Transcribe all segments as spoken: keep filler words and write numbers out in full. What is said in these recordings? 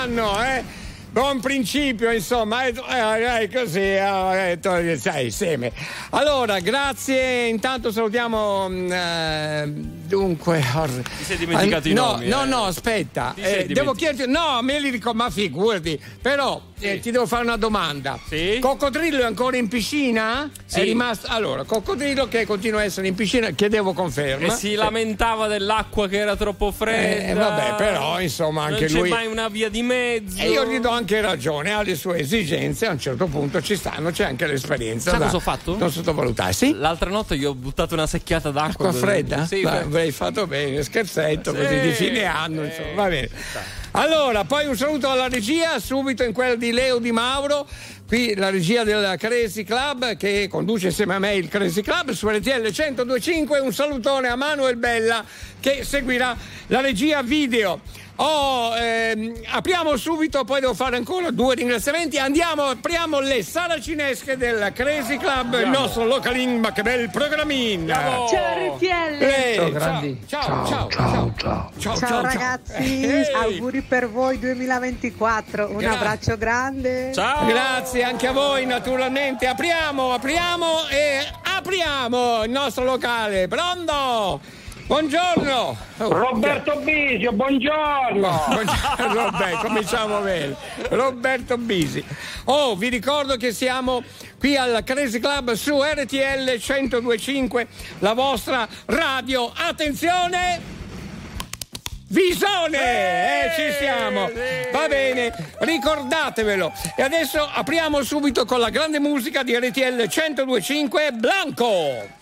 anno, eh? Buon principio, insomma, è eh, così, eh, eh, sai, seme. Allora, grazie, intanto salutiamo, eh, dunque... Ti sei dimenticato eh, i no, nomi? No, eh. no, aspetta, eh, devo chiederti, no, me li ricordo, ma figurati, però sì. eh, ti devo fare una domanda. Sì? Coccodrillo è ancora in piscina? Sì. È rimasto, allora, Coccodrillo che continua a essere in piscina, chiedevo conferma. E si sì. lamentava dell'acqua che era troppo fredda. Eh, vabbè, però, insomma, anche non lui... Non c'è mai una via di mezzo. E io gli do anche ragione, ha le sue esigenze, a un certo punto ci stanno, c'è anche l'esperienza. Sai da cosa ho fatto? Non sottovalutare, sì? L'altra notte gli ho buttato una secchiata d'acqua. Acqua fredda? Sì, va, avrei fatto bene, scherzetto, sì, così di fine anno, sì. insomma, va bene. Allora, poi un saluto alla regia, subito in quella di Leo Di Mauro, qui la regia del Crazy Club che conduce insieme a me il Crazy Club su R T L centodue e cinque. Un salutone a Manuel Bella che seguirà la regia video. Oh, ehm, apriamo subito, poi devo fare ancora due ringraziamenti. Andiamo, apriamo le saracinesche del Crazy Club, Andiamo. Il nostro localin, ma che bel programmin. Ciao R T L. Eh, ciao grandi. Ciao, ciao, ciao, ciao, ciao, ciao, ciao ragazzi, eh, auguri per voi duemilaventiquattro. Un Gra- abbraccio grande. Ciao. Grazie anche a voi, naturalmente. Apriamo, apriamo e apriamo il nostro locale. Pronto? Buongiorno oh, Roberto Bisio, buongiorno. Buongiorno Roberto, cominciamo bene. Roberto Bisi. Oh, vi ricordo che siamo qui al Crazy Club su R T L centodue e cinque, la vostra radio. Attenzione! Visone! Eh, ci siamo! Va bene, ricordatevelo. E adesso apriamo subito con la grande musica di R T L centodue e cinque, Blanco!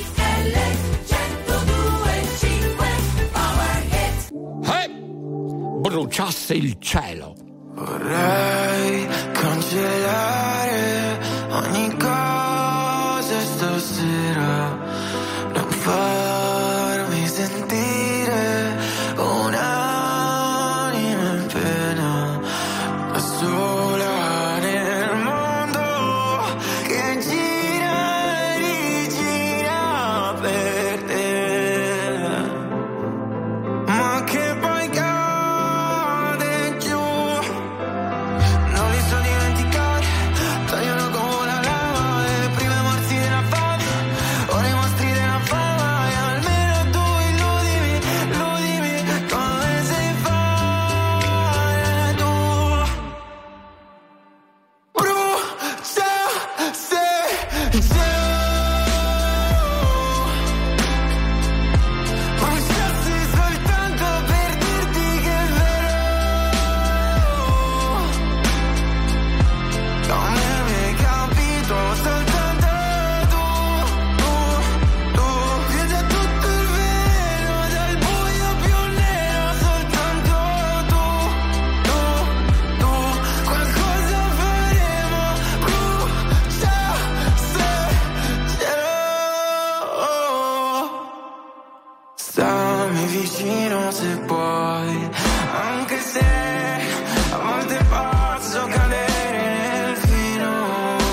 Eh, bruciasse il cielo. Vorrei cancellare ogni cosa stasera, non farmi sentire un'anima in pena, da sola nel mondo che gira e rigira per te. Ma che poi cade giù, non li so dimenticare, tagliano come la lava, e prima morsi della fame, ora i mostri della fama, e almeno tu illudimi, illudimi, come sai fare tu. Brucia se giù, bruciassi soltanto per dirti che è vero, come mi hai capito soltanto tu, tu, tu, vedi tutto il vero dal buio più nero, soltanto tu, tu, tu, qualcosa faremo, brucia se cielo. Stammi vicino se puoi, anche se a volte posso cadere nel fino,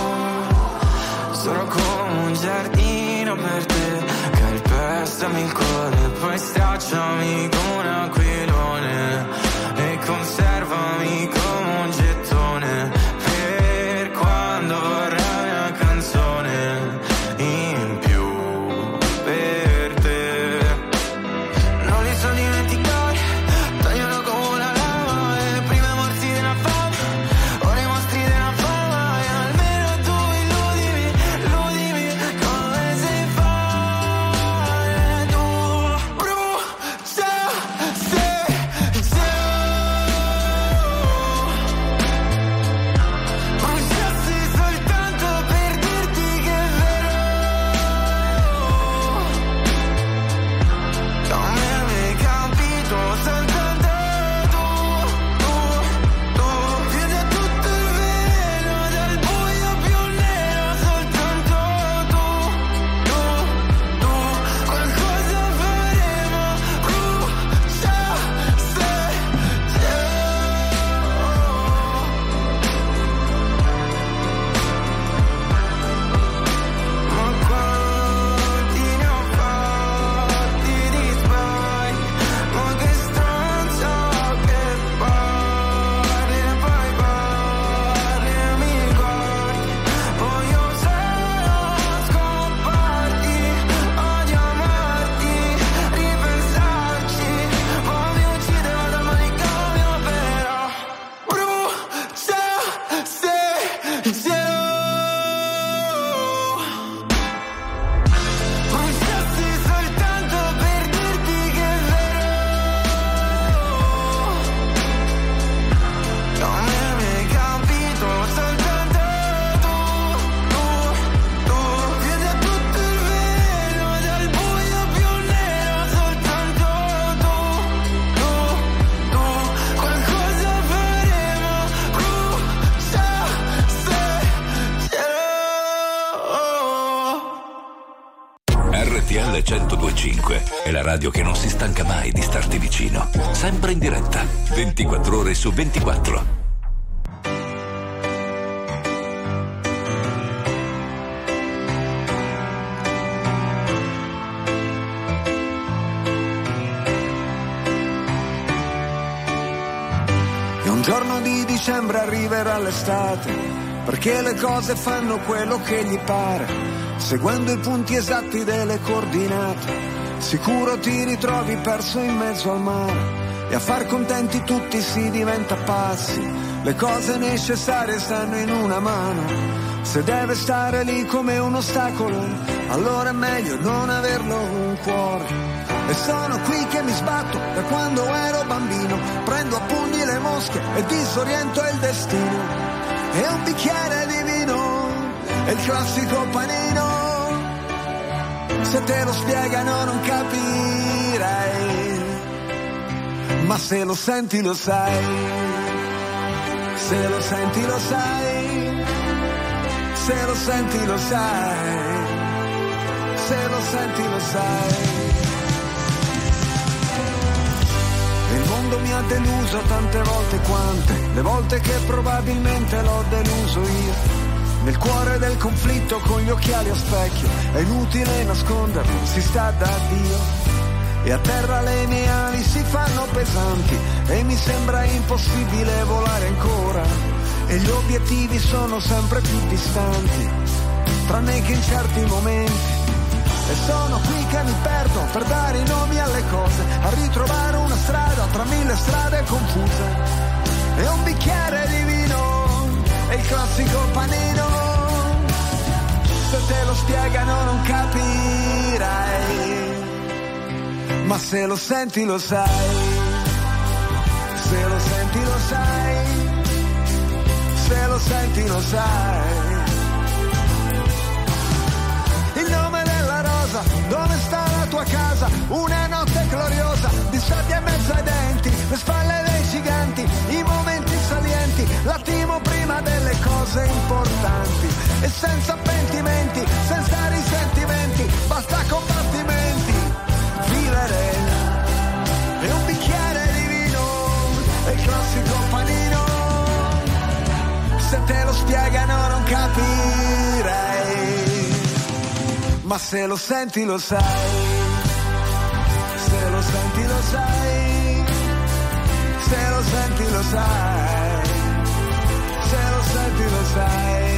sono come un giardino per te, calpestami il cuore, poi stracciami come un aquilone e conservami come un gettone per quando vorrai una canzone in più per te. Non li so dimenticare, tagliano come la lava, e prima morsi della fame, ora i mostri della fama, e almeno tu illudimi, illudimi, come sai fare tu. Brucia centodue e cinque è la radio che non si stanca mai di starti vicino. Sempre in diretta, ventiquattro ore su ventiquattro. Un giorno di dicembre arriverà l'estate, perché le cose fanno quello che gli pare, seguendo i punti esatti delle coordinate. Sicuro ti ritrovi perso in mezzo al mare, e a far contenti tutti si diventa pazzi. Le cose necessarie stanno in una mano, se deve stare lì come un ostacolo, allora è meglio non averlo un cuore. E sono qui che mi sbatto da quando ero bambino, prendo a pugni le mosche e disoriento il destino. E un bicchiere di vino è il classico panino, se te lo spiegano non capirai, ma se lo senti lo sai, se lo senti lo sai, se lo senti lo sai, se lo senti lo sai. Il mondo mi ha deluso tante volte quante, le volte che probabilmente l'ho deluso io. Nel cuore del conflitto con gli occhiali a specchio, è inutile nasconderlo, si sta da Dio. E a terra le mie ali si fanno pesanti, e mi sembra impossibile volare ancora. E gli obiettivi sono sempre più distanti, tranne che in certi momenti. E sono qui che mi perdo per dare i nomi alle cose, a ritrovare una strada tra mille strade confuse. E un bicchiere di vino è il classico panino, se te lo spiegano non capirai, ma se lo senti lo sai, se lo senti lo sai, se lo senti lo sai. Il nome della rosa, dove sta la tua casa? Una notte gloriosa, di sabbia in mezzo ai denti, le spalle dei giganti, i momenti salienti, l'attimo prima delle cose importanti. E senza pentimenti, senza risentimenti, basta combattimenti, vivere. E un bicchiere di vino è il classico panino, se te lo spiegano non capirai, ma se lo senti lo sai, se lo senti lo sai, se lo senti lo sai, se lo senti lo sai.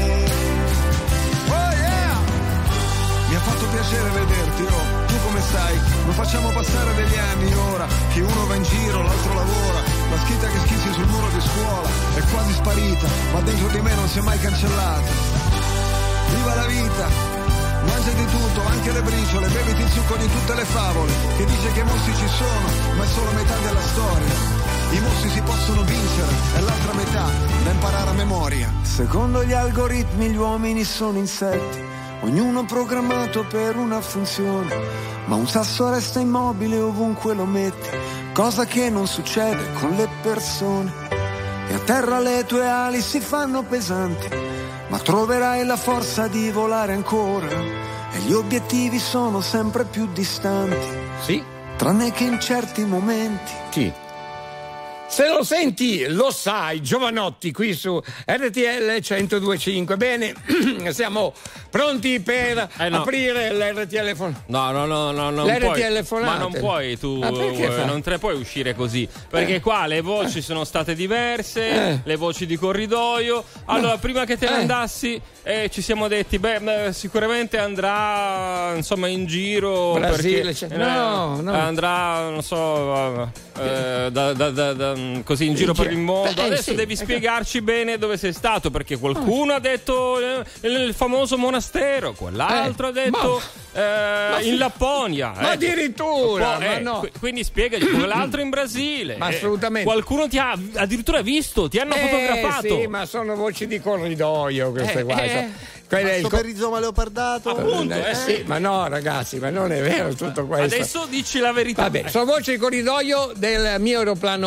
Oh yeah! Mi ha fatto piacere vederti, oh, tu come stai? Non facciamo passare degli anni ora, che uno va in giro, l'altro lavora, la scritta che schizzi sul muro di scuola è quasi sparita, ma dentro di me non si è mai cancellata. Viva la vita! Mangiati tutto, anche le briciole, beviti il succo di tutte le favole, che dice che i mostri ci sono, ma è solo metà della storia. I mostri si possono vincere, è l'altra metà da imparare a memoria. Secondo gli algoritmi gli uomini sono insetti, ognuno programmato per una funzione, ma un sasso resta immobile ovunque lo metti, cosa che non succede con le persone. E a terra le tue ali si fanno pesanti, ma troverai la forza di volare ancora, e gli obiettivi sono sempre più distanti, sì, tranne che in certi momenti. Sì. Se lo senti, lo sai, Giovanotti, qui su R T L centodue e cinque. Bene, siamo pronti per eh no. aprire l'R T L phon- No, no, no, no, non l'R T L puoi. fonate. Ma non puoi tu, ah, eh, non te ne puoi uscire così, perché eh. qua le voci sono state diverse, eh. le voci di corridoio. Allora, no. prima che te ne eh. andassi, eh, ci siamo detti, beh, sicuramente andrà, insomma, in giro. Brasile, perché, cioè, no, eh, no. andrà, non so, eh, da, da, da, da, così in giro per il mondo. Eh, Adesso sì, devi ecco. spiegarci bene dove sei stato, perché qualcuno ha detto eh, il famoso monastero, quell'altro Eh, ha detto ma- eh, ma in sì. Lapponia. Ma ecco. addirittura, Poi, ma eh, no. qu- quindi spiegaci, quell'altro in Brasile. Ma Eh, assolutamente. qualcuno ti ha addirittura visto, ti hanno Eh, fotografato. sì, ma sono voci di corridoio queste Eh, qua. eh. so- Quello è il Sto co- per rizoma leopardato. Appunto, eh, eh. sì, ma no, ragazzi, ma non è vero tutto questo. Adesso dici la verità. Vabbè, sono voci di corridoio del mio aeroplano privato.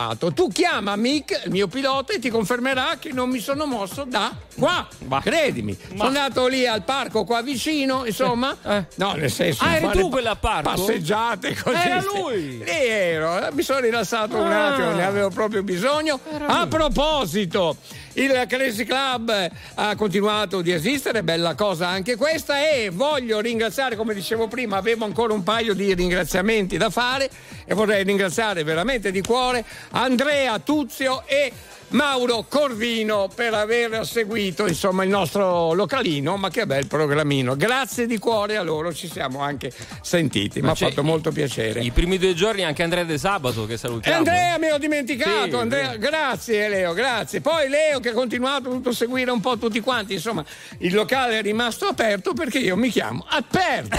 sbagliato. Tu chiama Mick, il mio pilota, e ti confermerà che non mi sono mosso da qua. Ma. Credimi. Ma. Sono andato lì al parco qua vicino, insomma. Eh. No, nel senso. Ah, eri fare tu quella al parco? Passeggiate così. Era lui. Lì ero, mi sono rilassato un Ah. attimo, ne avevo proprio bisogno. Era A lui. proposito, il Crazy Club ha continuato di esistere, bella cosa anche questa, e voglio ringraziare, come dicevo prima, avevo ancora un paio di ringraziamenti da fare e vorrei ringraziare veramente di cuore Andrea Tuzio e Mauro Corvino per aver seguito insomma il nostro localino, ma che bel programmino. Grazie di cuore a loro, ci siamo anche sentiti, mi ha fatto molto piacere. I primi due giorni anche Andrea De Sabato che E salutiamo. Andrea, mi ho dimenticato, Sì, Andrea, sì. grazie Leo, grazie. Poi Leo che ha continuato, ha dovuto seguire un po' tutti quanti, insomma il locale è rimasto aperto perché io mi chiamo Aperto.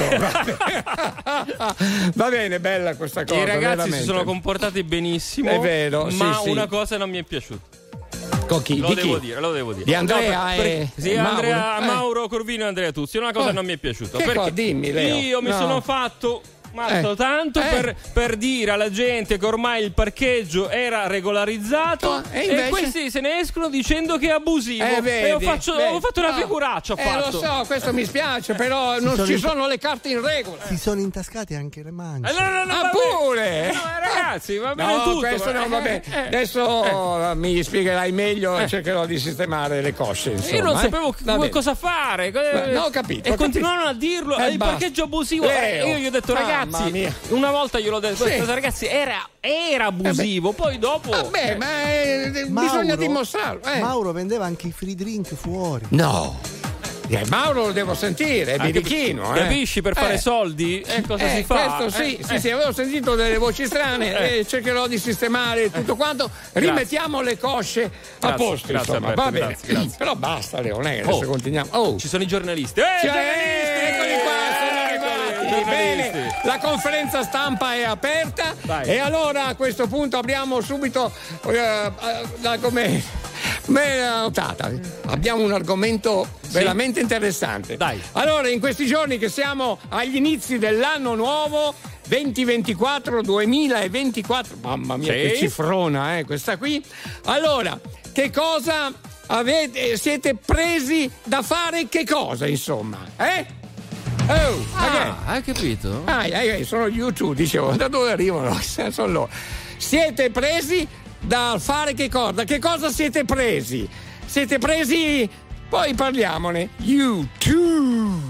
Va bene, bella questa cosa. I ragazzi veramente. si sono comportati benissimo. È vero, sì, ma sì. una cosa non mi è piaciuta. Con chi? Lo Di devo chi? dire, lo devo dire. Di Andrea No, per- e perché- sì, Mauro? Andrea, Eh. Mauro Corvino e Andrea Tuzzi. Una cosa Oh. non mi è piaciuta. Che perché cosa? Dimmi, Leo. io mi No. sono fatto matto Eh. tanto Eh. per, per dire alla gente che ormai il parcheggio era regolarizzato Oh, e e, invece? questi se ne escono dicendo che è abusivo. Eh, vedi, e ho, faccio- vedi. ho fatto una No. figuraccia. Ho Eh, fatto. lo so, questo mi spiace, però non sono ci in- sono le carte in regola. Si sono intascati anche le mance. Eh, no, no, no, Ah, vabbè. pure! No, ragazzi, va bene No, tutto. questo no, eh, va bene. eh. Adesso mi spiegherai meglio e cercherò di sistemare le cosce. Insomma, Io non eh. sapevo Va co- bene. cosa fare. Ma- no, ho capito, E ho continuavano a dirlo. Eh, il basta. parcheggio abusivo. Leo, Eh, io gli ho detto, mamma ragazzi, mia. una volta gliel'ho detto, Sì. ragazzi, era, era abusivo. Poi dopo. Vabbè, ma eh, Mauro- bisogna dimostrarlo. Eh. Mauro vendeva anche i free drink fuori. No. Eh, Mauro lo devo sentire, è Anche birichino. Eh. Capisci? Per fare Eh. soldi, eh, cosa Eh, si fa? questo sì, Eh, sì, eh. sì, avevo sentito delle voci strane e cercherò di sistemare tutto quanto. Rimettiamo le cosce a Grazie, posto, grazie, insomma, Alberto, va bene. grazie, grazie. Però basta, Leo, non è che adesso Oh. continuiamo. Oh. Ci sono i giornalisti. Eh, Cioè, giornalisti! eccoli qua, sono Eccoli, arrivati. Bene, giornalisti. la conferenza stampa è aperta. Dai. E allora a questo punto abbiamo subito eh, eh, la- come come notata, abbiamo un argomento veramente interessante. Dai. Allora, in questi giorni che siamo agli inizi dell'anno nuovo duemilaventiquattro duemilaventiquattro, mamma mia, Sì. che cifrona, eh, questa qui. Allora, che cosa avete, siete presi da fare? Che cosa, insomma? Eh? Oh, ma che? Ah, hai capito? Ah, eh, eh, sono gli U due, dicevo, da dove arrivano? Sono loro. Siete presi da fare che cosa? Che cosa siete presi? Siete presi? Poi parliamone. U due.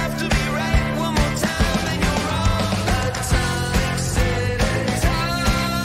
Time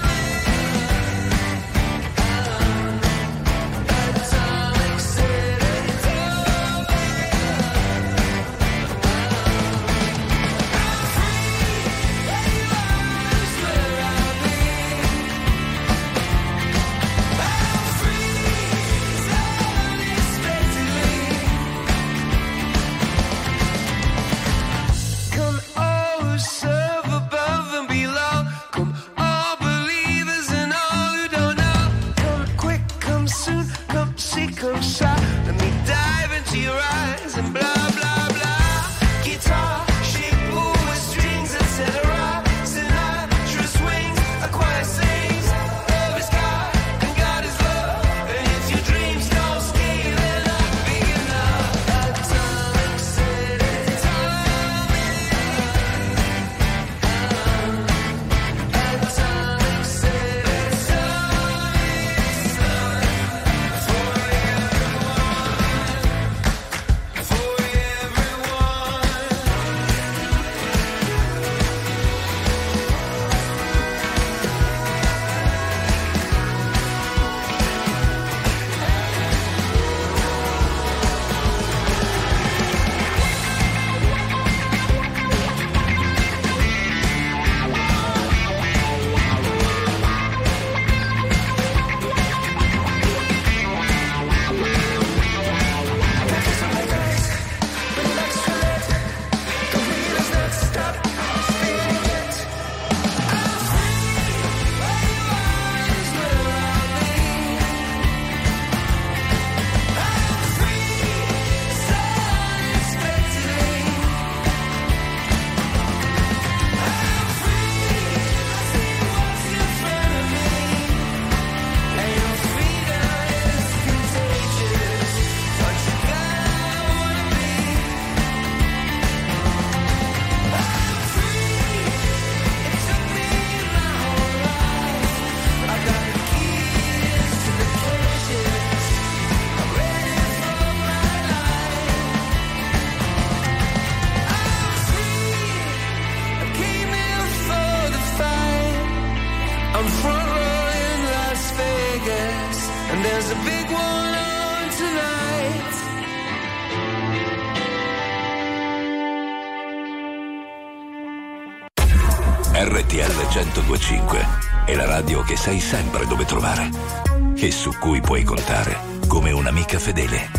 R T L centodue e cinque è la radio che sai sempre dove trovare e su cui puoi contare come un'amica fedele.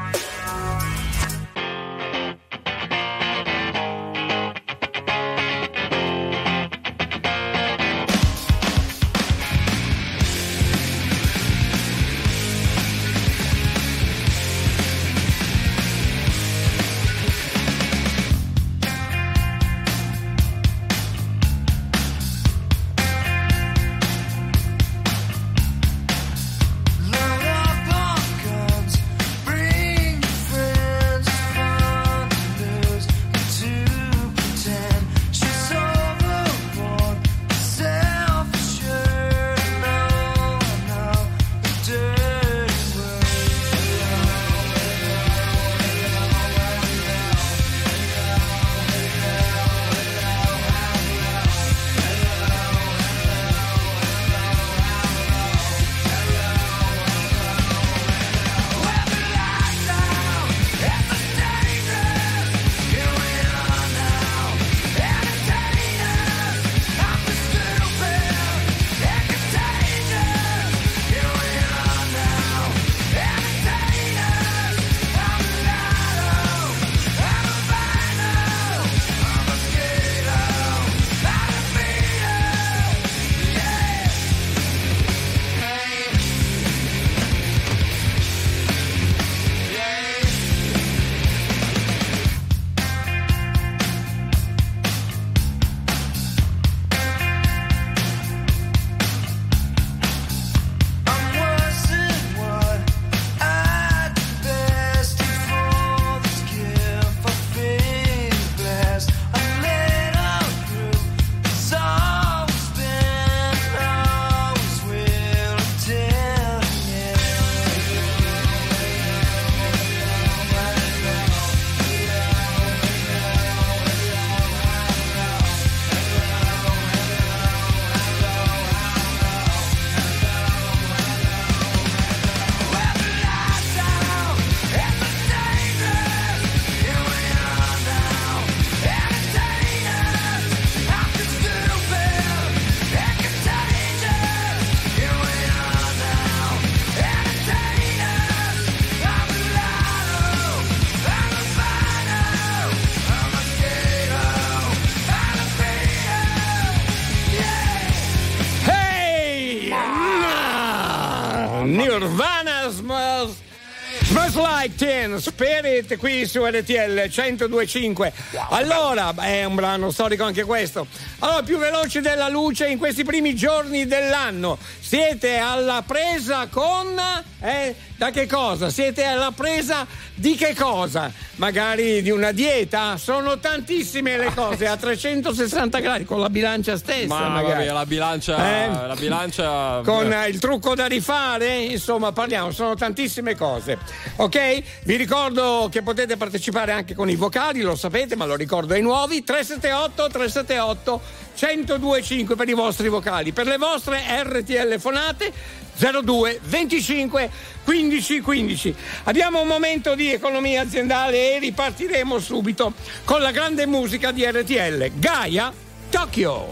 Nirvana smells, smells like Teen Spirit qui su R T L centodue e cinque. Allora, è un brano storico anche questo. Allora, più veloci della luce in questi primi giorni dell'anno. Siete alla presa con eh, da che cosa? Siete alla presa di che cosa? Magari di una dieta? Sono tantissime le cose a trecentosessanta gradi con la bilancia stessa. Ma magari. vabbè, la bilancia, eh? la bilancia con eh, il trucco da rifare, insomma, parliamo, sono tantissime cose. Ok? Vi ricordo che potete partecipare anche con i vocali, lo sapete, ma lo ricordo ai nuovi. tre sette otto tre sette otto centodue e cinque per i vostri vocali, per le vostre R T L fonate zero due venticinque quindici quindici. Abbiamo un momento di economia aziendale e ripartiremo subito con la grande musica di R T L. Gaia, Tokyo.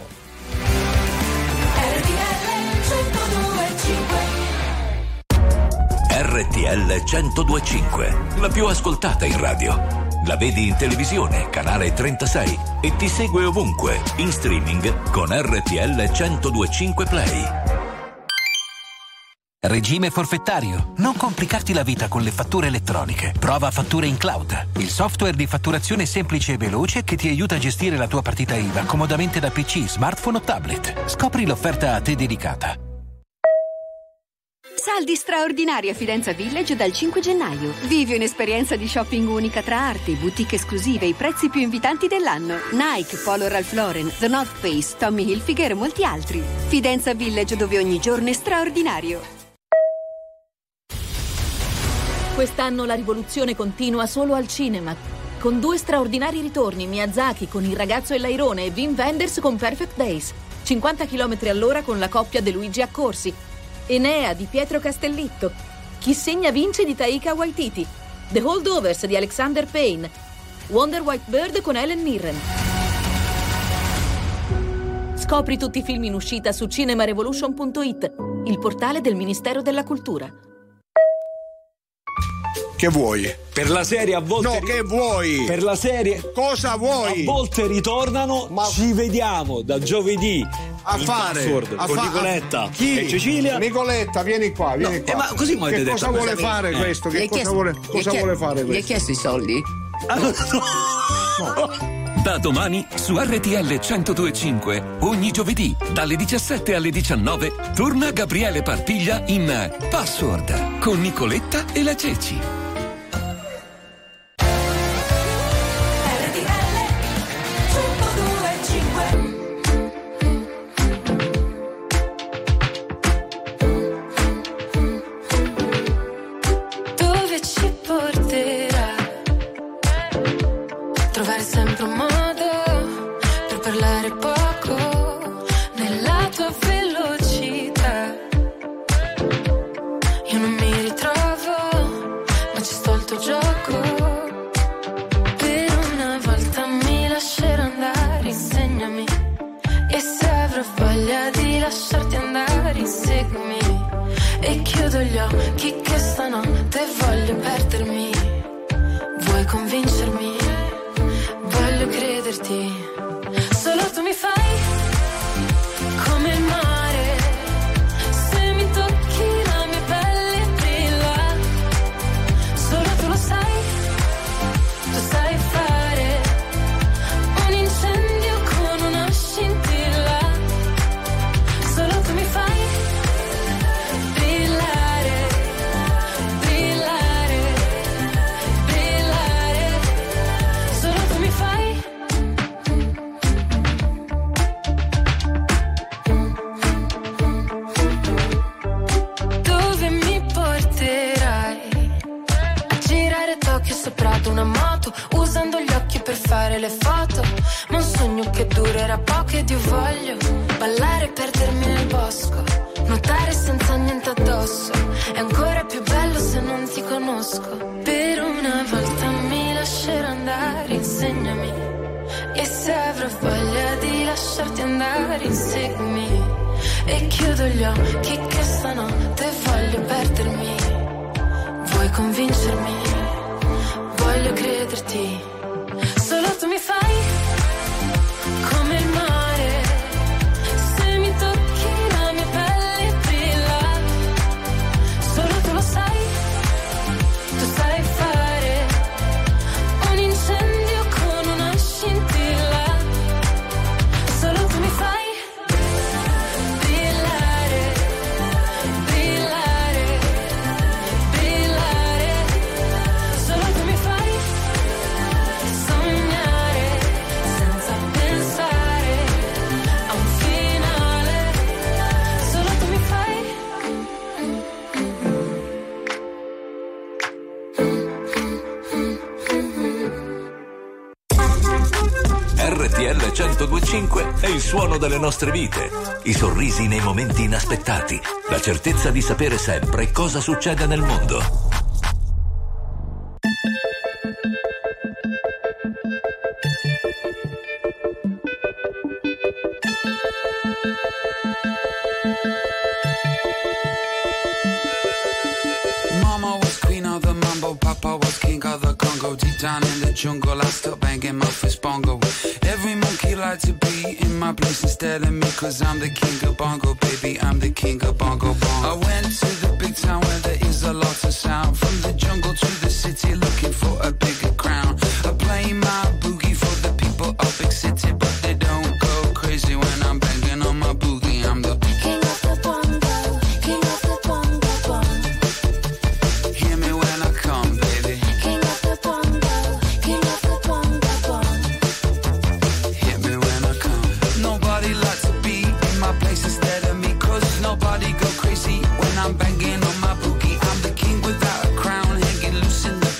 R T L centodue e cinque, la più ascoltata in radio. La vedi in televisione, canale trentasei, e ti segue ovunque, in streaming con R T L centodue e cinque Play. Regime forfettario. Non complicarti la vita con le fatture elettroniche. Prova Fatture in Cloud, il software di fatturazione semplice e veloce che ti aiuta a gestire la tua partita I V A comodamente da P C, smartphone o tablet. Scopri l'offerta a te dedicata. Saldi straordinari a Fidenza Village dal cinque gennaio. Vivi un'esperienza di shopping unica tra arte, boutique esclusive e i prezzi più invitanti dell'anno. Nike, Polo Ralph Lauren, The North Face, Tommy Hilfiger e molti altri. Fidenza Village, dove ogni giorno è straordinario. Quest'anno la rivoluzione continua solo al cinema. Con due straordinari ritorni, Miyazaki con Il ragazzo e l'airone e Wim Wenders con Perfect Days. cinquanta chilometri all'ora con la coppia De Luigi Accorsi. Enea di Pietro Castellitto. Chi segna vince di Taika Waititi. The Holdovers di Alexander Payne. Wonder White Bird con Helen Mirren. Scopri tutti i film in uscita su cinemarevolution punto it, il portale del Ministero della Cultura. Che vuoi? Per la serie a volte. No, che vuoi? Per la serie. Cosa vuoi? A volte ritornano. Ma ci vediamo da giovedì a fare Password, a con fa- Nicoletta chi? e Cecilia. Nicoletta, vieni qua, vieni No, qua. eh, ma così mi avete che detto cosa vuole questa- fare eh. questo? Gli Che hai cosa chiesto- vuole, gli hai cosa chie- vuole fare Gli hai questo? chiesto i soldi? Da domani su R T L centodue e cinque, ogni giovedì dalle diciassette alle diciannove, torna Gabriele Parpiglia in Password con Nicoletta e la Ceci. Dove ci porterà? Trovare sempre un modo per parlare poco nella tua velocità. Io non mi ritrovo, ma ci sto al tuo gioco. Per una volta mi lascerò andare, insegnami. E se avrò voglia di lasciarti andare, inseguimi. E chiudo gli occhi che stanotte voglio perdermi. Vuoi convincermi? Voglio crederti. Solo tu mi fai come il mare. Se mi tocchi la mia pelle brilla. Solo tu lo sai. Tu sai fare un incendio con una scintilla. Solo tu mi fai brillare, brillare, brillare. Solo tu mi fai. Dove mi porterai? A girare Tokyo sopra ad una moto, usando gli occhi per fare le foto. Ma un sogno che durerà poco ed io voglio ballare e perdermi nel bosco, nuotare senza niente addosso. È ancora più bello se non ti conosco. Per una volta mi lascerò andare, insegnami. E se avrò voglia di lasciarti andare, inseguimi. E chiudo gli occhi che stanotte voglio perdermi. Vuoi convincermi? Voglio crederti. Solo tu mi fai come il mare. Se mi tocchi la mia pelle brilla. Solo tu lo sai. Tu sai fare un incendio con una scintilla. Solo tu mi fai brillare, brillare, brillare. Solo tu mi fai sognare senza pensare a un finale. Solo tu mi fai. R T L centodue e cinque è il suono delle nostre vite, i sorrisi nei momenti inaspettati, la certezza di sapere sempre cosa succede nel mondo. Mama was queen of the mambo, Papa was king of the Congo. Deep down in the jungle, I still banging my fist bongo. Every monkey like to be in my place instead of me, cause I'm the king of bongo, baby, I'm the king of bongo bongo. I went to the big town where there is a lot of sound. From the jungle to the city, looking for a bigger crown. I play my boogie for the people of big city, but they don't go crazy when I'm banging on my boogie. I'm the King of the bongo, king of the bongo bongo. Hear me when I come, baby. King of the bongo, king of the bongo bongo. Hit me when I come. Nobody likes to be in my place instead of me, cause nobody go crazy when I'm banging on my boogie. I'm the king without a crown, hanging loose in the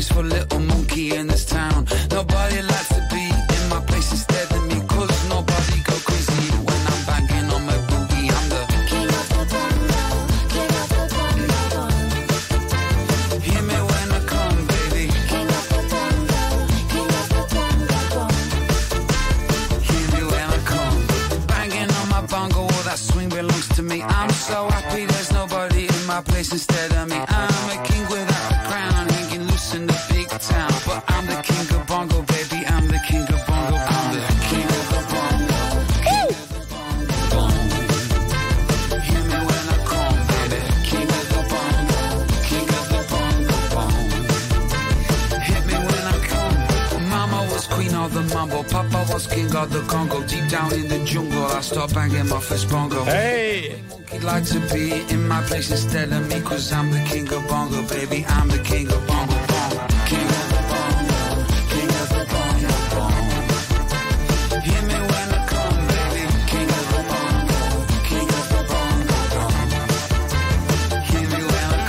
graceful little monkey in this town. Nobody likes to be in my place instead of me, cause nobody go crazy when I'm banging on my boogie. I'm the king of the bongo, king of the bongo. Hear me when I come, baby. King of the bongo, king of the bongo. Hear me when I come, banging on my bongo. All that swing belongs to me. I'm so happy there's nobody in my place instead of me. I'm a king without a crown, hanging loose in the big town. But I'm the king of bongo, baby. I'm the king of bongo. I'm the king of the bongo, king of the bongo, bongo. Hear me when I come, baby. King of the bongo, king of the bongo, bongo. Hit me when I come. Mama was queen of the mambo, Papa was king of the Congo. Deep down in the jungle, I start banging my first bongo. Hey! He'd like to be in my place instead of me, cause I'm the king of bongo, baby. I'm the king of bongo, bongo. King of the bongo, king of the bongo, bongo. Hear me when I come, baby. King of the bongo, king of the bongo, bongo. Hear me when I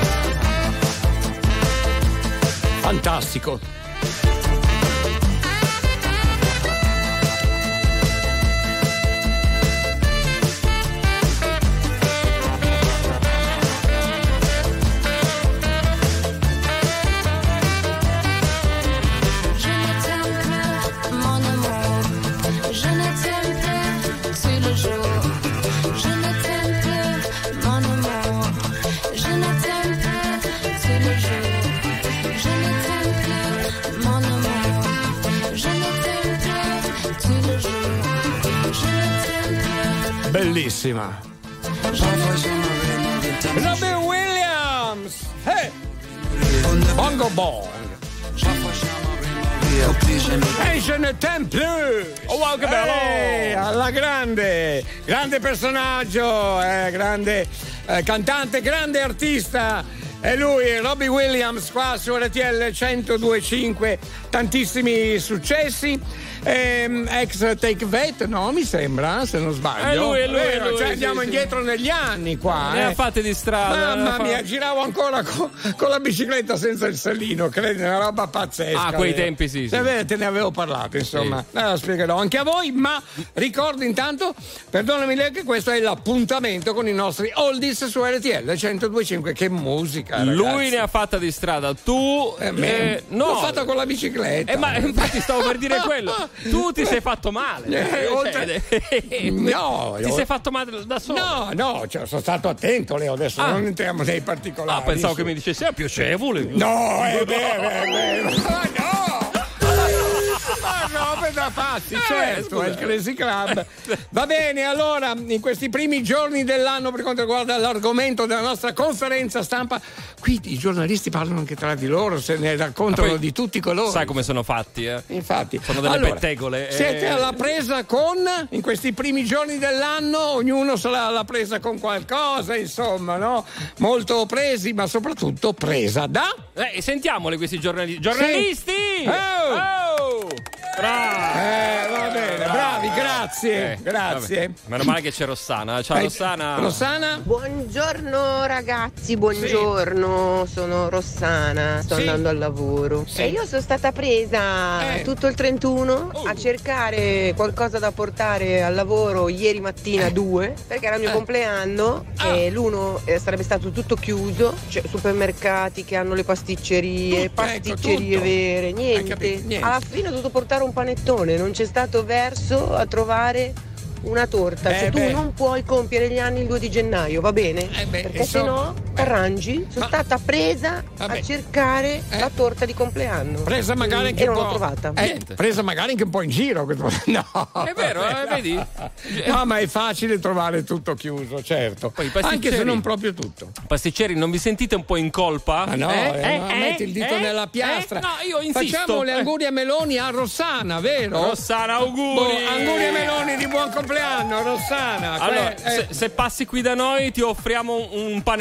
come. Fantastico. Bellissima. Robbie Williams. Hey. Bongo Bong. Asian Temple. Oh wow, che bello. Hey, alla grande. Grande personaggio, eh, grande eh, cantante, grande artista. E lui, Robbie Williams, qua su R T L centodue e cinque, tantissimi successi. Ehm, ex Take That, no, mi sembra, se non sbaglio. È lui, è lui, Vero? è lui, cioè, sì, andiamo sì. indietro negli anni qua. Ne eh. ha fatte di strada. Mamma ne ha mia, fa- giravo ancora con, con la bicicletta senza il sellino, credi, una roba pazzesca. Ah, quei vero? tempi sì, sì. Eh, beh, te ne avevo parlato, insomma. Sì. Eh, lo spiegherò anche a voi, ma ricordo intanto, perdonami lei, che questo è l'appuntamento con i nostri oldies su R T L centodue e cinque. Che musica, ragazzi. Lui ne ha fatta di strada, tu Eh, me- eh, no. L'ho fatta con la bicicletta. Eh, ma infatti stavo per dire quello. Tu ti sei fatto male. Eh, oltre- Cioè, No, ti io- sei fatto male da solo. No, no, cioè, sono stato attento, Leo, adesso Ah. non entriamo nei particolari. Ah, pensavo su. che mi dicessi è piacevole. No, è vero, è vero. Ma no! Ma robe da pazzi, certo, è il Crazy Club. Va bene, allora, in questi primi giorni dell'anno, per quanto riguarda l'argomento della nostra conferenza stampa, qui i giornalisti parlano anche tra di loro, se ne raccontano Poi, di tutti i colori. Sai come sono fatti, eh? Infatti. Sono delle Allora, pettegole. Siete eh. alla presa con, in questi primi giorni dell'anno, ognuno sarà alla presa con qualcosa, insomma, no? Molto presi, ma soprattutto presa da... Eh, sentiamole questi giornalisti. Giornalisti! Sì. Oh! Oh! Bravi! Eh, va bene, bravi, grazie, Eh, grazie. vabbè. Meno male che c'è Rossana. Ciao Eh, Rossana. Rossana? Buongiorno ragazzi, buongiorno, sono Rossana, sto Sì. andando al lavoro Sì. e io sono stata presa Eh. tutto il trentuno Oh. a cercare qualcosa da portare al lavoro ieri mattina due, perché era il mio Eh. compleanno Ah. e l'uno eh, sarebbe stato tutto chiuso, cioè supermercati che hanno le pasticcerie, Tutto, ecco, pasticcerie tutto. vere, Hai niente. capito? Niente. Alla fine ho dovuto portare un panettone, non c'è stato verso a trovare una torta, Eh cioè tu beh. non puoi compiere gli anni il due di gennaio, va bene? Eh beh, Perché se insomma, no eh. arrangi. Sono Ma- stata presa Vabbè. a cercare Eh. la torta di compleanno. Presa magari anche e un non po'. l'ho trovata. Eh, Niente. presa magari anche un po' in giro. questo- No. È vero, eh, vedi? No, ma è facile trovare tutto chiuso, certo. Poi i pasticceri- Anche se non proprio tutto. Pasticceri, non vi sentite un po' in colpa? Ma no, eh, no, metti il dito nella piastra. Eh? No, io insisto. Facciamo le Eh. auguri a Meloni a Rossana, vero? Rossana, auguri! Boh, auguri a Meloni di buon compleanno, Rossana. Allora, Que- eh, se, se passi qui da noi ti offriamo un, un panettone.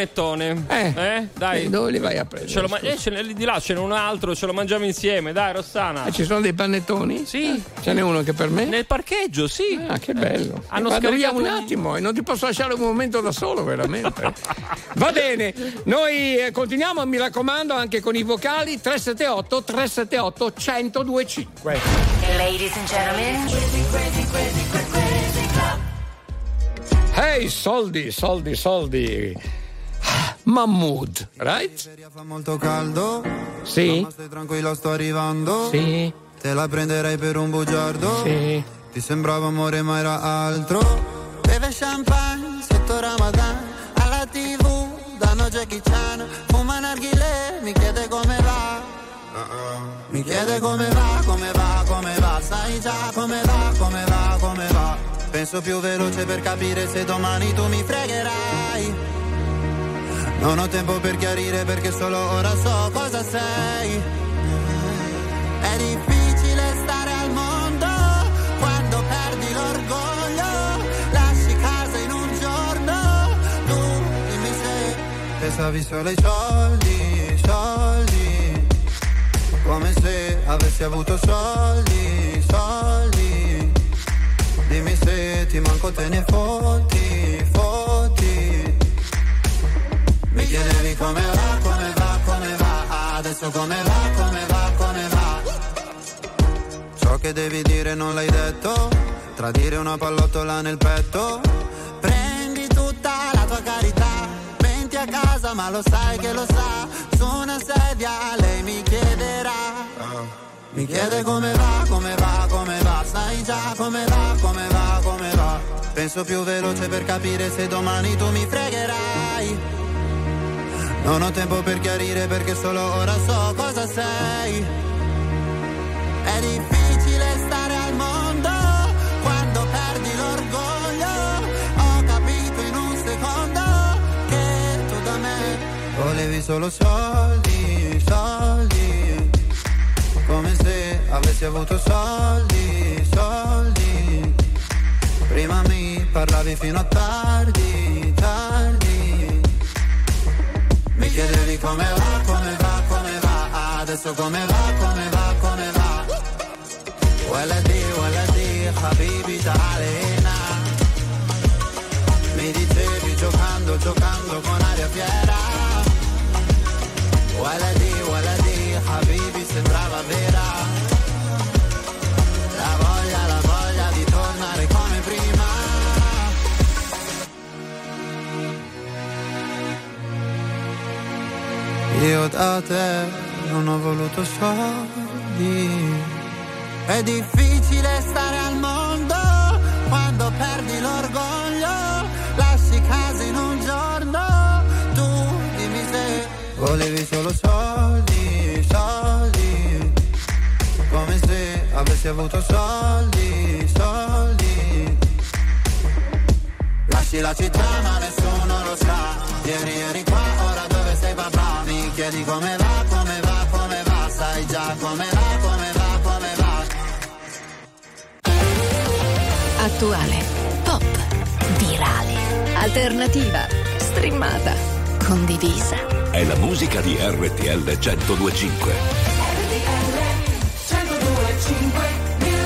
pane? Eh, eh? Dai. Dove li vai a prendere? Ce lo ma- eh, ce n'è, di là c'è un altro, ce lo mangiamo insieme, dai Rossana. Ah, ci sono dei panettoni? Sì. Eh, ce n'è uno che per me? Nel parcheggio, sì. Ah, che bello. Hanno Vado via scaricato un un- attimo e non ti posso lasciare un momento da solo, veramente. Va bene, noi eh, continuiamo, mi raccomando, anche con i vocali tre sette otto tre sette otto uno zero due cinque. Ladies and gentlemen, Hey, soldi, soldi, soldi. Mahmood, right? Fa molto caldo. Sì. Ma stai tranquillo, sto arrivando. Sì. Te la prenderei per un bugiardo. Sì. Ti sembrava amore ma era altro. Beve champagne sotto Ramadan. Alla tivù danno Jackie Chan. Fuma narghilè, mi chiede come va. Mi chiede come va, come va, come va. Sai già come va, come va, come va. Penso più veloce per capire se domani tu mi fregherai. Non ho tempo per chiarire perché solo ora so cosa sei. È difficile stare al mondo quando perdi l'orgoglio. Lasci casa in un giorno. Tu dimmi se pensavi solo ai soldi, soldi. Come se avessi avuto soldi, soldi. Dimmi se ti manco te ne fotti, fotti. Mi chiedevi come va, come va, come va. Adesso come va, come va, come va. Ciò che devi dire non l'hai detto. Tradire una pallottola nel petto. Prendi tutta la tua carità. Menti a casa ma lo sai che lo sa. Su una sedia lei mi chiederà. Mi chiede come va, come va, come va. Sai già come va, come va, come va. Penso più veloce per capire se domani tu mi fregherai. Non ho tempo per chiarire perché solo ora so cosa sei. È difficile stare al mondo quando perdi l'orgoglio. Ho capito in un secondo che tu da me volevi solo soldi, soldi. Come se avessi avuto soldi, soldi. Prima mi parlavi fino a tardi, tardi. Mi chiedevi come va, come va, come va. Adesso come va, come va, come va. Waladi, waladi, habibi ta'alena. Mi dicevi giocando, giocando con aria fiera. Waladi, waladi, habibi sembrava vera. La voglia, la voglia di tornare come prima. Io da te non ho voluto soldi. È difficile stare al mondo quando perdi l'orgoglio. Lasci casa in un giorno. Tu dimmi se volevi solo soldi, soldi. Come se avessi avuto soldi, soldi. Lasci la città ma nessuno lo sa. Ieri eri qua, ora dove sei papà? Mi chiedi come va, come va, come va. Sai già come va, come va, come va. Attuale, pop, virale, alternativa, streamata, condivisa. È la musica di R T L centodue e cinque. R T L centodue e cinque.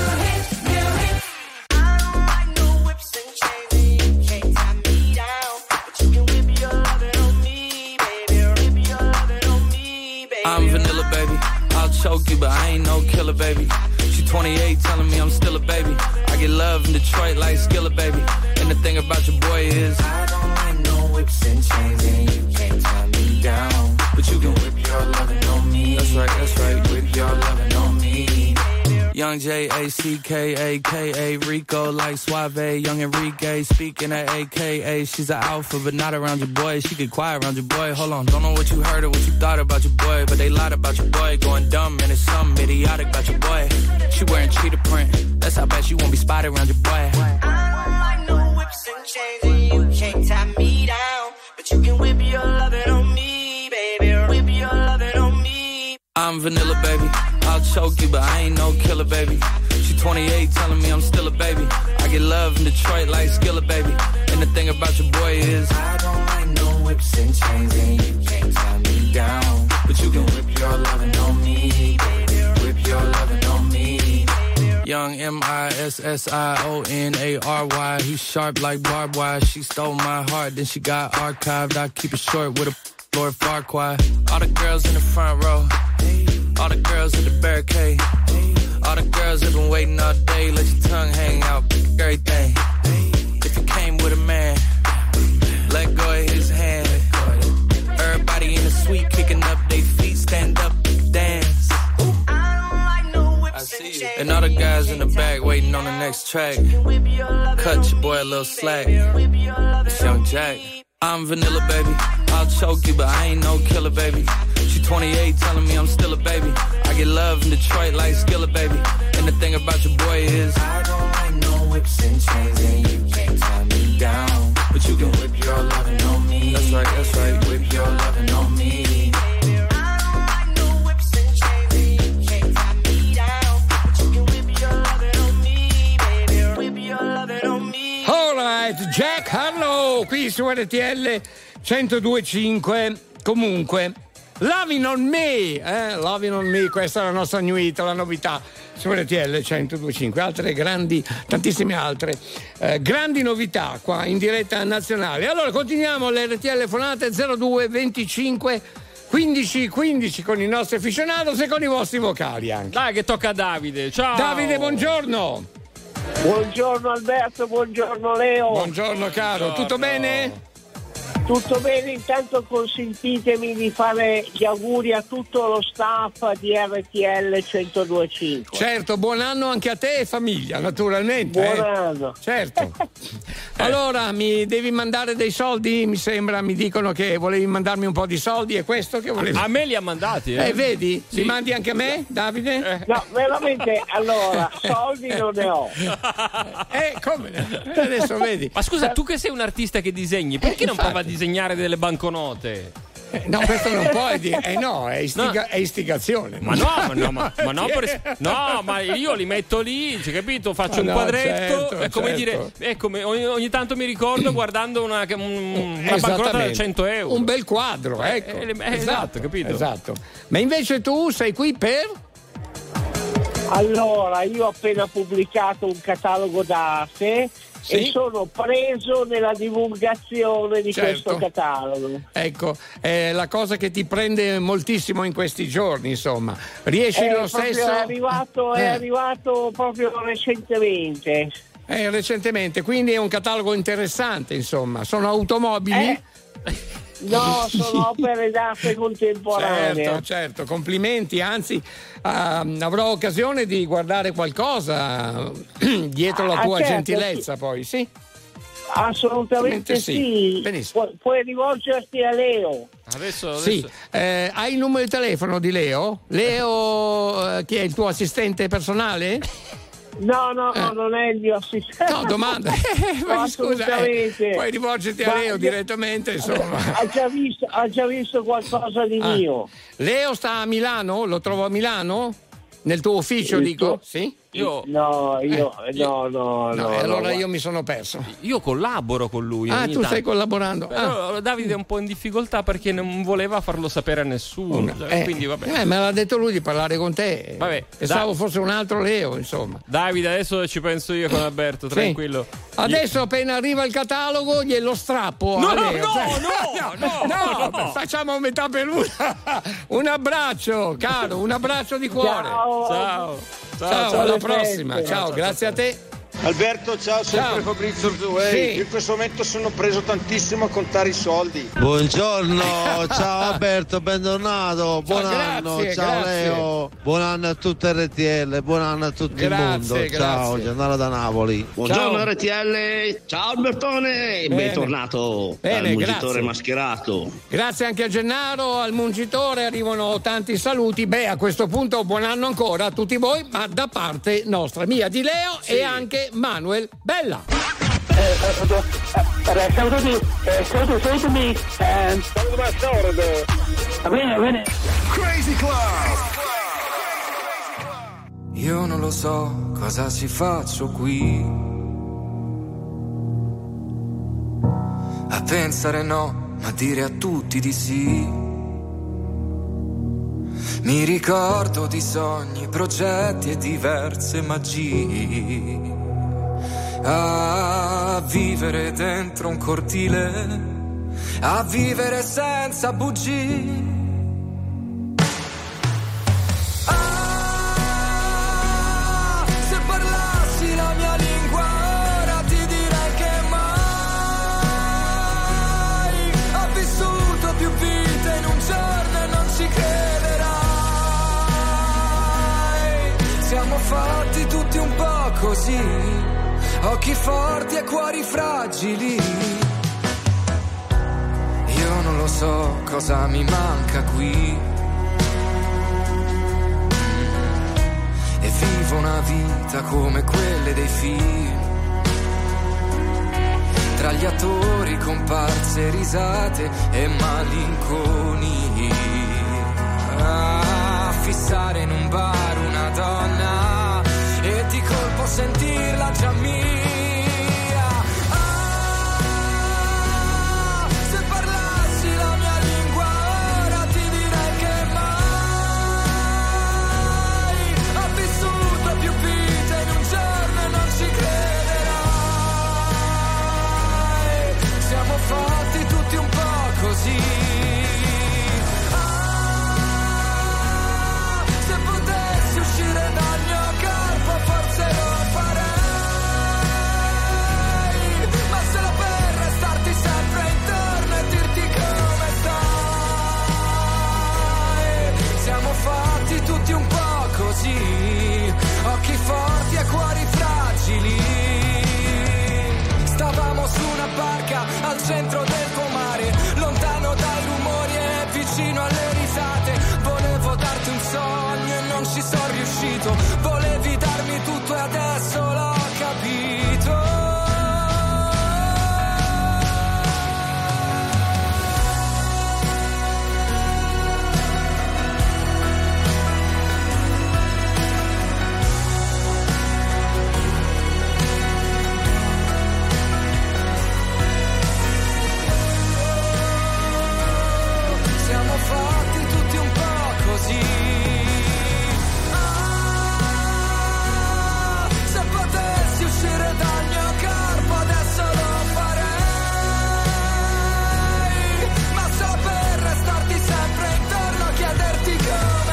I'm vanilla, baby. I'll choke you, but I ain't no killer, baby. She twenty-eight, telling me I'm still a baby. I get love in Detroit like Skillet, baby. And the thing about your boy is I don't like no whips and chains, and you can't tie me down. But you can whip your lovin' on me. That's right, that's right, whip your lovin' on me. Young J A C K A K A Rico like Suave, Young Enrique speaking at A K A. She's an alpha but not around your boy. She get quiet around your boy. Hold on, don't know what you heard or what you thought about your boy, but they lied about your boy. Going dumb and it's something idiotic about your boy. She wearing cheetah print. That's how bad she won't be spotted around your boy. I don't like no whips and chains, and you can't tie me down. But you can whip your lovin' on me, baby. Whip your lovin' on me. I'm vanilla, baby. I'll choke you, but I ain't no killer, baby. She twenty-eight, telling me I'm still a baby. I get love in Detroit like Skillet, baby. And the thing about your boy is I don't like no whips and chains and you can't tie me down. But you can whip your lovin' on me, whip your lovin' on me. Young M I S S I O N A R Y. He's sharp like barbed wire. She stole my heart, then she got archived. I keep it short with a Lord Farquaad. All the girls in the front row, all the girls in the barricade, all the girls have been waiting all day. Let your tongue hang out, everything. If you came with a man, let go of his hand. Everybody in the suite kicking up their feet, stand up, dance. I see you. And all the guys in the back waiting on the next track. Cut your boy a little slack. It's Young Jack. I'm vanilla, baby. I'll choke you, but I ain't no killer, baby. She twenty-eight, telling me I'm still a baby. I get love in Detroit like Skillet, baby. And the thing about your boy is I don't like no whips and chains, and you can't tie me down. But you can whip your lovin' on me. That's right, that's right. Whip your lovin' on me. Alright, Jack Harlow qui su R T L centodue e cinque. Comunque, Lovin' on Me, eh? Lovin' on Me, questa è la nostra new hit, la novità su R T L centodue e cinque. Altre grandi, tantissime altre eh, grandi novità qua in diretta nazionale. Allora continuiamo le R T L telefonate zero due venticinque quindici quindici con i nostri aficionados e con i vostri vocali anche. Dai che tocca a Davide, ciao Davide, buongiorno. Buongiorno Alberto, buongiorno Leo. Buongiorno caro, buongiorno. Tutto bene? Tutto bene, intanto consentitemi di fare gli auguri a tutto lo staff di R T L centodue e cinque. Certo, buon anno anche a te e famiglia, naturalmente. Buon eh. anno. Certo. Allora, mi devi mandare dei soldi, mi sembra, mi dicono che volevi mandarmi un po' di soldi, è questo che volevi? A me li ha mandati, eh? Eh, vedi? Sì. Li mandi anche a me, Davide? Eh. No, veramente, allora, soldi non ne ho. Eh, come? Adesso vedi. Ma scusa, tu che sei un artista che disegni, perché Eh, non infatti. prova a disegnare delle banconote? Eh, no, questo non puoi dire. Eh no, è, istiga- No. è istigazione. Ma no, ma no, ma, ma no, per- no, ma io li metto lì, cioè, capito? Faccio Ah, un no, quadretto, certo, è come certo. dire, è come ogni, ogni tanto mi ricordo guardando una, un- una banconota da cento euro. Un bel quadro, ecco. Eh, eh, esatto, capito? Esatto. Ma invece tu sei qui per? Allora, io ho appena pubblicato un catalogo d'arte. Sì? E sono preso nella divulgazione di Certo. questo catalogo. Ecco, è la cosa che ti prende moltissimo in questi giorni, insomma. Riesci È lo proprio stesso? arrivato, è Eh. arrivato proprio recentemente. Eh, recentemente, quindi è un catalogo interessante, insomma. Sono automobili? Eh, No, sono opere d'arte contemporanee. Certo, certo, complimenti, anzi ehm, avrò occasione di guardare qualcosa dietro la Ah, tua certo, gentilezza, poi, sì? Assolutamente Sì. sì. Benissimo. Pu- puoi rivolgerti a Leo. Adesso, adesso... Sì, eh, hai il numero di telefono di Leo? Leo, eh, chi è il tuo assistente personale? No, no, no, non è il mio assistente. No, domanda. Eh, No, ma scusa, eh, assolutamente. puoi rivolgerti a Ma- Leo direttamente, insomma. Ha già visto, ha già visto qualcosa di Ah. mio. Leo sta a Milano? Lo trovo a Milano? Nel tuo ufficio, Il dico? tuo- Sì? Io, No, io, Eh, no, no, No, no. e allora no, io mi sono perso. io collaboro con lui. Ah, ogni tu tanto. stai collaborando. Però Davide è un po' in difficoltà perché non voleva farlo sapere a nessuno. Eh, Quindi vabbè. eh, me l'ha detto lui di parlare con te. Vabbè, Pensavo dai. fosse un altro Leo, insomma. Davide, adesso ci penso io con Alberto, Sì. tranquillo. Adesso appena arriva il catalogo glielo strappo No, a no, Leo. no, Cioè- no, no, no, no. facciamo metà per una. Un abbraccio, caro, un abbraccio di cuore. Ciao. Ciao. Ciao, ciao, alla alle prossima. feste. Ciao, grazie a te. Alberto, ciao, sempre Ciao. Fabrizio Orzuei. Sì. Io in questo momento sono preso tantissimo a contare i soldi. Buongiorno, ciao Alberto, bentornato, buon Ciao, anno, grazie, ciao grazie. Leo, buon anno a tutta R T L, buon anno a tutto Grazie, il mondo, grazie. ciao, Giannara da Napoli. Buongiorno Ciao. R T L, ciao Albertone, Bene. bentornato Bene, al mungitore grazie. mascherato. Grazie anche a Gennaro, al Mungitore, arrivano tanti saluti. Beh, a questo punto buon anno ancora a tutti voi, ma da parte nostra, mia, di Leo e anche Manuel Bella. Salutami, eh, saluto, salutami. Eh, va bene, va bene. Crazy Club. Io non lo so cosa ci faccio qui. A pensare no, ma dire a tutti di sì. Mi ricordo di sogni, progetti e diverse magie. A vivere dentro un cortile, a vivere senza bugie. Ah, se parlassi la mia lingua ora ti direi che mai ho vissuto più vite in un giorno e non ci crederai. Siamo fatti tutti un po' così, occhi forti e cuori fragili. Io non lo so cosa mi manca qui, e vivo una vita come quelle dei film, tra gli attori, comparse, risate e malinconia. A fissare in un bar una donna e di colpo sentirla già mia. Ah, se parlassi la mia lingua ora ti direi che mai ho vissuto più vite in un giorno e non ci crederai. Siamo fatti tutti un po' così. Ah, se potessi uscire dal mio corpo forse lo farei, ma solo per restarti sempre intorno e dirti come stai. Siamo fatti tutti un po' così, occhi forti e cuori fragili. Stavamo su una barca al centro del pomare, lontano dai rumori e vicino alle risate. Volevo darti un sogno e non ci sono riuscito, volevi darmi tutto e adesso l'ho capito. Siamo fatti tutti un po' così. Ah, se potessi uscire dal mio corpo adesso lo farei, ma solo per restarti sempre intorno a chiederti come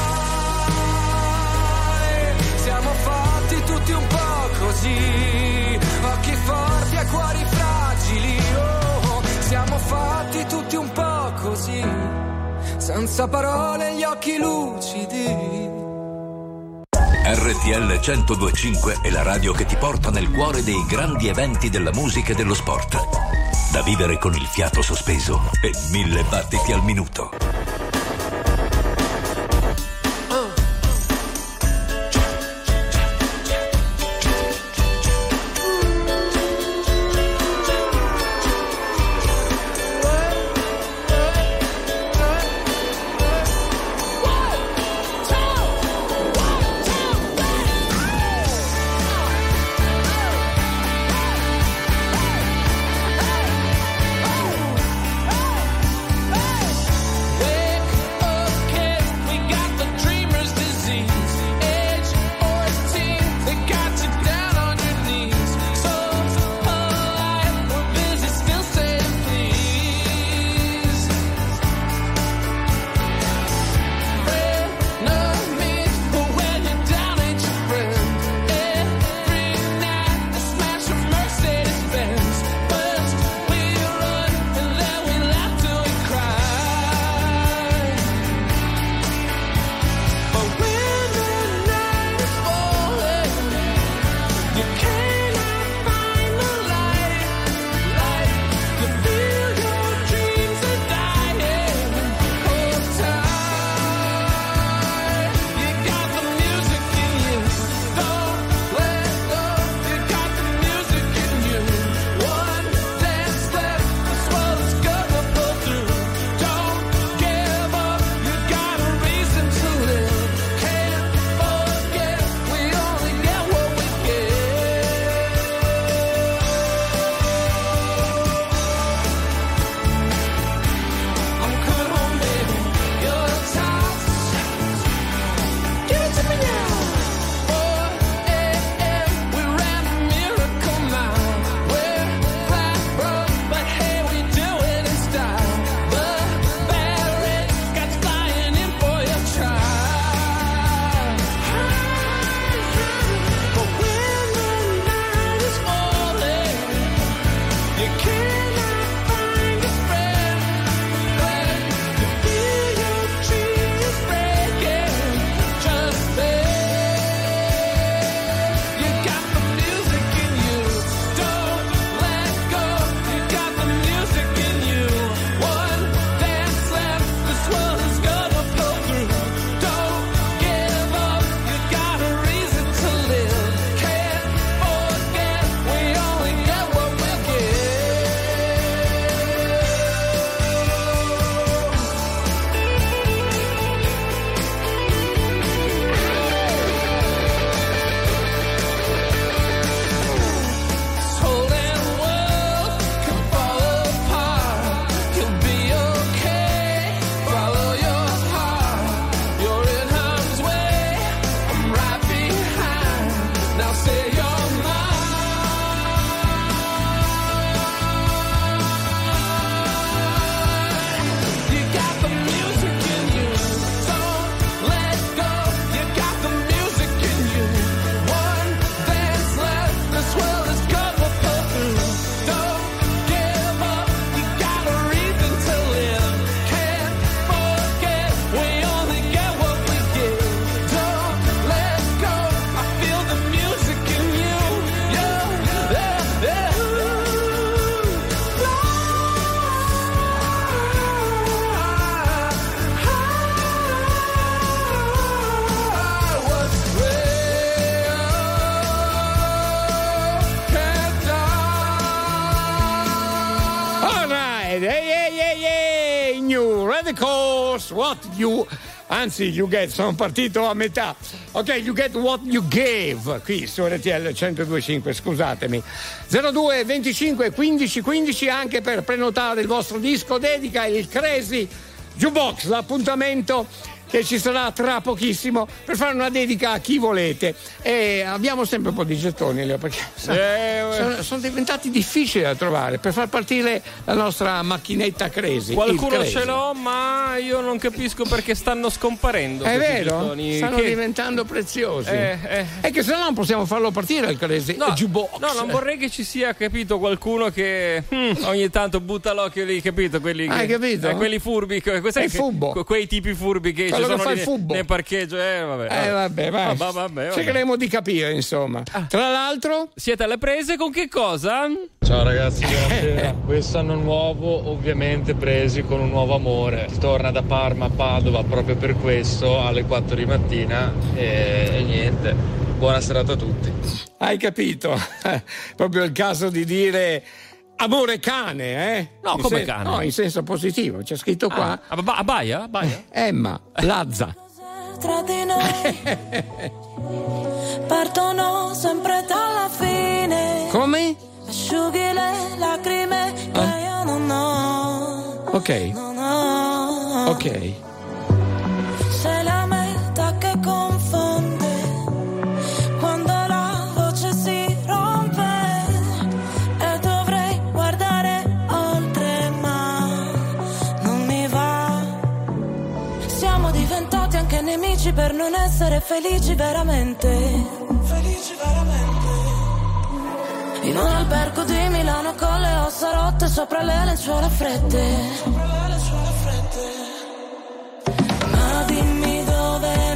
stai. Siamo fatti tutti un po' così, occhi forti e cuori fragili. Oh, siamo fatti tutti un po' così, senza parole gli occhi lucidi. R T L centodue e cinque è la radio che ti porta nel cuore dei grandi eventi della musica e dello sport. Da vivere con il fiato sospeso e mille battiti al minuto. Hey! jukebox what you anzi you get, sono partito a metà. Ok, you get what you gave qui su R T L centodue e cinque, scusatemi. zero due venticinque quindici quindici anche per prenotare il vostro disco dedica, il Crazy Jukebox, l'appuntamento che ci sarà tra pochissimo per fare una dedica a chi volete. E abbiamo sempre un po' di gettoni, Leo, perché eh, sono, sono diventati difficili da trovare per far partire la nostra macchinetta Crazy. Qualcuno Crazy. ce l'ho, ma io non capisco perché stanno scomparendo. È questi vero? gettoni. Stanno che... diventando preziosi. Eh, eh. È che se no non possiamo farlo partire il Crazy no, Jukebox. No, non vorrei che ci sia, capito, qualcuno che hmm, ogni tanto butta l'occhio lì, capito? Quelli che, Hai capito? Eh, quelli furbi, que, è il fubbo. Que, quei tipi furbi che quello ci sono che fa lì il fubbo nel parcheggio. Eh, vabbè, eh, vabbè, vai. Ah, vabbè, vabbè. Cercheremo di capire, insomma. Ah. Tra l'altro, siete alle prese con che cosa? Ciao ragazzi, buonasera. Quest'anno nuovo, ovviamente presi con un nuovo amore. Si torna da Parma a Padova proprio per questo alle quattro di mattina e, e niente. Buona serata a tutti. Hai capito? Proprio il caso di dire amore cane, eh? No, in come sen- cane? No, in senso positivo. C'è scritto qua. Ah, a Baia? A Baia? Emma, Lazza. Tra di noi partono sempre dalla fine. Come? Asciughi le lacrime che eh? io non ho. Ok. Non ho. Ok. Sei la meta che confonde quando la voce si rompe e dovrei guardare oltre ma non mi va. Siamo diventati anche nemici per non essere felici veramente. Felici veramente. In un albergo di Milano con le ossa rotte sopra le lenzuola fredde. Sopra le lenzuola fredde. Ma dimmi dove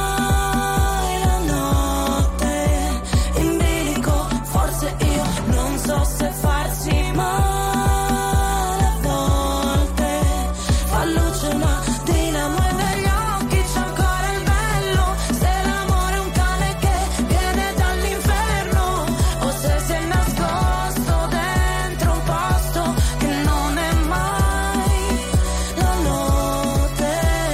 vai la notte in bilico, forse io non so se farsi male a volte. Fa luce una dinamo e negli occhi c'è ancora il bello. Se l'amore è un cane che viene dall'inferno o se si è nascosto dentro un posto che non è mai la notte.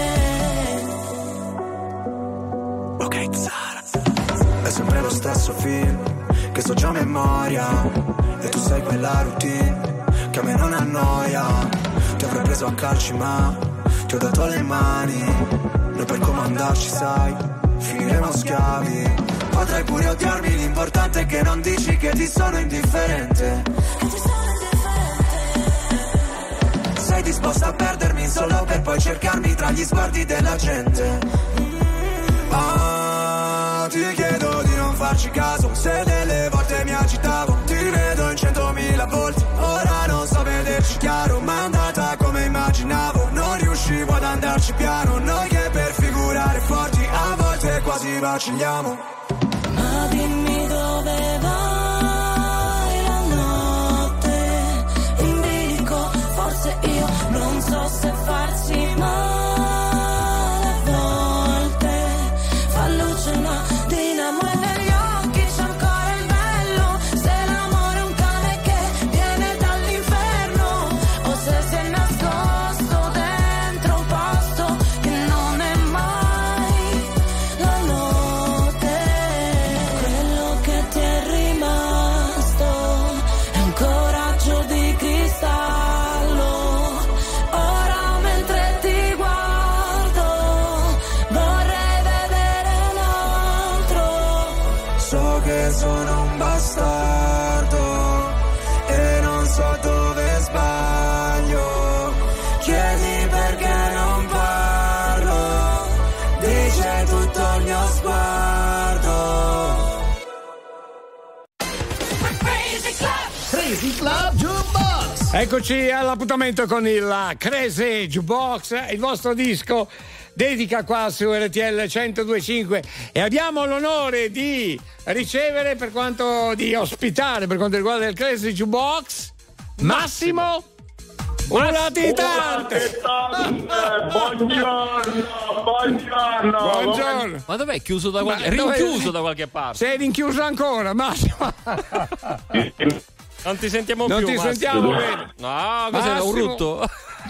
Ok, Zara. È sempre lo stesso film che so già a memoria e tu sai quella routine che a me non annoia. Ti avrei preso a calci ma ti ho dato le mani. Noi per comandarci sai finiremo schiavi. Potrai pure odiarmi, l'importante è che non dici che ti sono indifferente. Che ti sono indifferente. Sei disposta a perdermi solo per poi cercarmi tra gli sguardi della gente. Ah, ti chiedo di non farci caso, se delle volte mi agitavo, ti vedo in centomila volte. Ora non so vederci chiaro, ma è andata come immaginavo. Non riuscivo ad andarci piano, noi che per figurare forti a volte quasi vacilliamo. Ma dimmi dove vai la notte in bilico, forse io non so se farsi male a volte. Fa luce una dinamo e negli occhi c'è ancora il bello. Se l'amore è un cane che viene dall'inferno o se si è nascosto dentro un posto che non è mai la notte. Quello che ti è rimasto è un coraggio di cristallo. Ora mentre ti guardo vorrei vedere un altro. So che sono un bastardo e non so dove sbaglio. Chiedi perché non parlo, dice tutto il mio sguardo. Crazy Club Jukebox. Eccoci all'appuntamento con il Crazy Jukebox, il vostro disco dedica qua su R T L centodue e cinque e abbiamo l'onore di ricevere, per quanto di ospitare per quanto riguarda il Crazy Jukebox, Massimo Latitante. Buongiorno, buongiorno. Buongiorno. Ma dov'è chiuso da qualche Ma dove- rinchiuso da qualche parte? Sei rinchiuso ancora, Massimo? Non ti sentiamo Non più. ti Massimo. sentiamo bene. No, cos'è un Massimo. rutto?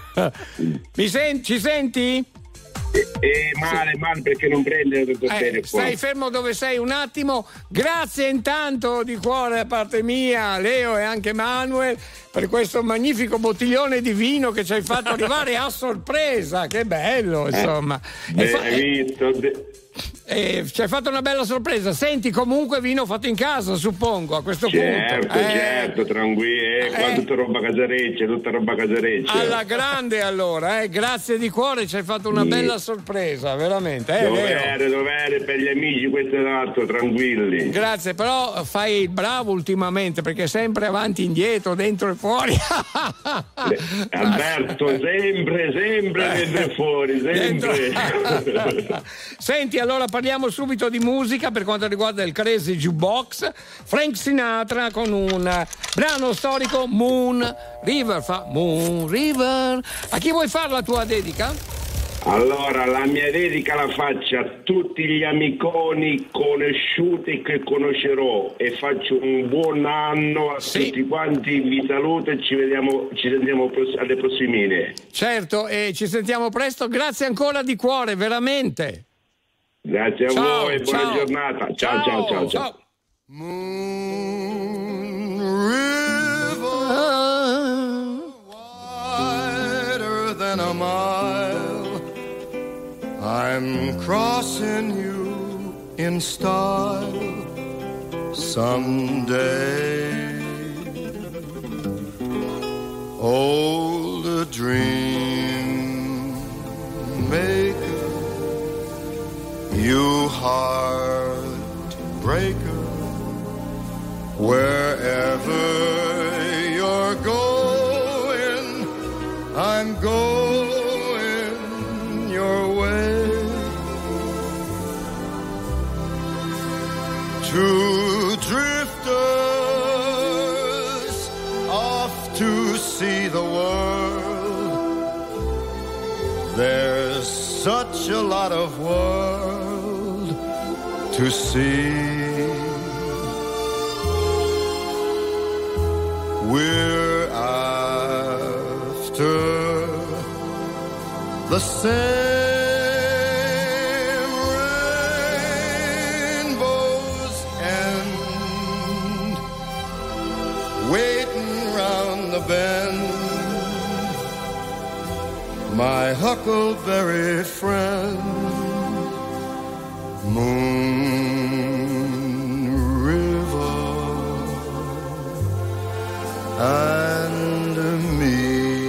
Mi senti? Ci senti? Eh, male, male perché non prende tutto Eh, bene qua. stai fermo dove sei un attimo. Grazie intanto di cuore da parte mia, Leo e anche Manuel, per questo magnifico bottiglione di vino che ci hai fatto arrivare a sorpresa. Che bello, insomma. Eh, E fa- hai visto? De- eh, ci hai fatto una bella sorpresa. Senti, comunque vino fatto in casa, suppongo, a questo certo, punto. Eh, certo, tranquillo. Eh, qua eh. tutta roba casareccia, tutta roba casareccia. Alla grande allora, eh. Grazie di cuore, ci hai fatto una Sì. bella sorpresa, veramente. Eh, dovere, Leo. dovere per gli amici, questo è l'altro, tranquilli. Grazie, però fai il bravo ultimamente perché sempre avanti e indietro, dentro e fuori. Alberto, sempre, sempre dentro e fuori, sempre. Senti, allora parliamo subito di musica per quanto riguarda il Crazy Jukebox. Frank Sinatra con un brano storico, Moon River. Fa Moon River. A chi vuoi fare la tua dedica? Allora, la mia dedica la faccio a tutti gli amiconi conosciuti che conoscerò e faccio un buon anno a Sì. tutti quanti, vi saluto e ci vediamo, ci sentiamo pros- alle prossime. Certo, e ci sentiamo presto. Grazie ancora di cuore, veramente. Grazie a Ciao, voi, buona ciao. giornata. Ciao, ciao, ciao, ciao. ciao. Wider than a mile, I'm crossing you in style someday. Old dream maker, you heartbreaker, wherever you're going, I'm going your way. Two drifters off to see the world. There's such a lot of world to see. We're after the same rainbow's end, waiting round the bend, my huckleberry friend, Moon River and me.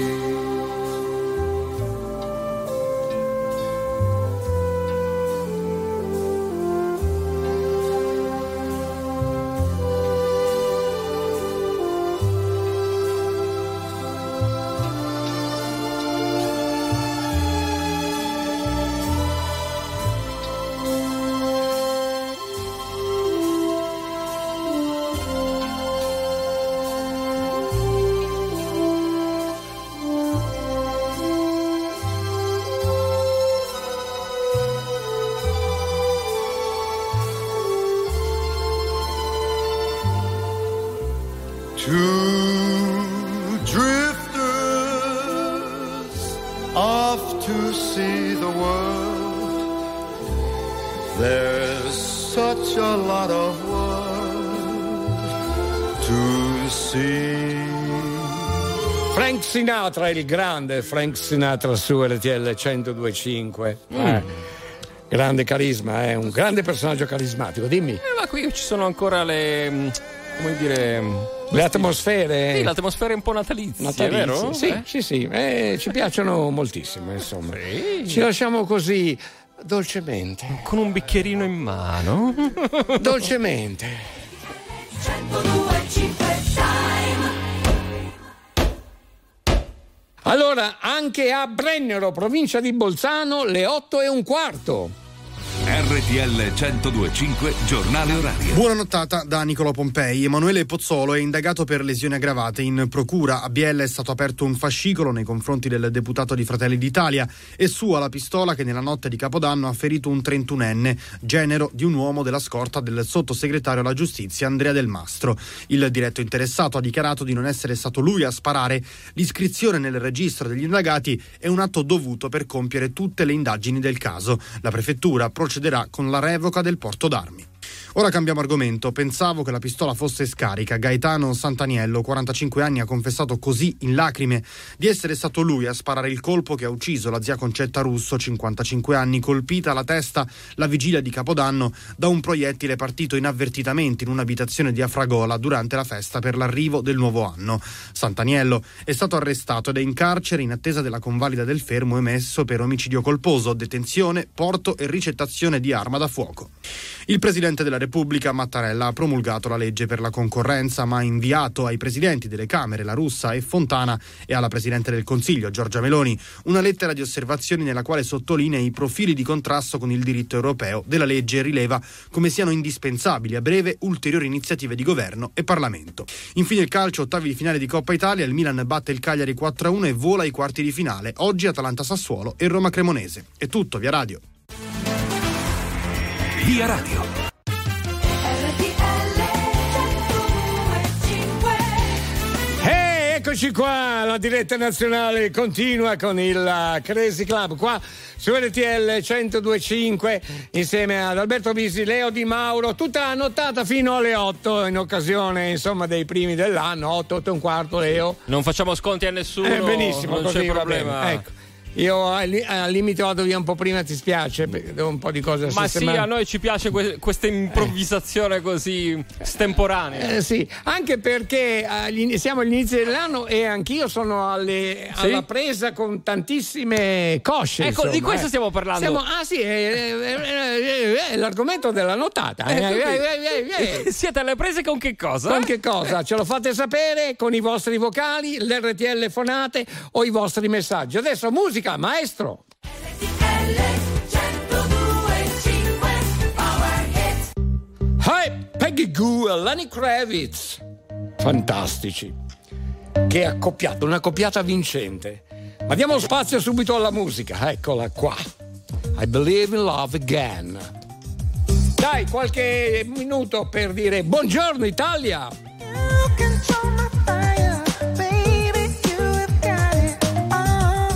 Two drifters off to see the world. There's such a lot of world to see. Frank Sinatra, il grande Frank Sinatra su R T L centodue e cinque. Mm. Eh, grande carisma, è eh, un grande personaggio carismatico. Dimmi. Eh, ma qui ci sono ancora le, come dire, le atmosfere. Sì, l'atmosfera un po' natalizia, natalizie, vero? Sì, eh? sì, sì, eh, ci piacciono moltissimo, insomma. Sì. Ci lasciamo così dolcemente. Con un bicchierino in mano. Dolcemente. centodue e cinque Time. Allora, anche a Brennero, provincia di Bolzano, le otto e un quarto. R T L centodue e cinque giornale orario. Buona nottata da Nicolò Pompei. Emanuele Pozzolo è indagato per lesioni aggravate. In procura a Biella è stato aperto un fascicolo nei confronti del deputato di Fratelli d'Italia e sua la pistola che nella notte di Capodanno ha ferito un trentunenne, genero di un uomo della scorta del sottosegretario alla giustizia Andrea Del Mastro. Il diretto interessato ha dichiarato di non essere stato lui a sparare. L'iscrizione nel registro degli indagati è un atto dovuto per compiere tutte le indagini del caso. La prefettura procederà con la revoca del porto d'armi. Ora cambiamo argomento. Pensavo che la pistola fosse scarica. Gaetano Santaniello, quarantacinque anni, ha confessato così in lacrime di essere stato lui a sparare il colpo che ha ucciso la zia Concetta Russo, cinquantacinque anni, colpita alla testa la vigilia di Capodanno da un proiettile partito inavvertitamente in un'abitazione di Afragola durante la festa per l'arrivo del nuovo anno. Santaniello è stato arrestato ed è in carcere in attesa della convalida del fermo emesso per omicidio colposo, detenzione, porto e ricettazione di arma da fuoco. Il presidente della Repubblica Mattarella ha promulgato la legge per la concorrenza, ma ha inviato ai presidenti delle Camere La Russa e Fontana e alla Presidente del Consiglio Giorgia Meloni una lettera di osservazioni nella quale sottolinea i profili di contrasto con il diritto europeo della legge e rileva come siano indispensabili a breve ulteriori iniziative di governo e Parlamento. Infine il calcio, ottavi di finale di Coppa Italia, il Milan batte il Cagliari quattro a uno e vola ai quarti di finale. Oggi Atalanta-Sassuolo e Roma-Cremonese. È tutto, via radio. Via radio. Hey, eccoci qua, la diretta nazionale continua con il Crazy Club qua su R T L centodue e cinque insieme ad Alberto Bisi, Leo Di Mauro, tutta la nottata fino alle otto in occasione insomma dei primi dell'anno, otto, otto e un quarto, Leo. Non facciamo sconti a nessuno. Eh, benissimo, non così c'è va problema. bene. Ecco. Io al, al limite vado via un po' prima, ti spiace, perché devo un po' di cose a Ma sistemare. sì, a noi ci piace que- questa improvvisazione eh. così estemporanea. Eh, sì, anche perché agli, siamo all'inizio dell'anno e anch'io sono alle, sì? alla presa con tantissime cosce. Ecco, insomma, di questo eh. stiamo parlando. Siamo, ah sì, è, è, è, è l'argomento della nottata. Eh, eh, eh, eh. Siete alle prese con che cosa? Con che cosa? Ce lo fate sapere con i vostri vocali, l'R T L fonate o i vostri messaggi. Adesso musica, maestro. Hi, Peggy Goo e Lenny Kravitz. Fantastici. Che accoppiata, una accoppiata vincente. Ma diamo spazio subito alla musica. Eccola qua. I Believe in Love Again. Dai, qualche minuto per dire buongiorno Italia. You control my fire, baby, you have got it all.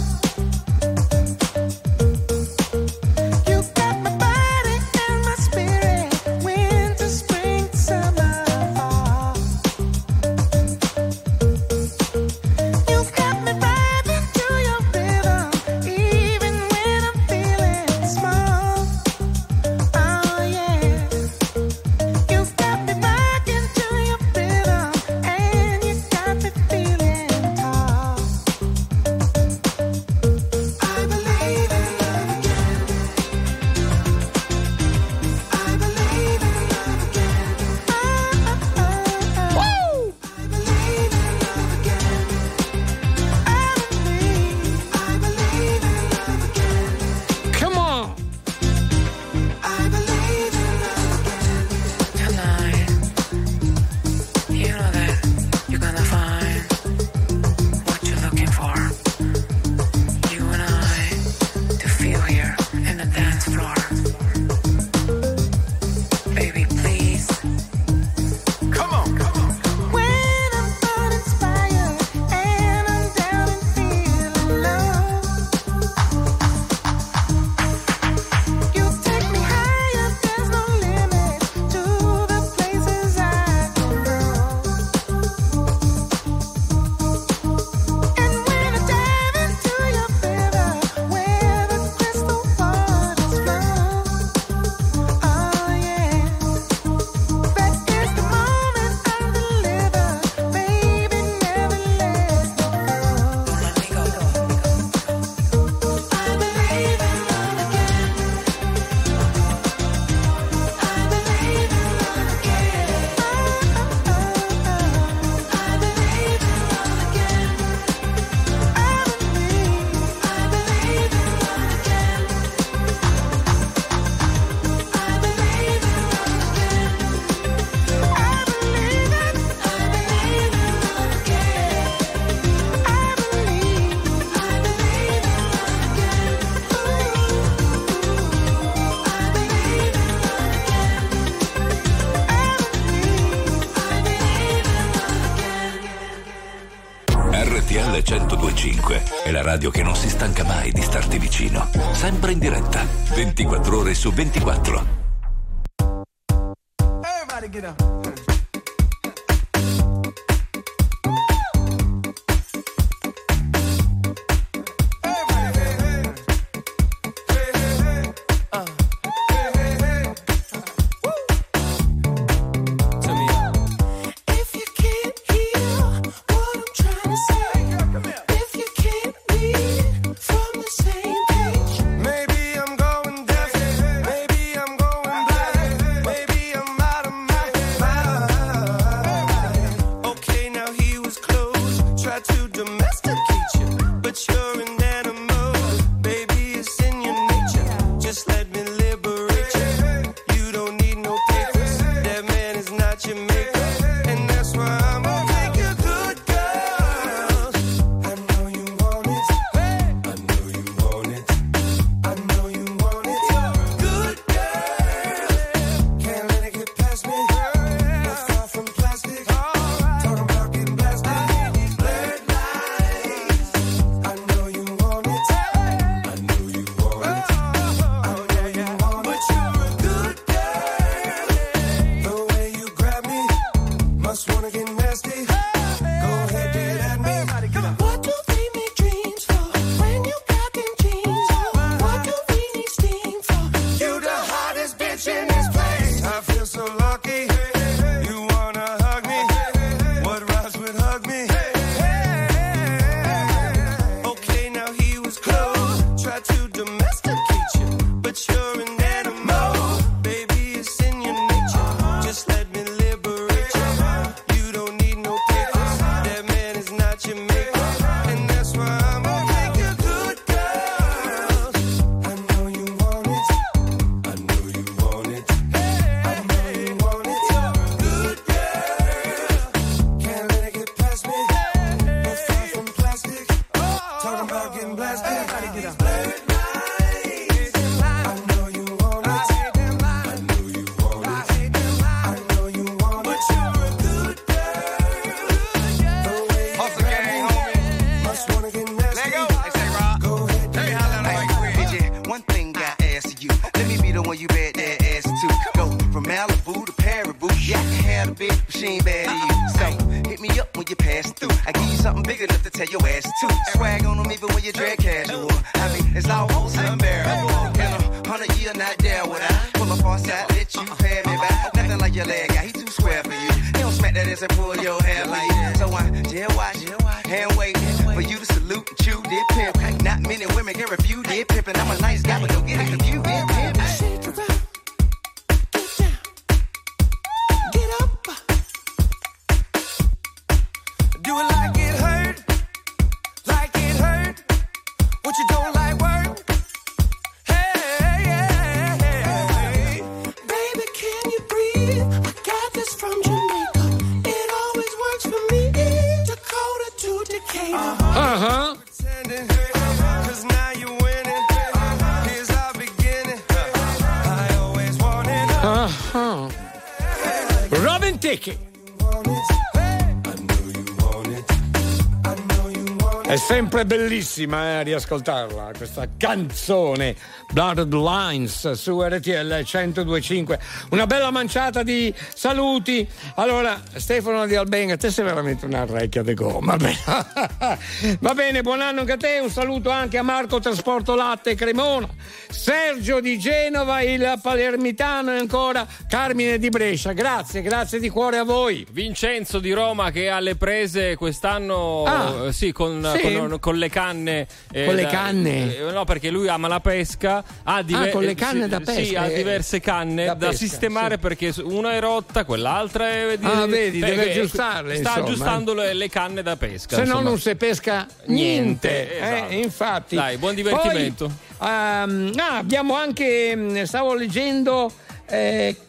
You got my body and my spirit, winter, spring, summer, fall. You got me vibing to your rhythm, even when I'm feeling small. Oh yeah. You got me rocking to your rhythm, and centodue e cinque è la radio che non si stanca mai di starti vicino. Sempre in diretta, ventiquattro ore su ventiquattro. Everybody get up. È sempre bellissima eh, riascoltarla questa canzone Bloodlines su R T L centodue e cinque. Una bella manciata di saluti. Allora, Stefano di Albenga, te sei veramente una recchia di gomma. Va bene, buon anno anche a te. Un saluto anche a Marco Trasporto Latte Cremona, Sergio di Genova, il palermitano, e ancora Carmine di Brescia. Grazie, grazie di cuore a voi. Vincenzo di Roma che ha le prese quest'anno ah, sì, con, sì. Con, con le canne. Eh, con le canne? Eh, no, perché lui ama la pesca. Ha diver- ah, con le canne sì, da pesca. Sì, ha diverse canne da, da pesca, sistemare, sì. Perché una è rotta, quell'altra è. Ah, vedi, deve eh, aggiustarle. Sta insomma. aggiustando le, le canne da pesca. Se no, non si pesca niente. niente esatto. eh, infatti. Dai, buon divertimento. Poi, um, ah, abbiamo anche, stavo leggendo, eh, Ca-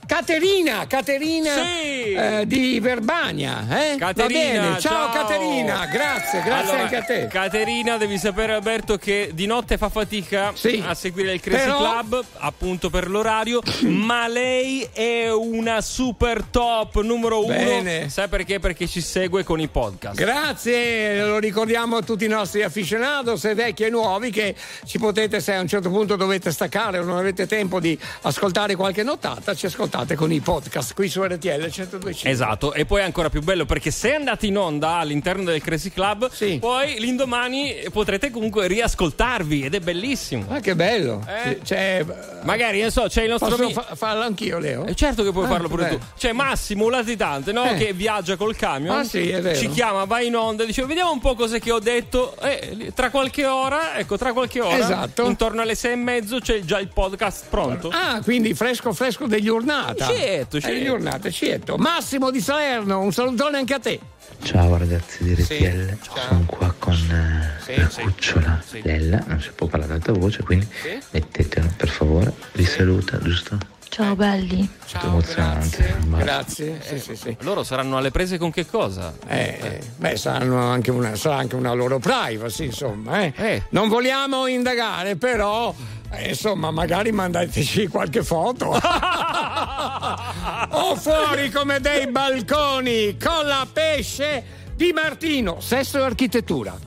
Caterina, Caterina sì. eh, di Verbania, eh? Caterina, Va bene. Ciao, ciao. Caterina, grazie, grazie Allora, anche a te. Caterina, devi sapere, Alberto, che di notte fa fatica Sì. a seguire il Crazy Però- Club, appunto per l'orario, ma lei è una super top numero uno. Bene. Sai perché? Perché ci segue con i podcast. Grazie, lo ricordiamo a tutti i nostri aficionados, e vecchi e nuovi, che ci potete, se a un certo punto dovete staccare o non avete tempo di ascoltare qualche nottata, ci ascoltate con i podcast qui su R T L centodue e cinque. Esatto, e poi è ancora più bello perché se andate in onda all'interno del Crazy Club, Sì. poi l'indomani potrete comunque riascoltarvi ed è bellissimo. Ah, che bello. Eh? Cioè, Magari, non so, c'è il nostro posso amico. fa- farlo anch'io, Leo? Eh, certo che puoi Ah, farlo pure beh. tu. C'è Massimo, un latitante, no? Eh. Che viaggia col camion. Ah, sì, è vero. Ci chiama, va in onda e dice: vediamo un po' cos'è che ho detto. E tra qualche ora, ecco, tra qualche ora, Esatto. intorno alle sei e mezzo c'è già il podcast pronto. Ah, quindi fresco fresco degli Urnata. Certo, Eh, certo. degli Urnata, certo. Massimo di Salerno, un salutone anche a te. Ciao ragazzi di R T L, Sì, ciao. sono qua con eh, Sì, la sì. cucciola Sì. Lella, non si può parlare ad alta voce, quindi Sì. mettetelo per favore, vi saluta, giusto? Ciao belli. Molto emozionante. un bacio. Grazie. Sì, sì, sì. Loro saranno alle prese con che cosa? Eh, eh, beh, saranno anche una, sarà anche una loro privacy, insomma. Eh. Eh. Non vogliamo indagare, però, eh, insomma, magari mandateci qualche foto. O fuori come dei balconi con la pesce di Martino, sesso e architettura.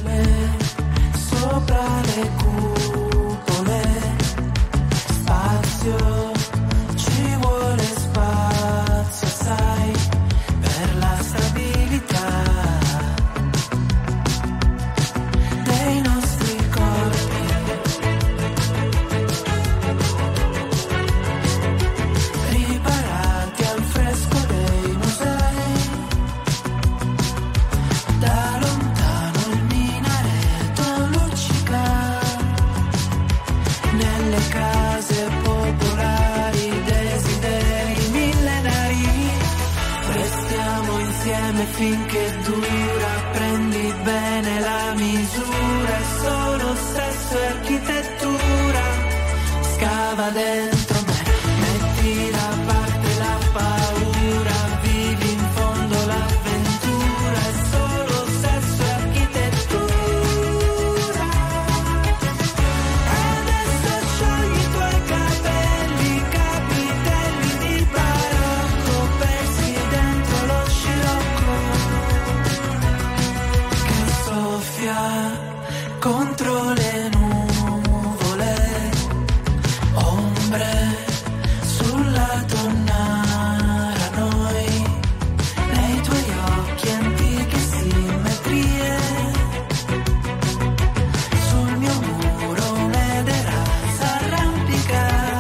Sopra le cupole, spazio, ci vuole spazio, sai, per la stabilità dei nostri corpi. Riparati al fresco dei musei, da lontano il minareto luccica, nelle case popolari desideri millenari. Restiamo insieme finché dura, prendi bene la misura, è solo sesso e architettura. Scava dentro me, metti da parte la paura, vivi in fondo l'avventura, è solo sesso e architettura. Adesso sciogli i tuoi capelli, capitelli di barocco, persi dentro lo scirocco che soffia contro le nuvole, ombre sul lato nara noi, nei tuoi occhi antiche simmetrie, sul mio muro un'edera s'arrampica,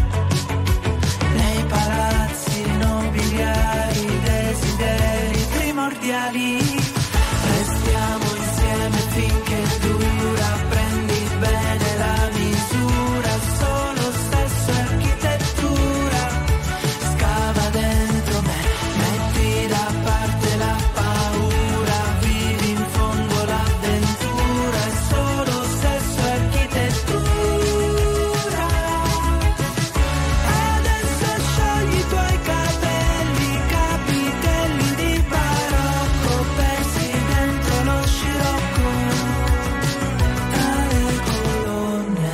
nei palazzi nobiliari desideri primordiali. Restiamo insieme finché dura, prendi bene la misura, solo sesso e architettura. Scava dentro me, metti da parte la paura, vivi in fondo l'avventura, è solo sesso e architettura. Adesso sciogli i tuoi capelli, capitelli di barocco, persi dentro lo scirocco tra le colonne.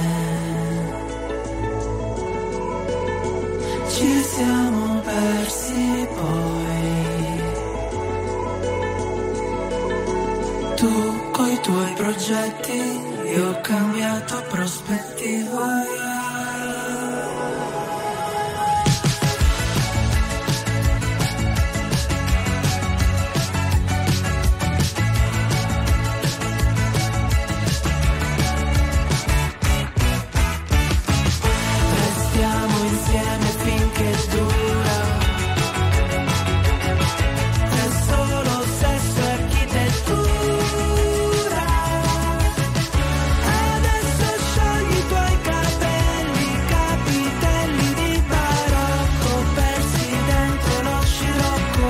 Ci siamo persi poi, tu coi tuoi progetti, io ho cambiato prospettiva. Restiamo insieme finché dura, è solo sesso e architettura. Adesso sciogli i tuoi capelli, capitelli di barocco, persi dentro lo scirocco.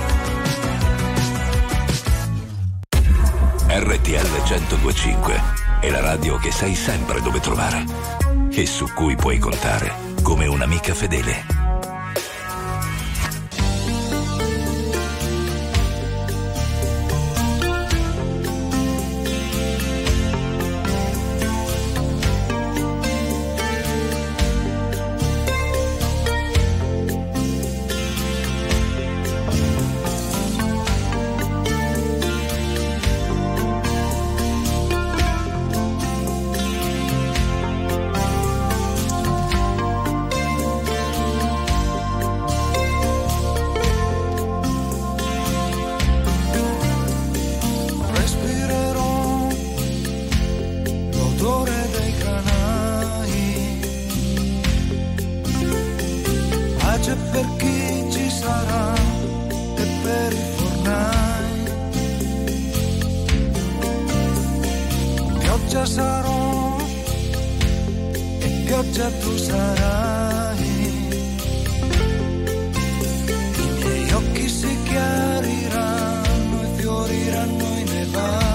R T L centodue e cinque è la radio che sai sempre dove trovare e su cui puoi contare come un'amica fedele. luce per chi ci sarà e per i fornai. Pioggia sarò e pioggia tu sarai. I miei occhi si chiariranno e fioriranno i nevai.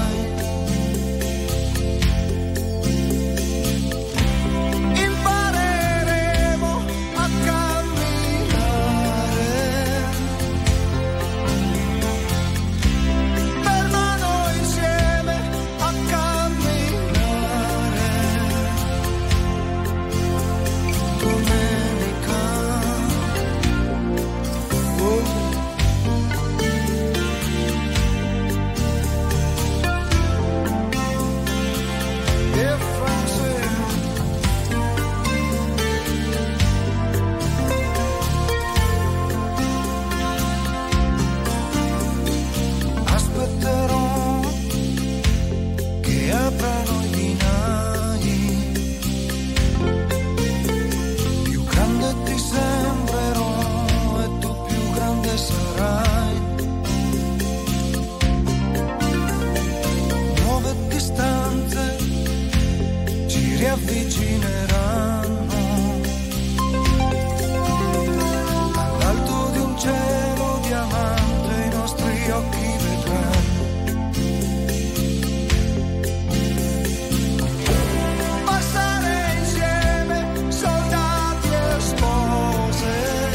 Avvicineranno all'alto di un cielo diamante, i nostri occhi vedranno passare insieme soldati e spose,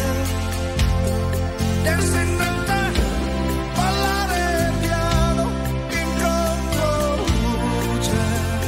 dancing the time, ballare piano in controluce.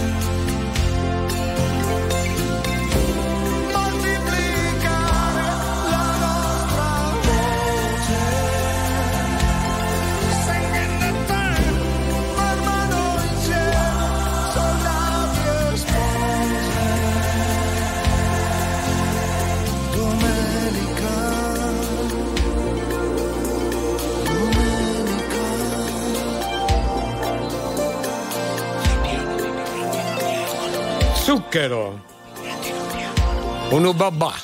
Zucchero, uno babà.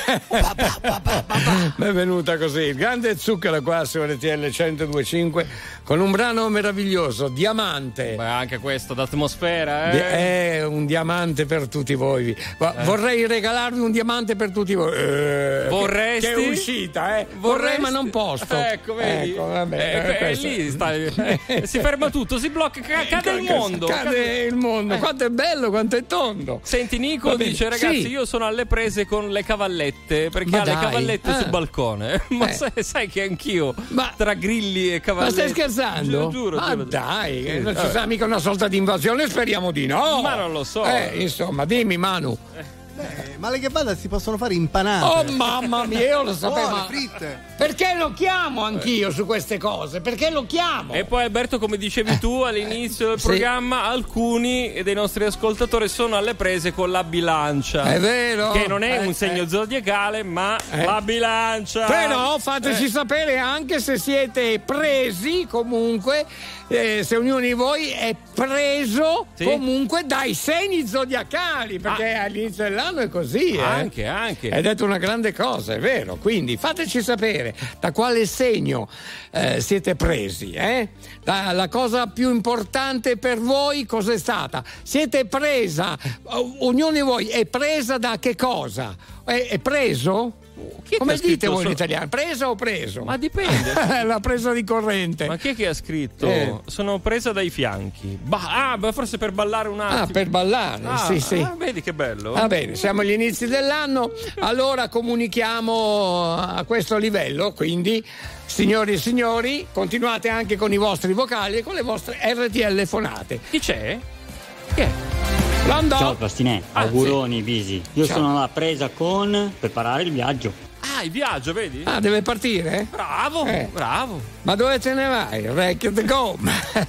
Mi è venuta così il grande Zucchero qua su R T L centodue e cinque con un brano meraviglioso, Diamante. Beh, anche questo d'atmosfera, eh? È un diamante per tutti voi. Ma eh. Vorrei regalarvi un diamante per tutti voi. Eh, Vorresti? Che è uscita, eh? Vorrei, ma non posso. Ecco, vedi? Ecco, vabbè, eh, eh, eh, lì sta, eh, si ferma tutto, si blocca, cade il mondo. Cade, cade il mondo. Eh. Quanto è bello, quanto è tondo. Senti, Nico dice: ragazzi, sì. io sono alle prese con le cavallette, perché ma ha dai. le cavallette ah. sul balcone. Ma eh. sai, sai che anch'io ma, tra grilli e cavallette. Ma stai scherzando? Giuro, giuro, ma giuro. dai, sì, non ci vabbè. sarà mica una sorta di invasione, speriamo di no. Ma non lo so. Eh, insomma, dimmi, Manu. Eh. Beh, ma le kebab si possono fare impanate. Oh mamma mia, io lo sapevo. Buone, fritte. Perché lo chiamo anch'io su queste cose? Perché lo chiamo? E poi Alberto, come dicevi tu all'inizio del sì. programma, alcuni dei nostri ascoltatori sono alle prese con la bilancia. È vero. Che non è eh, un segno eh. zodiacale, ma eh. la bilancia. Però fateci eh. sapere anche se siete presi comunque. Eh, se ognuno di voi è preso sì. comunque dai segni zodiacali, perché ah. all'inizio dell'anno è così, eh? Anche, anche. È detto una grande cosa, è vero. Quindi fateci sapere da quale segno eh, siete presi, eh? La, la cosa più importante per voi cos'è stata? Siete presa, ognuno di voi è presa da che cosa? È, è preso? Chi Come dite voi so... in italiano? Presa o preso? Ma dipende. La presa di corrente. Ma chi è che ha scritto? Eh. Sono presa dai fianchi. Bah, ah, forse per ballare un attimo. Ah, per ballare, ah, sì, sì. Ah, vedi che bello. Va bene, siamo agli inizi dell'anno, allora comunichiamo a questo livello, quindi signori e signori, continuate anche con i vostri vocali e con le vostre R T L fonate. Chi c'è? Chi è? Lando. Ciao Pastinè, ah, auguroni sì. Bisi. Io Ciao. sono alla presa con preparare il viaggio. Ah, il viaggio, vedi? Ah, deve partire? Bravo, eh. bravo. Ma dove te ne vai? Record the go.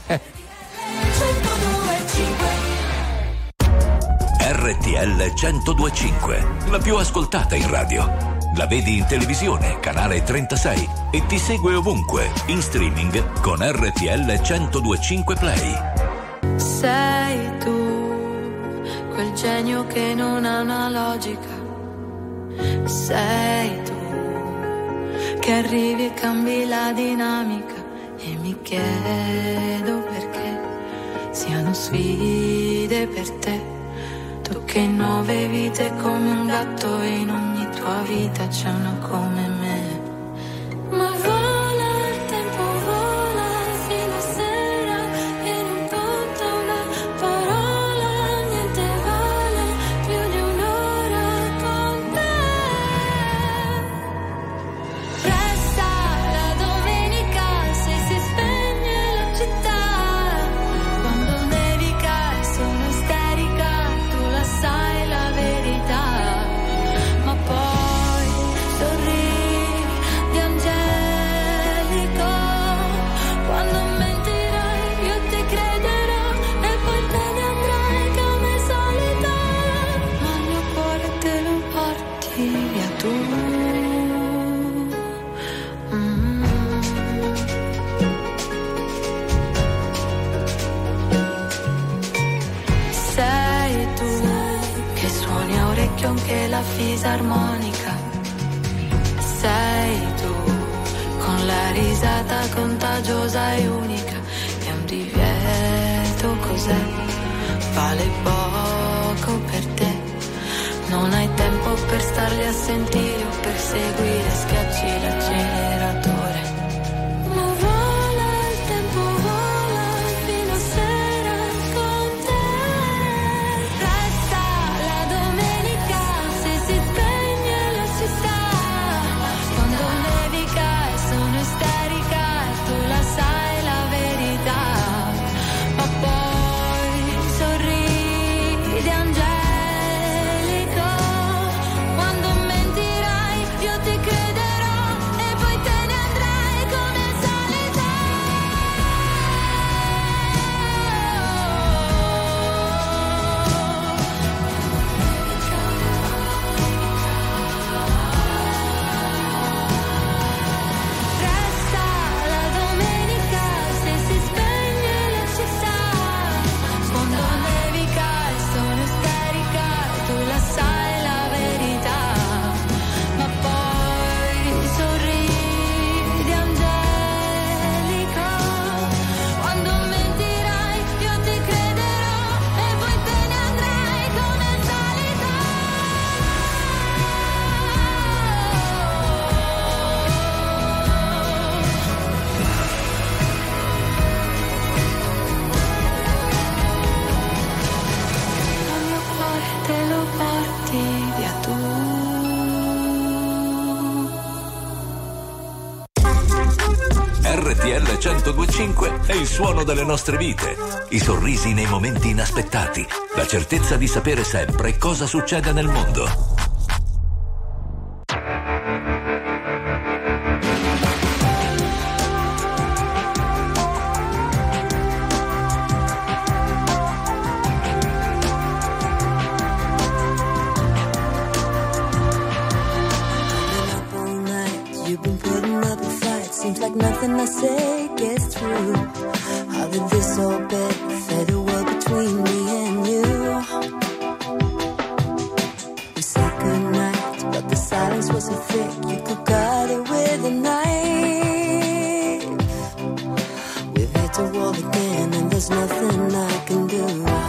R T L centodue e cinque, la più ascoltata in radio. La vedi in televisione, canale trentasei, e ti segue ovunque, in streaming con R T L centodue e cinque Play. Sei tu, quel genio che non ha una logica. Sei tu, che arrivi e cambi la dinamica e mi chiedo perché siano sfide per te. Tu che in nove vite come un gatto e in ogni tua vita c'è una come me. Ma vola il tempo, vola fino a sera e non conta una parola, niente vale più di un'ora con te. Resta la domenica se si spegne la città, quando nevica e sono isterica, tu la sai la verità, ma poi sorridi angelico, quando mentirai io ti crederò e poi te ne andrai come solita, ma il mio cuore te lo porti via tu. Mm. Sei tu che suoni a orecchio anche la fisarmonica. Sei tu con la risata contagiosa e unica. È un divieto, cos'è? Vale poco per te. Non hai tempo per starli a sentire o per seguire, schiacci l'acceleratore. Ma vola il tempo, vola fino a sera con te. Resta la domenica se si spegne la città, quando nevica e sono isterica e tu la sai la verità, ma poi sorridi angelico, quando mentirai io ti crederò e poi te ne andrai come solita. Resta la domenica se si spegne la città, quando nevica e sono isterica e tu la sai la verità, ma poi sorridi angelico, quando mentirai io ti crederò e poi te ne andrai come solita. Il mio cuore te lo porti via tu. R T L centodue e cinque è il suono delle nostre vite, i sorrisi nei momenti inaspettati, la certezza di sapere sempre cosa succede nel mondo. Up all night, you've been putting up a fight. Seems like nothing I say gets through. How did this all bed fade away between me and you? We said goodnight, but the silence was so thick you could cut it with a knife. We've hit a wall again, and there's nothing I can do.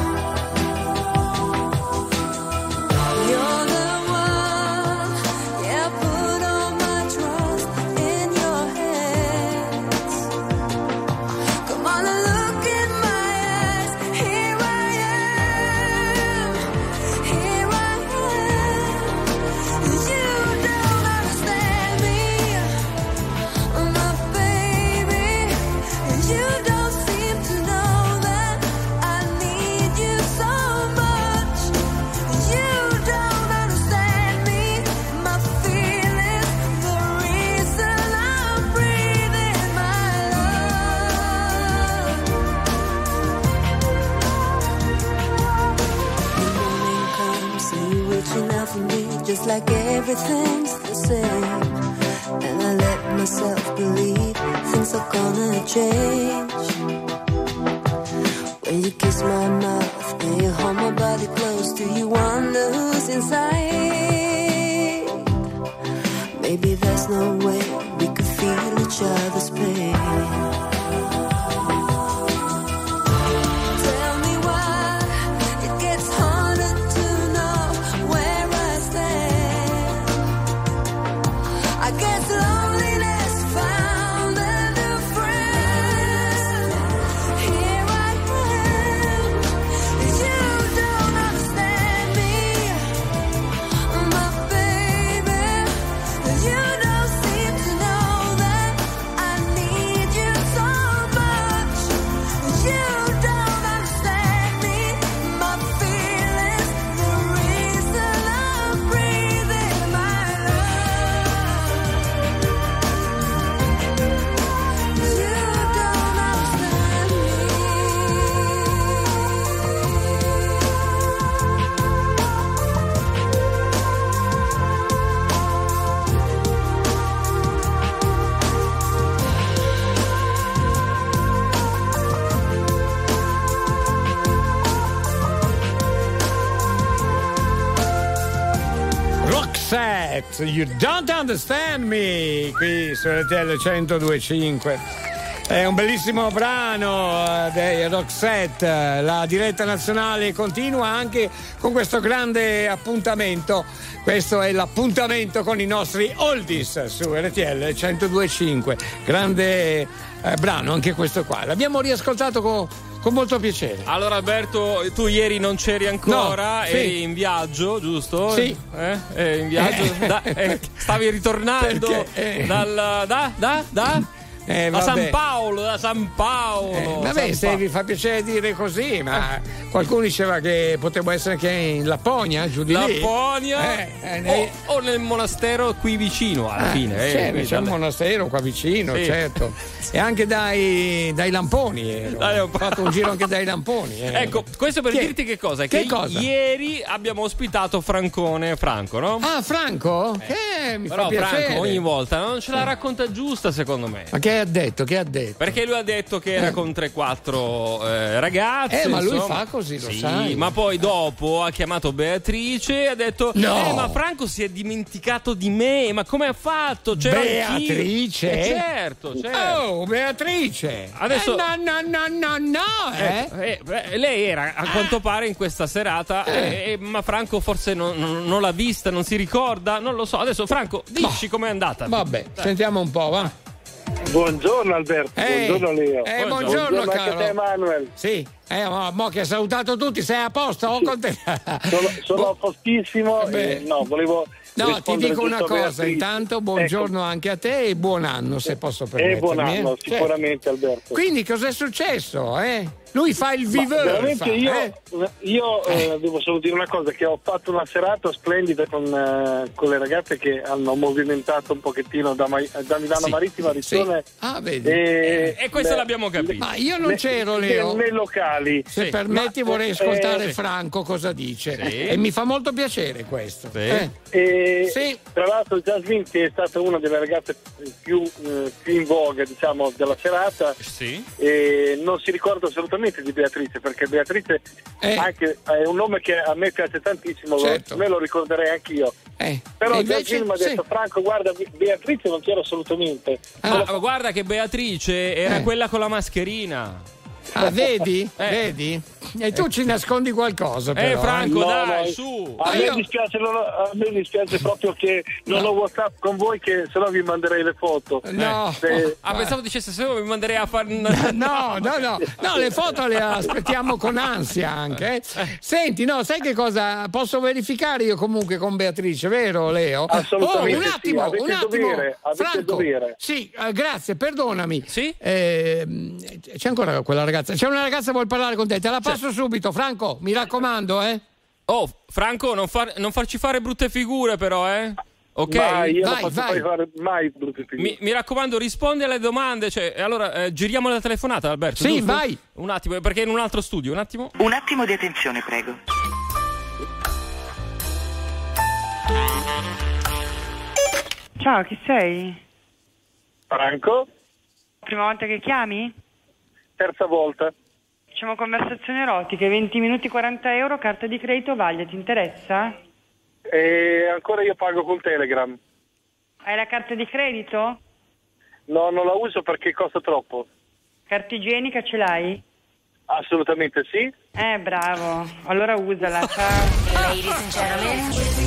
You're the one, yeah, put all my trust in your hands. Come on and look in my eyes. Here I am, here I am. You don't understand me, my baby. You don't seem to know that I need you so much. You don't understand me, my feelings, the reason I'm breathing, my love. The morning comes and you reaching out for me, just like everything's the same. And I let myself believe things are gonna change. When you kiss my mouth and you hold my body close, do you wonder who's inside? Baby, there's no way we could feel each other's pain. Tell me why it gets harder to know where I stand. I guess loneliness found a new friend. Here I am, you don't understand me, my baby. You don't seem to know that I need you so much. You don't understand me, my feelings, the reason I'm breathing, my love. You don't understand Roxette, You Don't Understand Me, qui su R T L centodue e cinque. È un bellissimo brano eh, dei Roxette. La diretta nazionale continua anche con questo grande appuntamento. Questo è l'appuntamento con i nostri oldies su R T L centodue e cinque. Grande eh, brano anche questo qua. L'abbiamo riascoltato con, con molto piacere. Allora Alberto, tu ieri non c'eri ancora, No, sì. eri in viaggio, giusto? Sì. Eh? Eh, in viaggio? Eh. Da- eh, stavi ritornando Perché? Eh. dal da da da Eh, da vabbè. San Paolo, da San Paolo. Eh, vabbè, San se Pa- vi fa piacere dire così, ma qualcuno diceva che potevo essere anche in Lapponia, giù di lì. Lapponia Eh, eh, nei- o, o nel monastero qui vicino alla Ah, fine. eh, c'è, qui c'è un dalle- monastero qua vicino, Sì. certo. E anche dai, dai lamponi. ero. Dai Ho lamponi. fatto un giro anche dai lamponi. eh. Ecco, questo per Che- dirti che cosa? che Che cosa? ieri abbiamo ospitato Francone Franco, no? Ah, Franco? Che mi Però fa piacere. Franco ogni volta non ce la racconta giusta, secondo me. Ma che ha detto? Che ha detto? Perché lui ha detto che era con tre quattro eh, ragazze. Eh, ma lui insomma. fa così, lo Sì, sai. ma poi dopo ha chiamato Beatrice e ha detto: No. Eh, ma Franco si è dimenticato di me, ma come ha fatto? C'era anch'io." Beatrice? Eh, certo, certo. Oh, Beatrice! Adesso- Eh, no, no, no, no, no, eh? Eh, eh, beh, lei era a quanto pare in questa serata, Eh. eh, ma Franco forse non, non- non l'ha vista, non si ricorda, non lo so. Adesso Franco, dici com'è andata. Vabbè, sentiamo un po', va. Buongiorno Alberto, Eh, buongiorno Leo. eh, buongiorno, buongiorno caro. anche a te Emanuel. Sì, eh, mo, mo che hai salutato tutti, sei a posto? O con te? Sono, sono a postissimo Beh. e no, volevo No, ti rispondere dico una giusto a cosa, Beatrice. intanto buongiorno anche a te e buon anno se posso E permettermi. buon anno, eh. sicuramente Alberto. Quindi cos'è successo? Eh? Lui fa il Ma viveur. veramente fa, io, eh? io eh, devo solo dire una cosa, che ho fatto una serata splendida con, eh, con le ragazze che hanno movimentato un pochettino da, Ma- da Milano Sì, Marittima a Riccione. Ah, vedi. E, E questo beh, l'abbiamo capito. Ma io non ne- c'ero, ne- Leo. Nei locali. Se Sì. permetti Ma- vorrei ascoltare eh, Franco cosa dice. Sì. E mi fa molto piacere questo. Sì. Eh. E Sì. tra l'altro Jasmine, che è stata una delle ragazze più, eh, più in voga, diciamo, della serata, Sì. e non si ricorda assolutamente di Beatrice, perché Beatrice Eh. anche, è un nome che a me piace tantissimo, Certo. me lo ricorderei anch'io. Eh. Però E invece, Jasmine mi ha detto: sì. Franco, guarda, Be- Beatrice non c'era assolutamente. Ma guarda che Beatrice era Eh. quella con la mascherina. Ah, vedi? Eh. Vedi? E tu ci nascondi qualcosa, però. Eh, Franco, No, dai, no, su. A Ah, me, io- dispiace, non- a me dispiace proprio che non No. ho WhatsApp con voi, che sennò vi manderei le foto. No. Se- Ah, pensavo dicesse se no mi manderei a fare. No, no, no, no, le foto le aspettiamo con ansia anche. eh. Senti, no, sai che cosa posso verificare io comunque con Beatrice, vero Leo? Assolutamente Oh, un sì, attimo, avete un il attimo. dovere, avete il Franco, dovere. sì, eh, grazie, perdonami. Sì? Eh, c'è ancora quella ragazza? C'è una ragazza che vuole parlare con te, te la passo subito, Franco, mi raccomando, eh. Oh, Franco, non, far- non farci fare brutte figure, però, eh? Ok? Ma io vai, non posso vai. fare mai brutte figure. Mi, mi raccomando, rispondi alle domande. Cioè, allora, eh, giriamo la telefonata, Alberto. Sì, giusto? vai. Un attimo, perché è in un altro studio, un attimo. Un attimo di attenzione, prego. Ciao, chi sei? Franco, Prima volta che chiami? terza volta. Facciamo conversazioni erotiche, venti minuti, quaranta euro, carta di credito Vaglia, ti interessa? E ancora io pago con Telegram. Hai la carta di credito? No, non la uso perché costa troppo. Carta igienica ce l'hai? Assolutamente sì. Eh, bravo. Allora usala. Ciao. Ladies and gentlemen.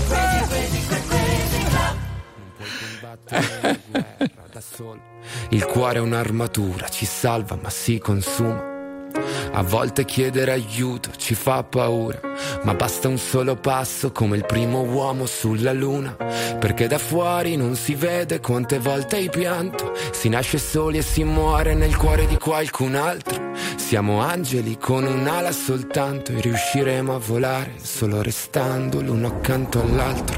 guerra da solo. Il cuore è un'armatura, ci salva ma si consuma. A volte chiedere aiuto ci fa paura, ma basta un solo passo come il primo uomo sulla luna, perché da fuori non si vede quante volte hai pianto. Si nasce soli e si muore nel cuore di qualcun altro. Siamo angeli con un'ala soltanto e riusciremo a volare solo restando l'uno accanto all'altro.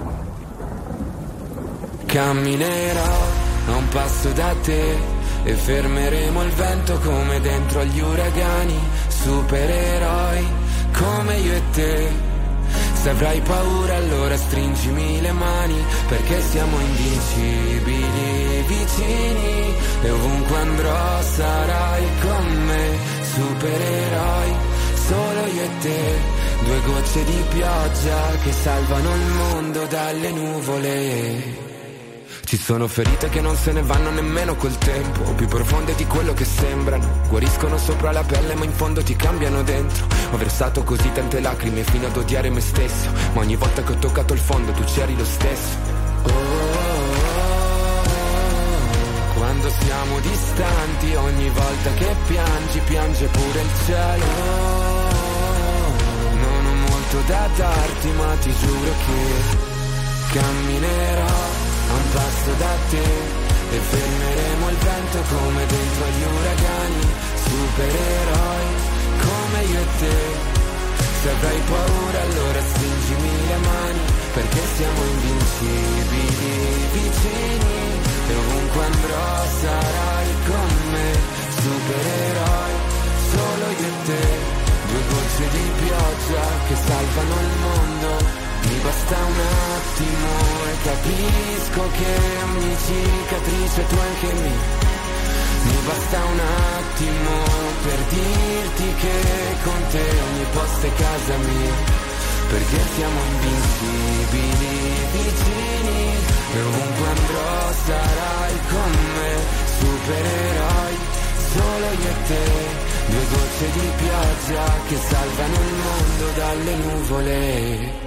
Camminerò a un passo da te e fermeremo il vento come dentro agli uragani. Supereroi come io e te. Se avrai paura allora stringimi le mani, perché siamo invincibili vicini. E ovunque andrò sarai con me. Supereroi solo io e te. Due gocce di pioggia che salvano il mondo dalle nuvole. Ci sono ferite che non se ne vanno nemmeno col tempo, più profonde di quello che sembrano. Guariscono sopra la pelle ma in fondo ti cambiano dentro. Ho versato così tante lacrime fino ad odiare me stesso, ma ogni volta che ho toccato il fondo tu c'eri lo stesso. Oh, oh, oh, oh. Quando siamo distanti, ogni volta che piangi, piange pure il cielo. Oh, oh, oh. Non ho molto da darti ma ti giuro che camminerò a un passo da te e fermeremo il vento come dentro agli uragani. Supereroi come io e te. Se avrai paura allora stringimi le mani, perché siamo invincibili vicini. E ovunque andrò sarai con me. Supereroi solo io e te. Due gocce di pioggia che salvano il mondo. Mi basta un attimo e capisco che ogni cicatrice tu anche me. Mi basta un attimo per dirti che con te ogni posto è casa mia, perché siamo invincibili vicini. E ovunque andrò sarai con me. Supereroi solo io e te. Due gocce di pioggia che salvano il mondo dalle nuvole.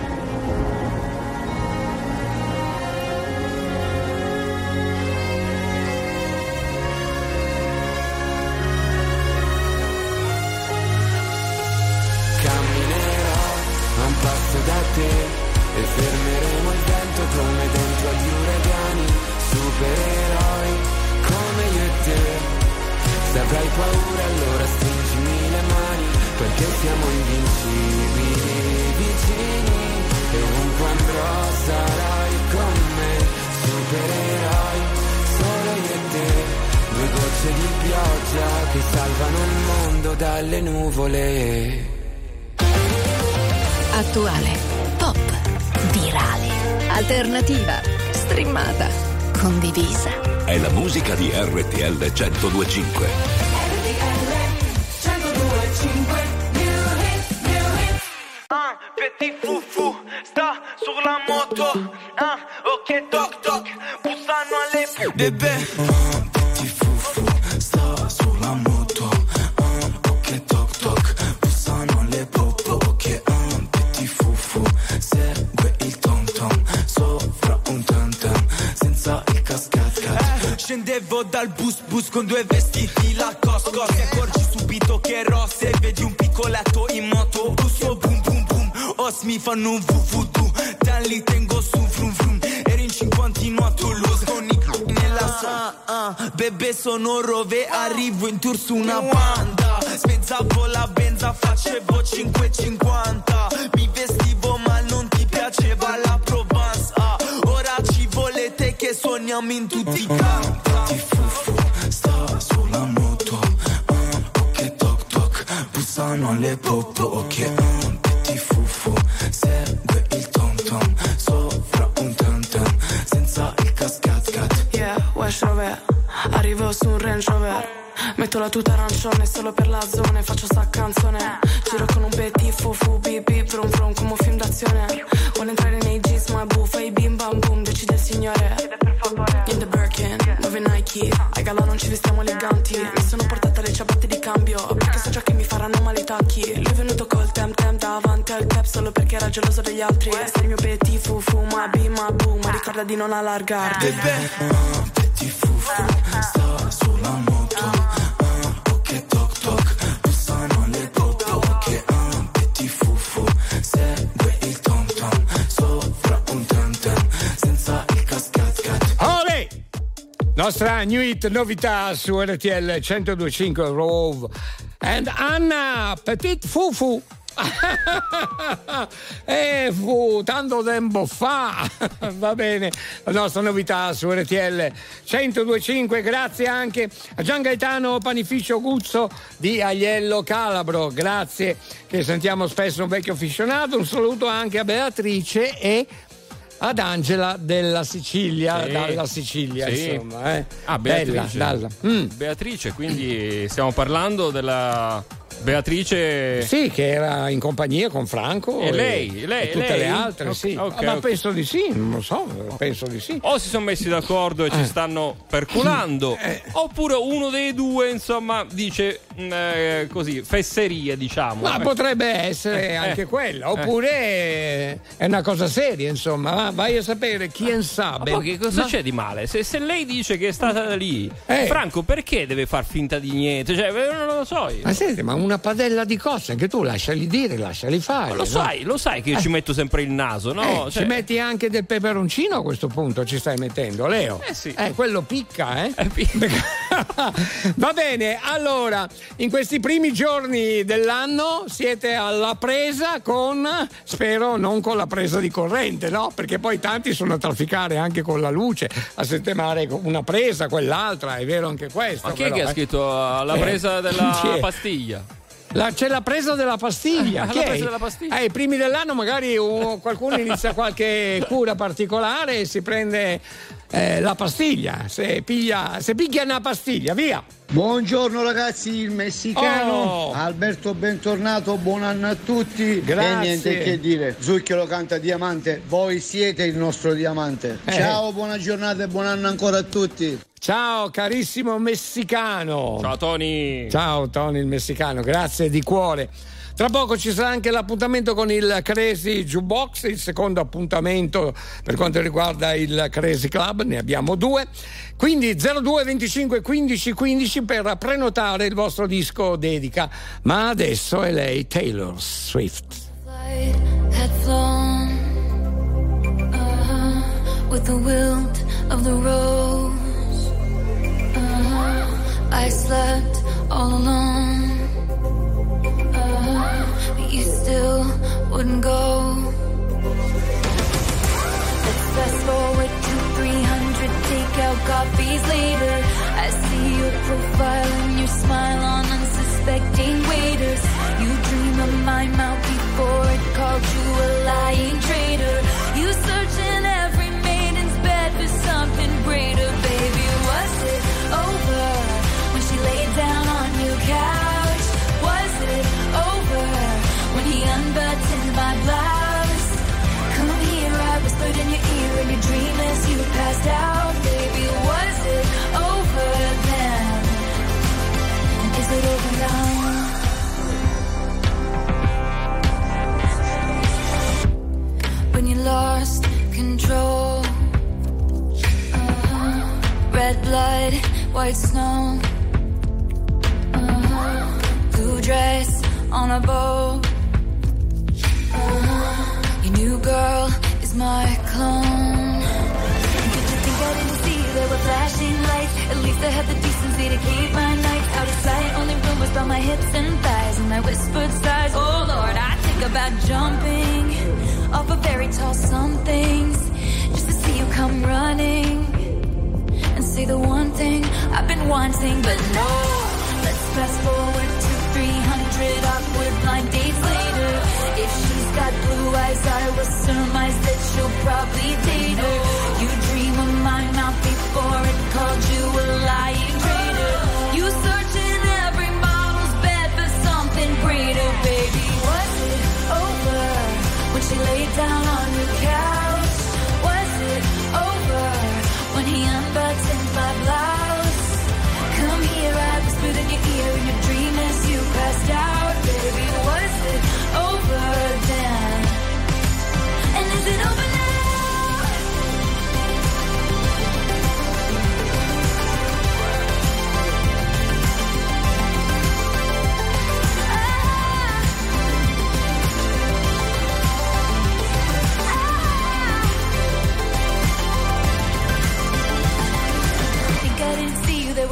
Da te e fermeremo il vento come dentro agli uragani. Supereroi come io e te. Se avrai paura allora stringimi le mani, perché siamo invincibili vicini. E ovunque andrò sarai con me. Supereroi solo io e te. Due gocce di pioggia che salvano il mondo dalle nuvole. Attuale, pop, virale, alternativa, streamata, condivisa. È la musica di R T L centodue e cinque. R T L centodue e cinque. Ah, petit fufu, sta sulla moto. Ah, ok, toc toc, bussano alle bebè. Ah, petit fufu, sta sulla moto. Ah, ok, toc toc, bussano alle popo. Ok, ah. Segue il tom tom sopra un tam tam senza il cascat. Eh, scendevo dal bus bus con due vestiti la cos cos. Ti accorgi subito che rosse, vedi un piccoletto in moto. Busso boom boom boom, os mi fanno un vuvudu. Dan li tengo su frum frum. Eri in cinquantino a Toulouse con i c***i nella ah, ah, bebè sono rove, arrivo in tour su una banda. Spezzavo la benza, facevo cinque e cinquanta. Mi vestivo ma non ti piaceva la Provence. Ah, ora ci volete che suoniamo in tutti i campi. Ti fufu, sta sulla moto. Ah, ok, toc toc, bussano alle popo. Ok, ah, ti fufu, segue il tom tom sopra un tam tam senza il cascat cat. Yeah, West Rover, arrivo su un Range Rover. Metto la tuta arancione solo per la zona e faccio sta canzone. Giro con un petit fufu, bip bip, brum brum come un film d'azione. Vuole entrare nei jeans ma buffa i bim bam boom. Decide il signore signore, niente Birkin, nuove Nike. Ai gala non ci vestiamo eleganti. Mi sono portata le ciabatte di cambio, perché so già che mi faranno male i tacchi. Lui è venuto col tem tem davanti al cap solo perché era geloso degli altri. Sei il mio petit fufu, ma bima boom, ma ricorda di non allargarti. Bebè, uh, petit fufu, sta sulla moto, uh, ok toc toc, bussano le goto, che uh, petit fufu, segue il tom tom, sopra un tam tam, senza il cascat cat. Olè! Nostra new hit novità su R T L centodue e cinque Rove and Anna Petit Fufu. E fu tanto tempo fa. Va bene, la nostra novità su R T L centodue e cinque. Grazie anche a Gian Gaetano Panificio Guzzo di Aiello Calabro, grazie, che sentiamo spesso un vecchio aficionato. Un saluto anche a Beatrice e ad Angela della Sicilia, sì, dalla Sicilia, sì. insomma, eh. Ah, Beatrice. Bella, dalla. Mm. Beatrice, quindi stiamo parlando della Beatrice. Sì, che era in compagnia con Franco e lei, e, lei e tutte lei? le altre, Okay, sì. okay, ma okay. penso di sì, non lo so, penso di sì. O si sono messi d'accordo e ci Eh. stanno perculando, Eh. oppure uno dei due, insomma, dice mh, eh, così, fesserie, diciamo. Ma Eh. potrebbe essere Eh, anche eh. quella, oppure eh. è una cosa seria, insomma. Ma vai a sapere, chi sa. Ma poi che cosa Ma- c'è di male? Se, se lei dice che è stata lì, Eh. Franco, perché deve far finta di niente? Cioè, non lo so io. Ma senti, ma una padella di cose, anche tu lasciali dire, lasciali fare. Ma lo no? sai, lo sai che io Eh. ci metto sempre il naso, no? Eh, Cioè- Ci metti anche del peperoncino a questo punto, ci stai mettendo, Leo? Eh sì. Eh, quello picca, eh? Eh, Va bene, allora, in questi primi giorni dell'anno siete alla presa con, spero non con la presa di corrente, no? Perché poi tanti sono a trafficare anche con la luce, a sistemare una presa, quell'altra, è vero anche questo. Ma chi è però, che ha eh? scritto uh, la Eh, presa della chi è? pastiglia? La- c'è la presa della pastiglia. Eh, Chi la è? presa della pastiglia. Eh, i primi dell'anno magari uh, qualcuno inizia qualche cura particolare e si prende eh, la pastiglia. Se piglia, se piglia una pastiglia, via. Buongiorno ragazzi, il messicano Oh. Alberto, bentornato, buon anno a tutti. Grazie. E niente che dire, Zucchero canta diamante, voi siete il nostro diamante. Eh. Ciao, buona giornata e buon anno ancora a tutti. Ciao carissimo messicano. Ciao Tony. Ciao Tony il messicano, grazie di cuore. Tra poco ci sarà anche l'appuntamento con il Crazy Jukebox, il secondo appuntamento per quanto riguarda il Crazy Club, ne abbiamo due. Quindi zero due venticinque quindici quindici per prenotare il vostro disco dedica. Ma adesso è lei, Taylor Swift. Flight had flown uh-huh, with the wilt of the rose. Uh-huh, I slept all alone. Uh-huh, but you still wouldn't go. Let's fast forward to three hundred takeout coffees later. I see your profile and your smile on unsuspecting waiters. You dream of my mouth before it called you a lying traitor. You search in every maiden's bed for something greater. Baby, was it over when she laid down on your couch? Was it over when he unbuttoned my blouse? Come here, I whispered in your ear in your dream as you passed out. Baby, was it over then? Is it over now? When you lost control, uh-huh. Red blood, white snow, uh-huh. Blue dress on a boat, uh-huh. Your new girl is my clone. Did you think I didn't see there were flashing lights? At least I had the decency to keep my nights out of sight. Only rumors about my hips and thighs and my whispered sighs. Oh Lord, I think about jumping off a very tall somethings just to see you come running and say the one thing I've been wanting. But no, let's fast forward to three hundred awkward blind dates later. If she's got blue eyes, I will surmise that she'll probably date her. You dream of my mouth before it called you a lying traitor. You search in every model's bed for something greater. Baby, was it over when she laid down on your couch? Was it over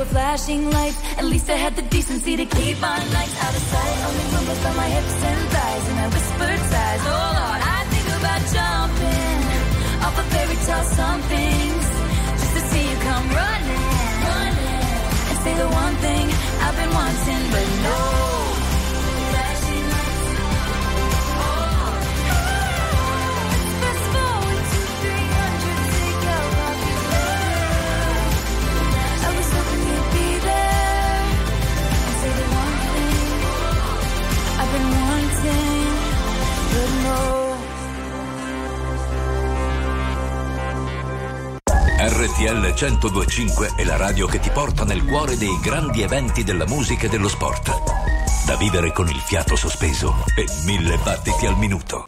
flashing lights. At least I had the decency to keep my nights out of sight. Only rumbles on my hips and thighs, and I whispered sighs. Oh Lord, I think about jumping off a fairy tale somethings, just to see you come running, running, and say the one thing I've been wanting, but no. R T L centodue e cinque è la radio che ti porta nel cuore dei grandi eventi della musica e dello sport. Da vivere con il fiato sospeso e mille battiti al minuto.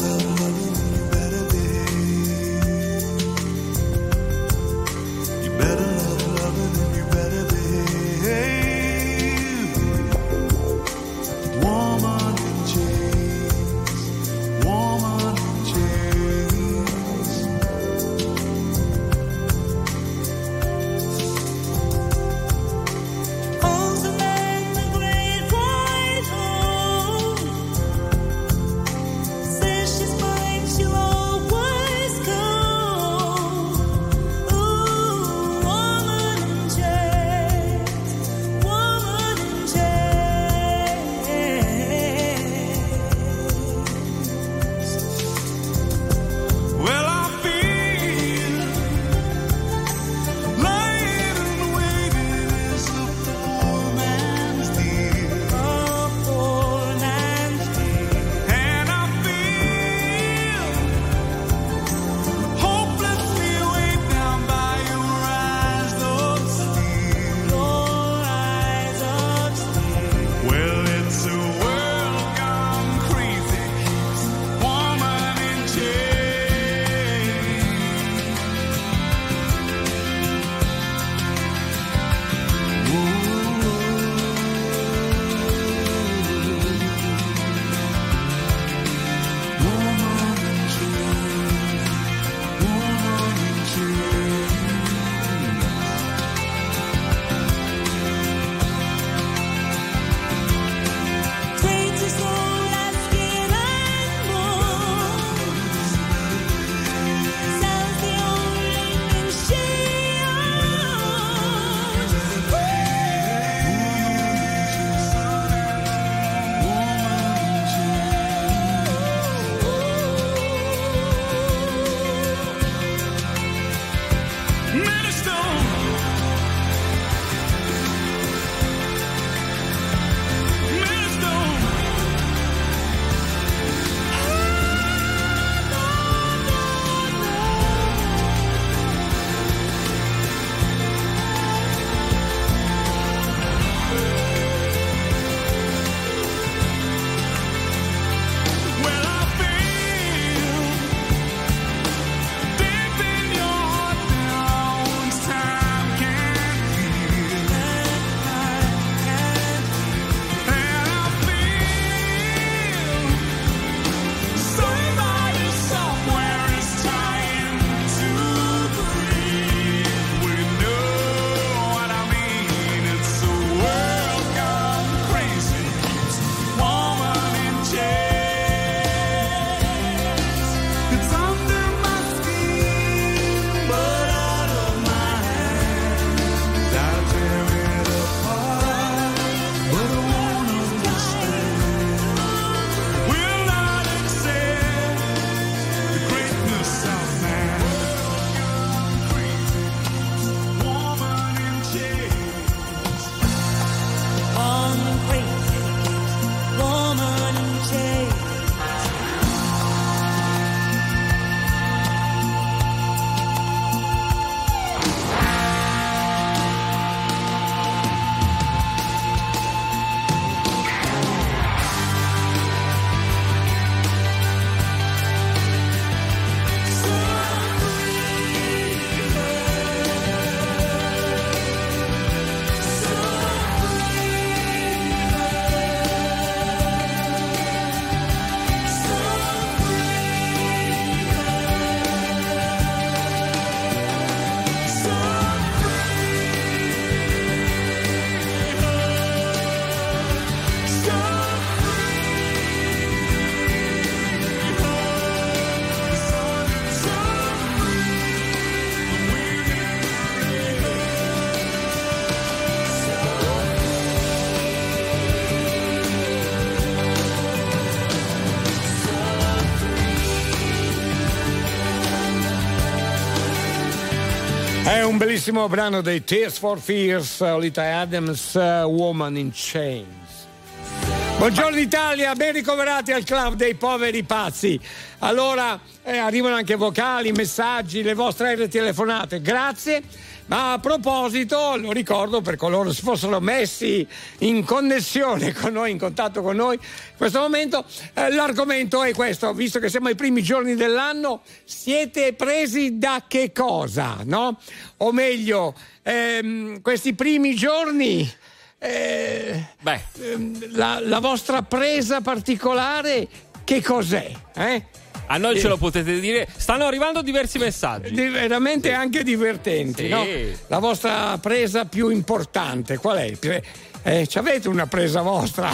Better È un bellissimo brano dei Tears for Fears, Olivia Adams, uh, Woman in Chains. Buongiorno Italia, ben ricoverati al club dei poveri pazzi. Allora eh, arrivano anche vocali, messaggi, le vostre telefonate, grazie. Ma a proposito, lo ricordo per coloro che si fossero messi in connessione con noi, in contatto con noi, in questo momento eh, l'argomento è questo, visto che siamo ai primi giorni dell'anno, siete presi da che cosa, no? O meglio, ehm, questi primi giorni, eh, Beh. ehm, la, la vostra presa particolare che cos'è? Eh? A noi ce lo potete dire. Stanno arrivando diversi messaggi. Di, veramente anche divertenti, sì. No? La vostra presa più importante qual è? Eh, ci avete una presa vostra?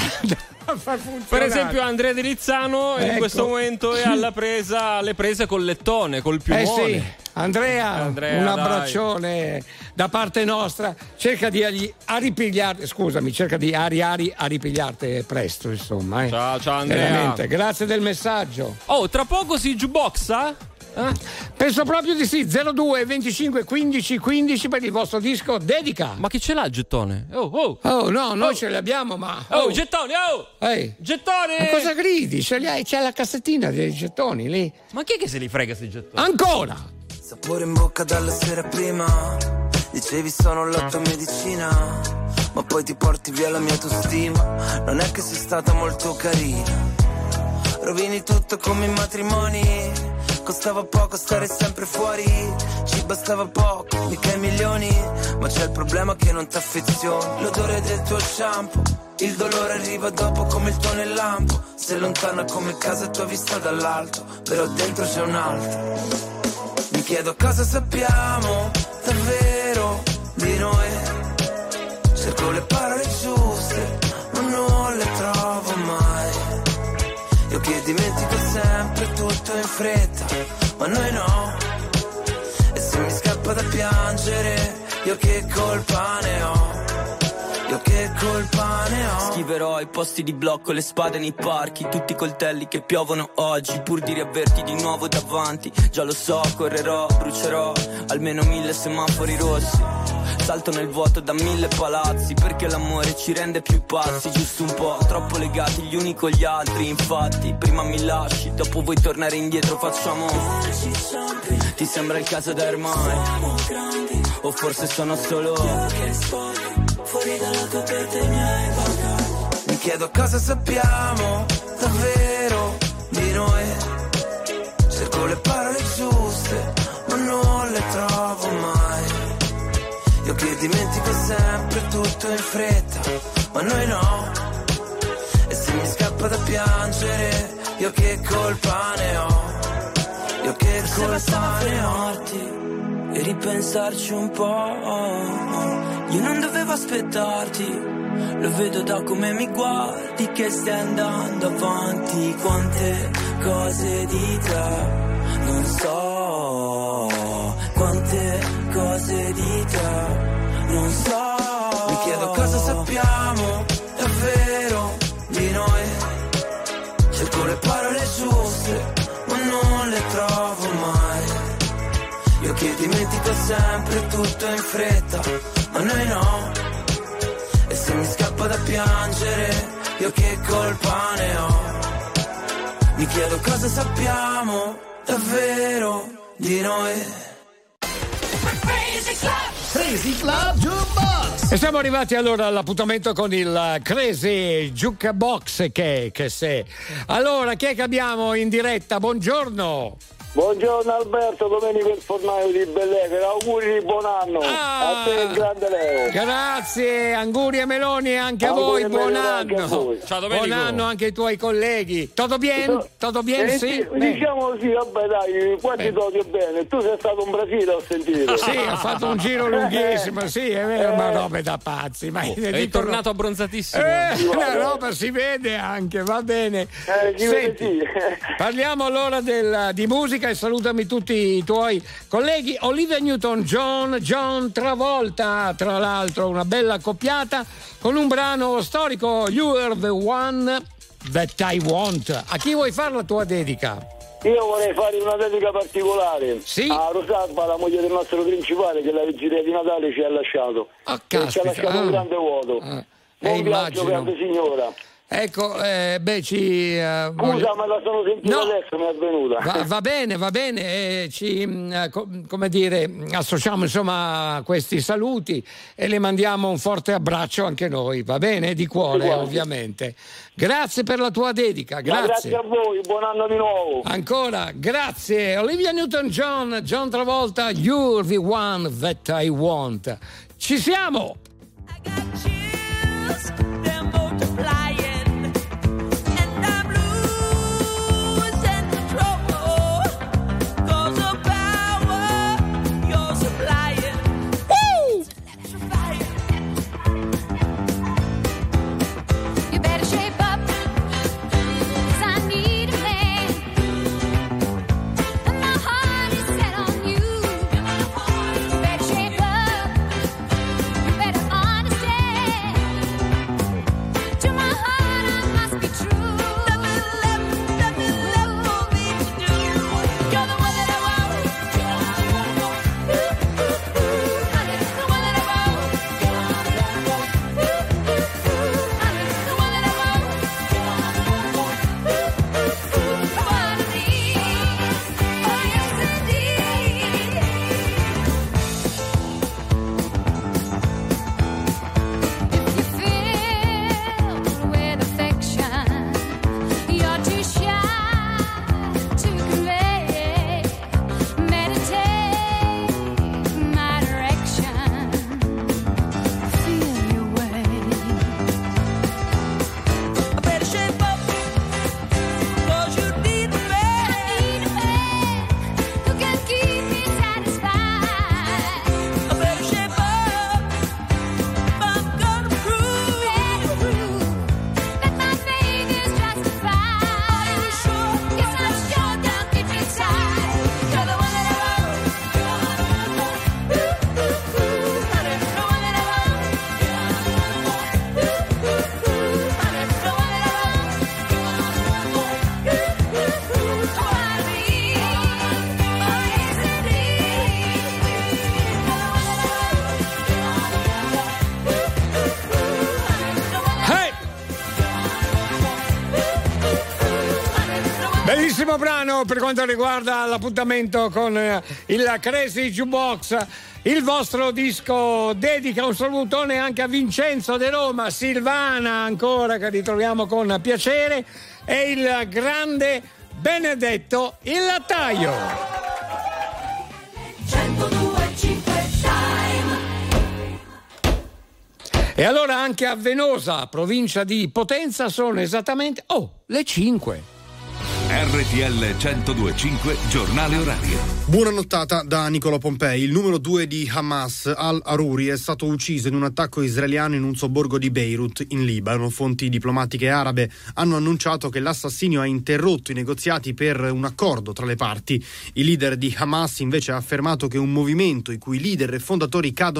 Per esempio Andrea Di Rizzano ecco. in questo momento è alla presa, alle prese col lettone, col piumone. Eh sì. Andrea, Andrea, un dai. abbraccione da parte nostra. Cerca di a ripigliarti, scusami, cerca di ari ari a ripigliarti presto, insomma. Eh. Ciao, ciao Andrea. Veramente, grazie del messaggio. Oh, tra poco si jukeboxa? Eh? Penso proprio di sì. zero due venticinque quindici quindici per il vostro disco dedica. Ma chi ce l'ha il gettone? Oh, oh. Oh no, noi oh. ce l'abbiamo, ma oh, oh. gettoni, oh! Ehi. Gettoni! Ma cosa gridi? Ce li hai? C'è la cassettina dei gettoni lì. Ma chi è che se li frega questi gettoni? Ancora! Sapore in bocca dalla sera prima, dicevi sono la tua medicina, ma poi ti porti via la mia autostima. Non è che sei stata molto carina, rovini tutto come i matrimoni. Costava poco stare sempre fuori, ci bastava poco, mica i milioni. Ma c'è il problema che non ti affezioni. L'odore del tuo shampoo, il dolore arriva dopo come il tuo nel lampo. Sei lontana come casa tua vista dall'alto, però dentro c'è un altro. Mi chiedo cosa sappiamo davvero di noi. Cerco le parole giuste, ma non le trovo mai. Io che dimentico sempre tutto in fretta, ma noi no. E se mi scappa da piangere, io che colpa ne ho? Io che colpa ne ho? Scriverò i posti di blocco, le spade nei parchi, tutti i coltelli che piovono oggi, pur di riaverti di nuovo davanti. Già lo so, correrò, brucerò almeno mille semafori rossi. Salto nel vuoto da mille palazzi, perché l'amore ci rende più pazzi. Giusto un po', troppo legati gli uni con gli altri. Infatti, prima mi lasci, dopo vuoi tornare indietro, facciamo. Ti sembra il caso da ormai? O forse sono solo fuori dalla tua testa i miei bagagli. Mi chiedo cosa sappiamo davvero di noi. Cerco le parole giuste, ma non le trovo mai. Io che dimentico sempre tutto in fretta, ma noi no. E se mi scappa da piangere, io che colpa ne ho? Io che colpa ne ho? E ripensarci un po'. Io non dovevo aspettarti, lo vedo da come mi guardi che stai andando avanti. Quante cose di te non so, quante cose di te non so. Mi chiedo cosa sappiamo davvero di noi. Cerco le parole giuste, ma non le trovo mai. Io che dimentico sempre tutto in fretta, ma noi no. E se mi scappa da piangere, io che colpa ne ho? Mi chiedo cosa sappiamo davvero di noi. Crazy Club Jukebox. E siamo arrivati allora all'appuntamento con il Crazy Jukebox che, che se. Allora, chi è che abbiamo in diretta? Buongiorno. Buongiorno Alberto, Domenico il fornaio di Belleghe, auguri di buon anno ah, a te il grande Leo. Grazie, auguri e meloni anche auguri a voi, buon anno. A voi. Ciao Domenico. Buon anno anche ai tuoi colleghi. Tutto bene? Tutto bene? Eh, sì? sì diciamo sì, vabbè dai, quanti toti bene. Tu sei stato in Brasile, ho sentito. Sì, ho fatto un giro lunghissimo, sì, è vero, eh. ma robe da pazzi. Ma oh, è tornato abbronzatissimo. Eh, la roba si vede anche, va bene. Eh, Senti, sì. Parliamo allora del, di musica e salutami tutti i tuoi colleghi. Olivia Newton-John, John Travolta, tra l'altro una bella accoppiata con un brano storico, You Are the One That I Want. A chi vuoi fare la tua dedica? Io vorrei fare una dedica particolare sì? a Rosalba, la moglie del nostro principale, che la vigilia di Natale ci ha lasciato. Oh, e ci ha lasciato ah. un grande vuoto. Ah. Buon eh, viaggio, immagino. grande signora. Ecco, eh, beh, ci. Uh, Scusa, voglio... me la sono sentita no. adesso, mi è venuta. Va, va bene, va bene, eh, ci, mh, co- come dire, associamo insomma a questi saluti e le mandiamo un forte abbraccio anche noi, va bene? Di cuore, ovviamente. Grazie per la tua dedica, grazie. Ma grazie a voi, buon anno di nuovo. Ancora, grazie. Olivia Newton-John, John Travolta, You're the one that I want. Ci siamo! Bellissimo brano per quanto riguarda l'appuntamento con eh, il Crazy Jukebox, il vostro disco dedica. Un salutone anche a Vincenzo De Roma, Silvana ancora che ritroviamo con piacere e il grande Benedetto il lattaio. E allora anche a Venosa, provincia di Potenza, sono esattamente oh, le cinque. R T L centodue e cinque giornale orario. Buona nottata da Nicola Pompei. Il numero due di Hamas, al-Aruri, è stato ucciso in un attacco israeliano in un sobborgo di Beirut, in Libano. Fonti diplomatiche arabe hanno annunciato che l'assassinio ha interrotto i negoziati per un accordo tra le parti. Il leader di Hamas invece ha affermato che un movimento i cui leader e fondatori cadono.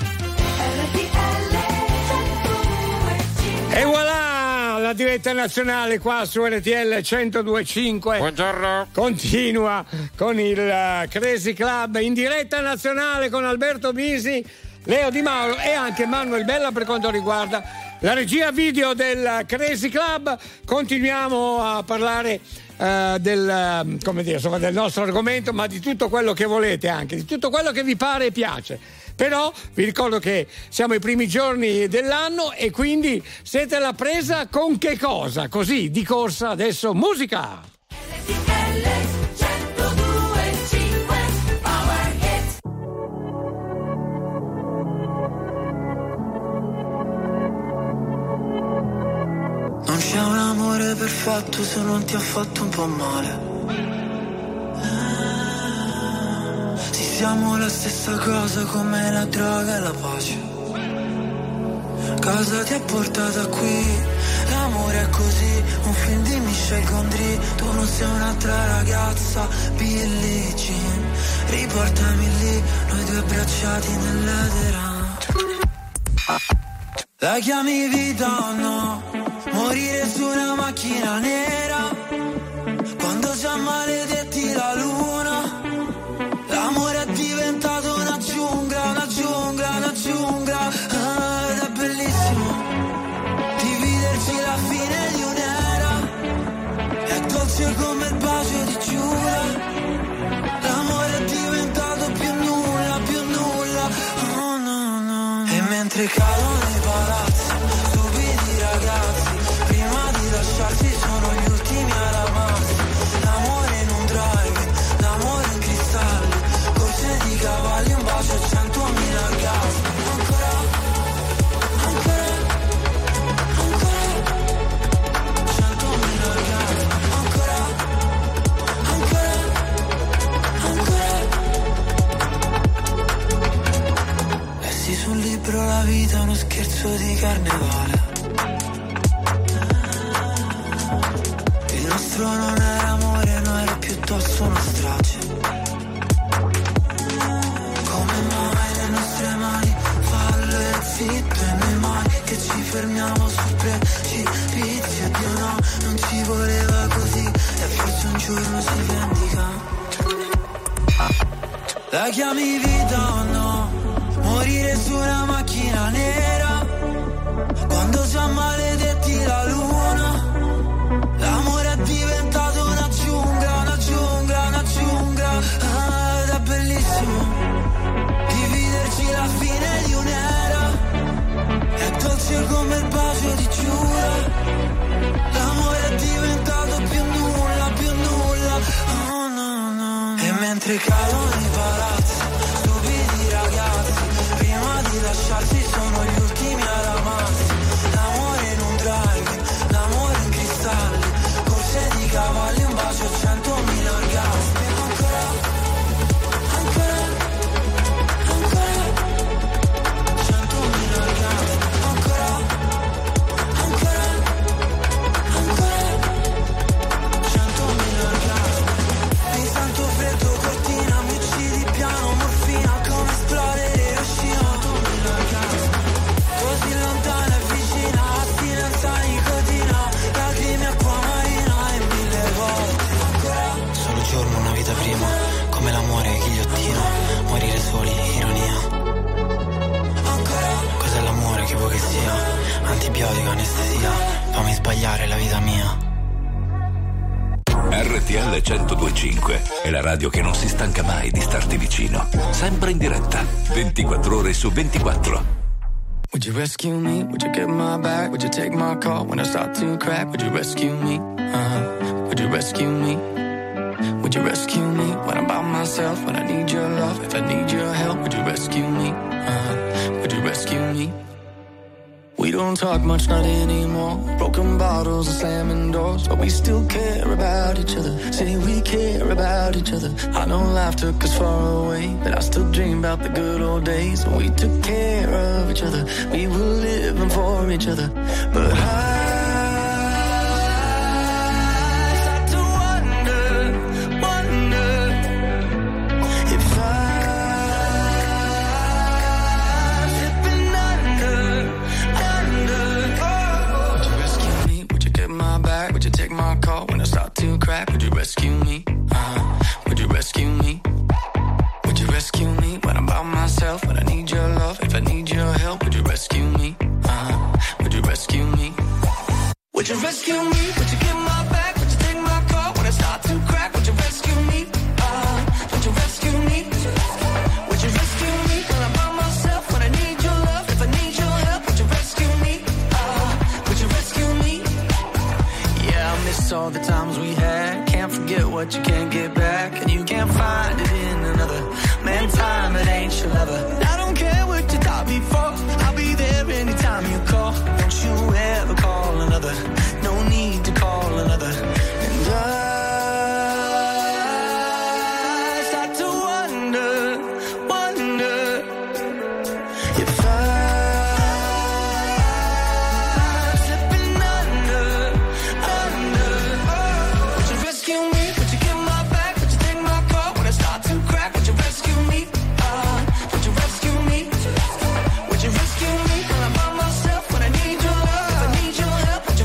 E voilà, la diretta nazionale qua su R T L centodue e cinque. Buongiorno. Continua con il uh, Crazy Club in diretta nazionale con Alberto Bisi, Leo Di Mauro e anche Manuel Bella per quanto riguarda la regia video del Crazy Club. Continuiamo a parlare uh, del, uh, come dire, insomma, del nostro argomento, ma di tutto quello che volete, anche di tutto quello che vi pare e piace. Però vi ricordo che siamo ai primi giorni dell'anno e quindi siete alla presa con che cosa? Così, di corsa, adesso musica! Non c'è un amore perfetto se non ti ha fatto un po' male. Siamo la stessa cosa come la droga e la pace. Cosa ti ha portata qui? L'amore è così, un film di Michel Gondry. Tu non sei un'altra ragazza, Billie Jean. Riportami lì, noi due abbracciati nell'edera. La chiami vita o no? Morire su una macchina nera quando già maledetta la fine di un'era, è dolce come il bacio di Giura. L'amore è diventato più nulla, più nulla. Oh no, no. E mentre cadono i palazzi, stupidi ragazzi, prima di lasciarsi sono gli ultimi a ramarsi. L'amore in un drive, l'amore in cristalli, corse di cavalli, un bacio a centomila orgasmi. Ancora, ancora, ancora, centomila orgasmi. Ancora, ancora, ancora. Lessi sul libro La vita è uno scherzo di carnevale. Il nostro non era amore, no, era piuttosto una strage. Come mai le nostre mani fallo e zitte nei mai che ci fermiamo sul precipizio. Dio no, non ci voleva così e forse un giorno si vendica. La chiami vita o no? Morire su una macchina nera quando già maledetti la luna. L'amore è diventato una giungla, una giungla, una giungla. Ah, ed è bellissimo dividerci la fine di un'era, è dolce come il bacio di Giura. L'amore è diventato più nulla, più nulla. Oh no, no. E mentre cadono i palazzi, stupidi ragazzi, prima di lasciarsi sono gli ultimi a ramarsi. L'amore in un drive, l'amore in cristalli, corse di cavalli, un bacio a centomila orgasmi. Ancora, ancora, ancora, centomila orgasmi. Ancora, ancora, ancora, centomila orgasmi. Mi sento freddo, cortina, mi uccidi piano, morfina, come esplodere Hiroshima. Centomila orgasmi. Così lontana e vicina, astinenza, nicotina, lacrime, acqua marina e mille volte. Ancora. Solo giorno, una vita prima, come l'amore, ghigliottina, morire soli, ironia. Ancora. Cos'è l'amore, che vuoi che sia? Antibiotico, anestesia, fammi sbagliare la vita mia. R T L centodue e cinque è la radio che non si stanca mai di starti vicino, sempre in diretta, ventiquattro ore su ventiquattro. Would you rescue me? Would you get my back? Would you take my call when I start to crack? Would you rescue me? Uh-huh. Would you rescue me? Would you rescue me when I'm by myself? When I need your love, if I need your help, would you rescue me? Uh-huh. Would you rescue me? We don't talk much, not anymore. Broken bottles and slamming doors, but we still care about each other. Say we care about each other. I know life took us far away, but I still dream about the good old days when we took care of each other. We were living for each other. But I start to wonder, wonder if I'm slipping under. Would you rescue me? Would you get my back? Would you take my call when I start to crack? Would you rescue me? Uh-huh. Would you rescue me? Would you rescue me when I'm by myself? When I need your love, if I need your help, would you rescue me? Uh-huh. Would you rescue me? Would you rescue me? Would you get my back? Would you take my call when I start to crack? Would you rescue me? Uh-huh. Would you rescue me? Would you rescue me when I'm by myself? When I need your love, if I need your help, would you rescue me? Uh-huh. Would you rescue me? Yeah, I miss all the times we had. Can't forget what you can't get back, and you can't find it in another. Man, time, it ain't your lover. I don't care what you thought before. I'll be there anytime you call. Don't you ever call another. No need to call another. And I start to wonder, wonder if I'm slipping under, under. Would you rescue me? Would you get my back? Would you take my call when I start to crack? Would you rescue me? Uh, would you rescue me? Would you rescue me when I'm by myself? When I need your love, if I need your help, would you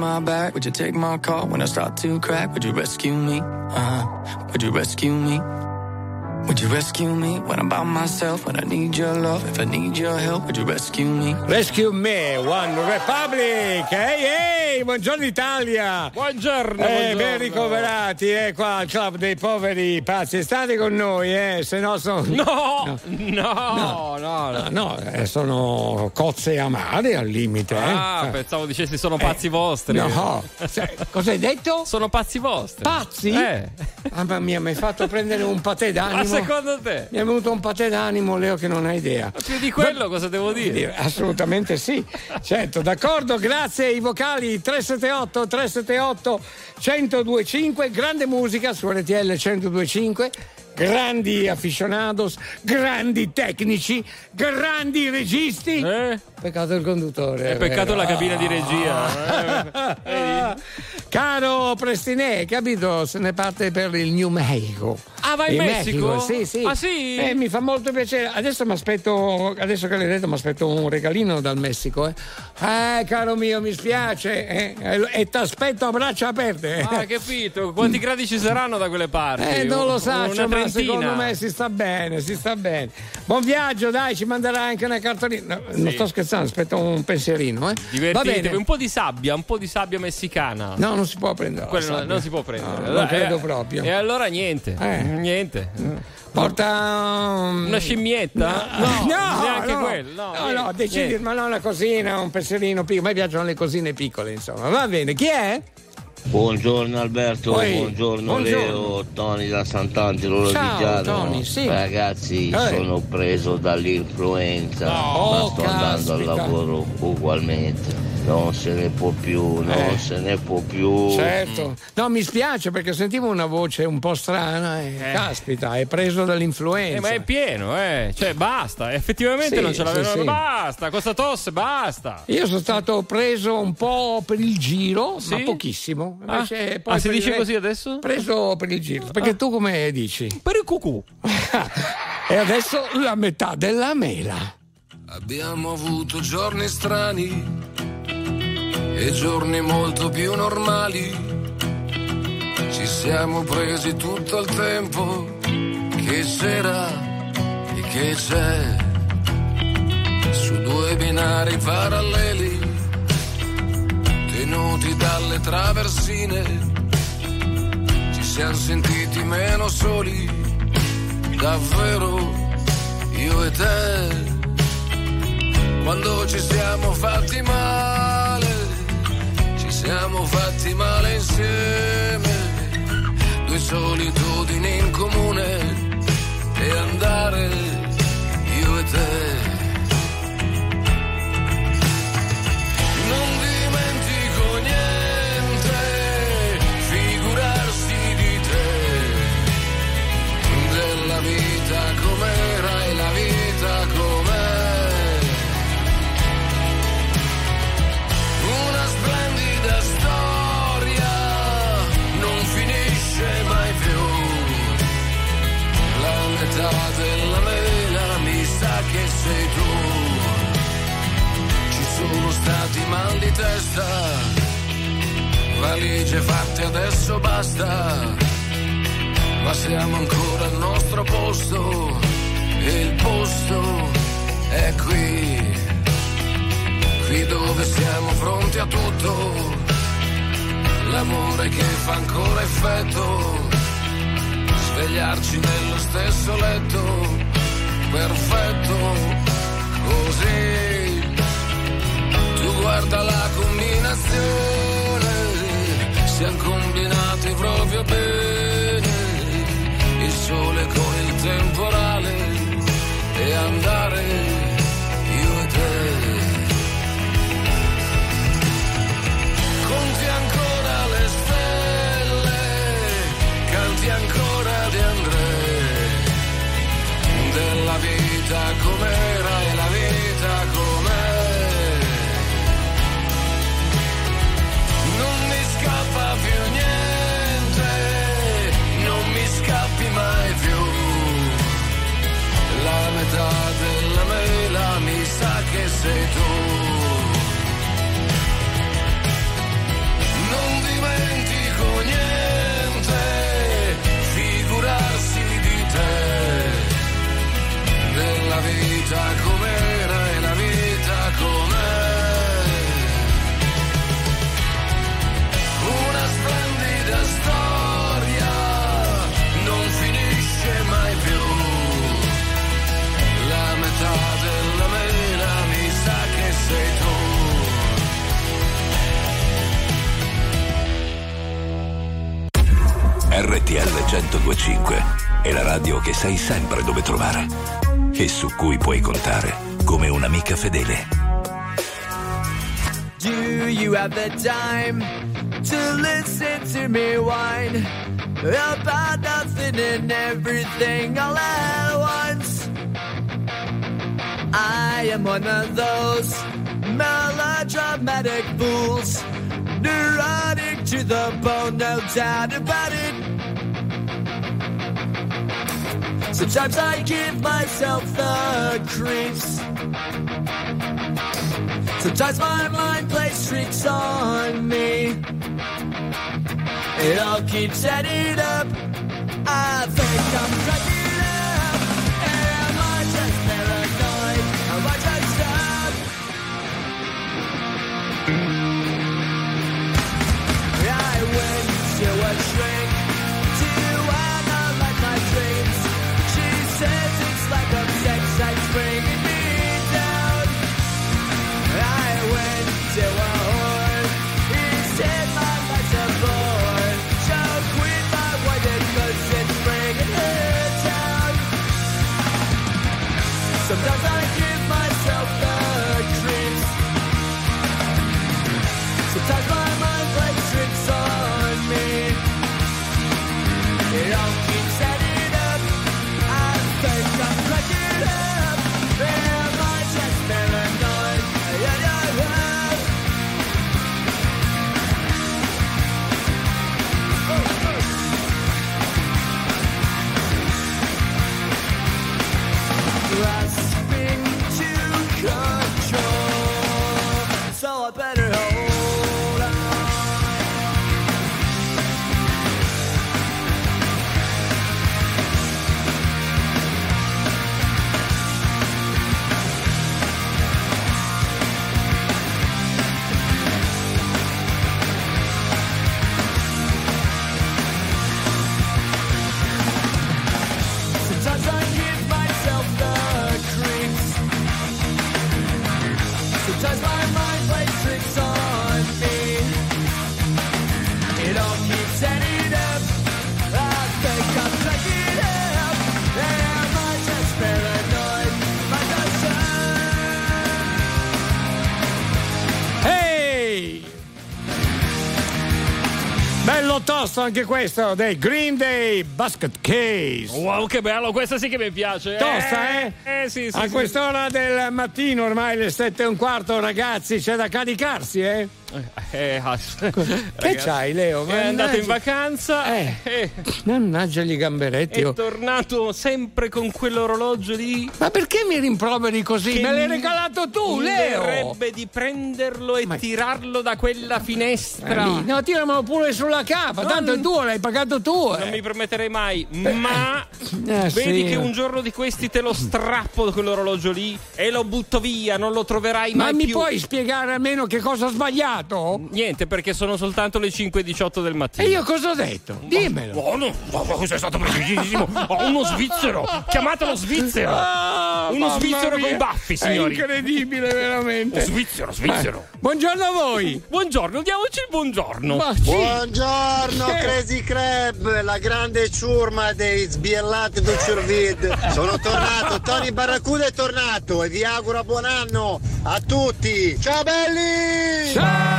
my back? Would you take my call when I start to crack? Would you rescue me? Uh-huh. Would you rescue me? Would you rescue me when I'm by myself? When I need your love, if I need your help, would you rescue me? Rescue me, One Republic. Ehi, ehi, buongiorno Italia. Buongiorno. Eh, buongiorno. ben ricoverati, eh, qua al club dei poveri pazzi. State con noi, eh, se no sono. No, no, no, no, no, no eh, sono cozze amare al limite. Eh. Ah, pensavo dicessi sono pazzi eh, vostri. No, cioè, cosa hai detto? Sono pazzi vostri. Pazzi? Eh. Mamma mia, mi hai fatto prendere un patè d'animo. Ma secondo te? Mi è venuto un patè d'animo, Leo, che non hai idea. Ma più di quello Ma... cosa devo dire? Assolutamente sì. Certo, d'accordo, grazie ai vocali tre sette otto tre sette otto uno zero due cinque, grande musica su R T L centodue e cinque. Grandi aficionados, grandi tecnici, grandi registi. Eh? Peccato il conduttore. È peccato vero? la cabina di regia. Eh. Caro Prestinè, capito? Se ne parte per il New Mexico. Ah, vai in Messico? Messico? Sì, sì. Ah, sì? Eh, mi fa molto piacere. Adesso mi aspetto, adesso che l'hai detto, mi aspetto un regalino dal Messico. Eh, eh caro mio, mi spiace. Eh, e ti aspetto a braccia aperte. Ah, capito. Quanti gradi ci saranno da quelle parti? Eh, non lo so, Una ma secondo me si sta bene, si sta bene. Buon viaggio, dai, ci manderà anche una cartolina. No, sì. Non sto scherzando, aspetta un pensierino, eh. Divertitevi, un po' di sabbia, un po' di sabbia messicana. No, non si può prendere. Quello non, non si può prendere. No, allora, non credo eh, proprio. E allora niente. Eh. Niente. Porta um... una scimmietta? No, no, no neanche no, quello. No, no, no, decidi, ma no, una cosina, un pensierino piccolo. A me piacciono le cosine piccole, insomma. Va bene, chi è? Buongiorno Alberto, Poi, buongiorno, buongiorno Leo, Tony da Sant'Angelo Ciao, Lodigiano. Tony, sì. Ragazzi, eh. sono preso dall'influenza, no, ma sto caspita. andando al lavoro ugualmente. Non se ne può più, non eh. se ne può più. Certo. No, mi spiace perché sentivo una voce un po' strana e eh. caspita, è preso dall'influenza. Eh, ma è pieno, eh. Cioè, basta. Effettivamente sì, non ce l'avevano. Sì, sì. Basta, questa tosse, basta. Io sono stato preso un po' per il giro, sì? ma pochissimo. Invece, ah, poi ah si dice il... così adesso? Preso per il giro. Perché ah. tu come dici? Per il cucù. E adesso la metà della mela. Abbiamo avuto giorni strani e giorni molto più normali. Ci siamo presi tutto il tempo che c'era e che c'è, su due binari paralleli tenuti dalle traversine. Ci siamo sentiti meno soli, davvero, io e te. Quando ci siamo fatti male, ci siamo fatti male insieme. Due solitudini in comune e andare io e te. Non dimentico niente, figurarsi di te, della vita com'era e la vita com'è. Una splendida storia, non finisce mai più. La metà della mela mi sa che sei tu. Ci sono stati mal di testa, valigie fatte adesso basta, ma siamo ancora al nostro posto e il posto è qui. Qui dove siamo pronti a tutto, l'amore che fa ancora effetto, svegliarci nello stesso letto, perfetto, così. Tu guarda la combinazione, siamo combinati proprio bene, il sole con il temporale e andare io e te. Conti ancora le stelle, canti ancora di André, della vita com'era e la vita com'è. Non mi scappa più niente, non mi scappi mai più. La metà della mela mi sa che sei tu. T L centodue e cinque è la radio che sai sempre dove trovare e su cui puoi contare come un'amica fedele. Do you have the time to listen to me whine about nothing and everything all at once? I am one of those melodramatic fools, neurotic to the bone, no doubt about it. Sometimes I give myself the creeps. Sometimes my mind plays tricks on me. It all keeps adding up. I think I'm cracking up. Am I just paranoid? Am I just up? I went to a shrink to analyze my dreams. She says it's like a sex that's bringing me down. I went to a whore. He said my life's a bore. So quit my wedding 'cause it's bringing her down. Sometimes I give myself the creeps. Sometimes my mind plays tricks on me. It all keeps adding up. I think I'm cracking up. Am I just paranoid? Yeah, yeah, yeah. Oh, oh. Grasping to control, so I better hold on. Sometimes I give myself the creeps. Sometimes my mind plays tricks on me. It all keeps adding up. I think I'm cracking up. Am I just paranoid? Am I just Ehi! Bello tosto anche questo dei Green Day, Basket Case. Wow, che bello, questa sì che mi piace. Tosta, eh? Eh sì, sì. A sì. quest'ora del mattino, ormai le sette e un quarto, ragazzi, c'è da caricarsi, eh? Eh, ah, Che ragazzi, c'hai, Leo? È andato in Mannaggia. vacanza. Eh. Eh. Mannaggia gli gamberetti. È oh. tornato sempre con quell'orologio lì. Ma perché mi rimproveri così? Che Me l'hai mi- regalato tu, mi Leo! verrebbe di prenderlo e tirarlo da quella finestra. Eh, No, tiramelo pure sulla capa, Non- tanto è tuo, l'hai pagato tu. Non eh. mi permetterei mai, ma Eh, vedi sì. che un giorno di questi te lo strappo quell'orologio lì e lo butto via, non lo troverai Ma mai mi più. puoi spiegare almeno che cosa ho sbagliato? Niente, perché sono soltanto le cinque e diciotto del mattino. E io cosa ho detto? Dimmelo. Oh, no, no, questo è stato precisissimo. Oh, uno svizzero, chiamatelo svizzero. Ah, uno mamma svizzero mia. coi baffi, signori. È incredibile, veramente. Oh, svizzero, svizzero. Eh, buongiorno a voi. Buongiorno, diamoci il buongiorno. Ma sì. Buongiorno Eh. Crazy Crab, la grande ciurma dei sbiellati del Cervid. Sono tornato, Tony Barracuda è tornato e vi auguro buon anno a tutti. Ciao belli!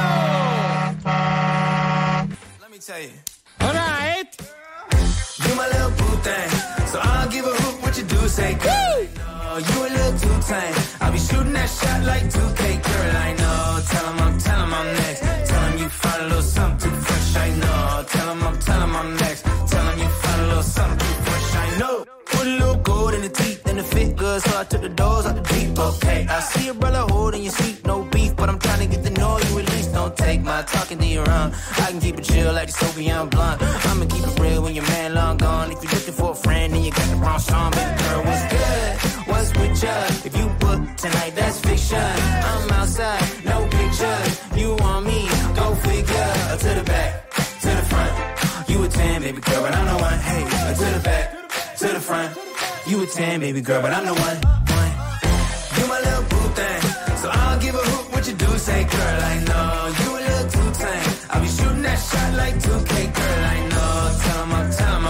Let me tell you. All right. You my little boo thing, so I'll give a hoot what you do say, girl. I know you a little too tame. I'll be shooting that shot like two K, girl. I know. Tell 'em I'm, tell 'em I'm next. Tell 'em you find a little something too fresh. I know. Tell 'em I'm, tell 'em I'm next. Tell 'em you find a little something too fresh. I know. Put a little gold in the teeth and it fit good, so I took the doors out the deep. Okay, I see a brother holding your seat, no beef, but I'm trying to get to know you at least. Don't take my talking to your own. I can keep it chill like the Soviet blunt. I'ma keep it real when your man long gone. If you're looking for a friend, then you got the wrong song. Baby girl, what's good? What's with you? If you book tonight, that's fiction. I'm outside, no pictures. You want me? Go figure. To the back, to the front. You a ten, baby girl, but I'm the one. Hey, to the back, to the front. You a ten, baby girl, but I'm the one. one. You my little boo thing, so I'll give a hoot what you do. Say, girl, I know you a little too tame. I'll be shooting that shot like two K, girl, I know. Tell 'em I'm, tell 'em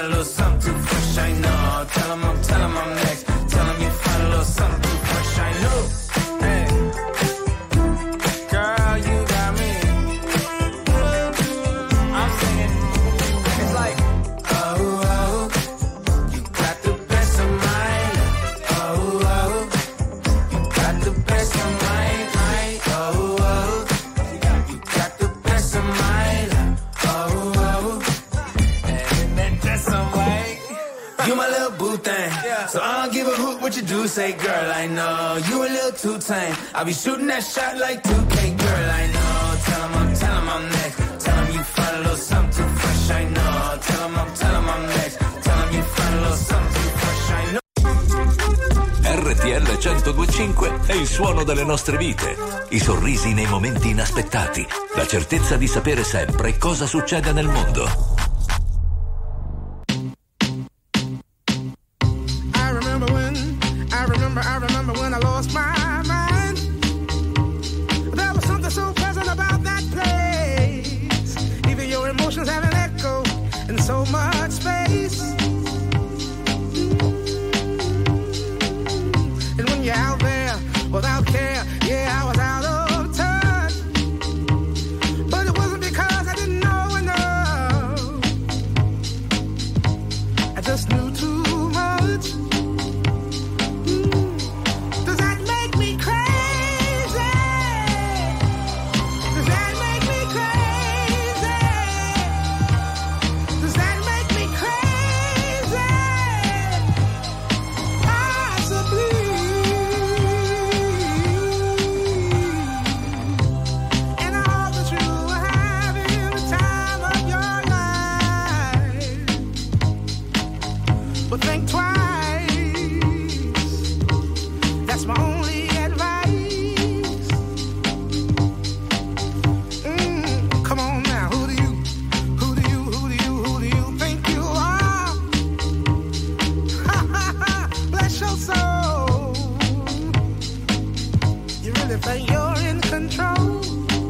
a little something too fresh, I know. Tell him I'm, tell him I'm next. Tell him you find a little something too fresh, I know. Hey, girl, you got me. I'm singing. It's like, oh, oh, you got the best of mine. Oh, oh, you got the best of mine. I, oh, oh, you got the best of mine. Oh, oh, and then that's some way. You my little boo thing, so I don't give a hoot what you do. Say, girl, I know you a little too tame. I'll be shooting that shot like two K, girl, I know. Tell him I'm, tell him I'm next. Tell him you find a little something too fresh, I know. Tell him I'm, tell him I'm next. Tell him you find a little something too fresh, I know. R T L centodue e cinque è il suono delle nostre vite, i sorrisi nei momenti inaspettati, la certezza di sapere sempre cosa succede nel mondo. I remember when, I remember, I remember when I lost my mind. There was something so pleasant about that place. Even your emotions have an echo in so much space. And when you're out there without care, yeah, I was out of touch. But it wasn't because I didn't know enough. I just knew too much. Does that make me crazy? Does that make me crazy? Does that make me crazy? Possibly. And I hope that you are having the time of your life. But think twice. That's my only advice. Mm, come on now, who do you, who do you, who do you, who do you think you are? Ha ha ha, bless your soul. You really think you're in control?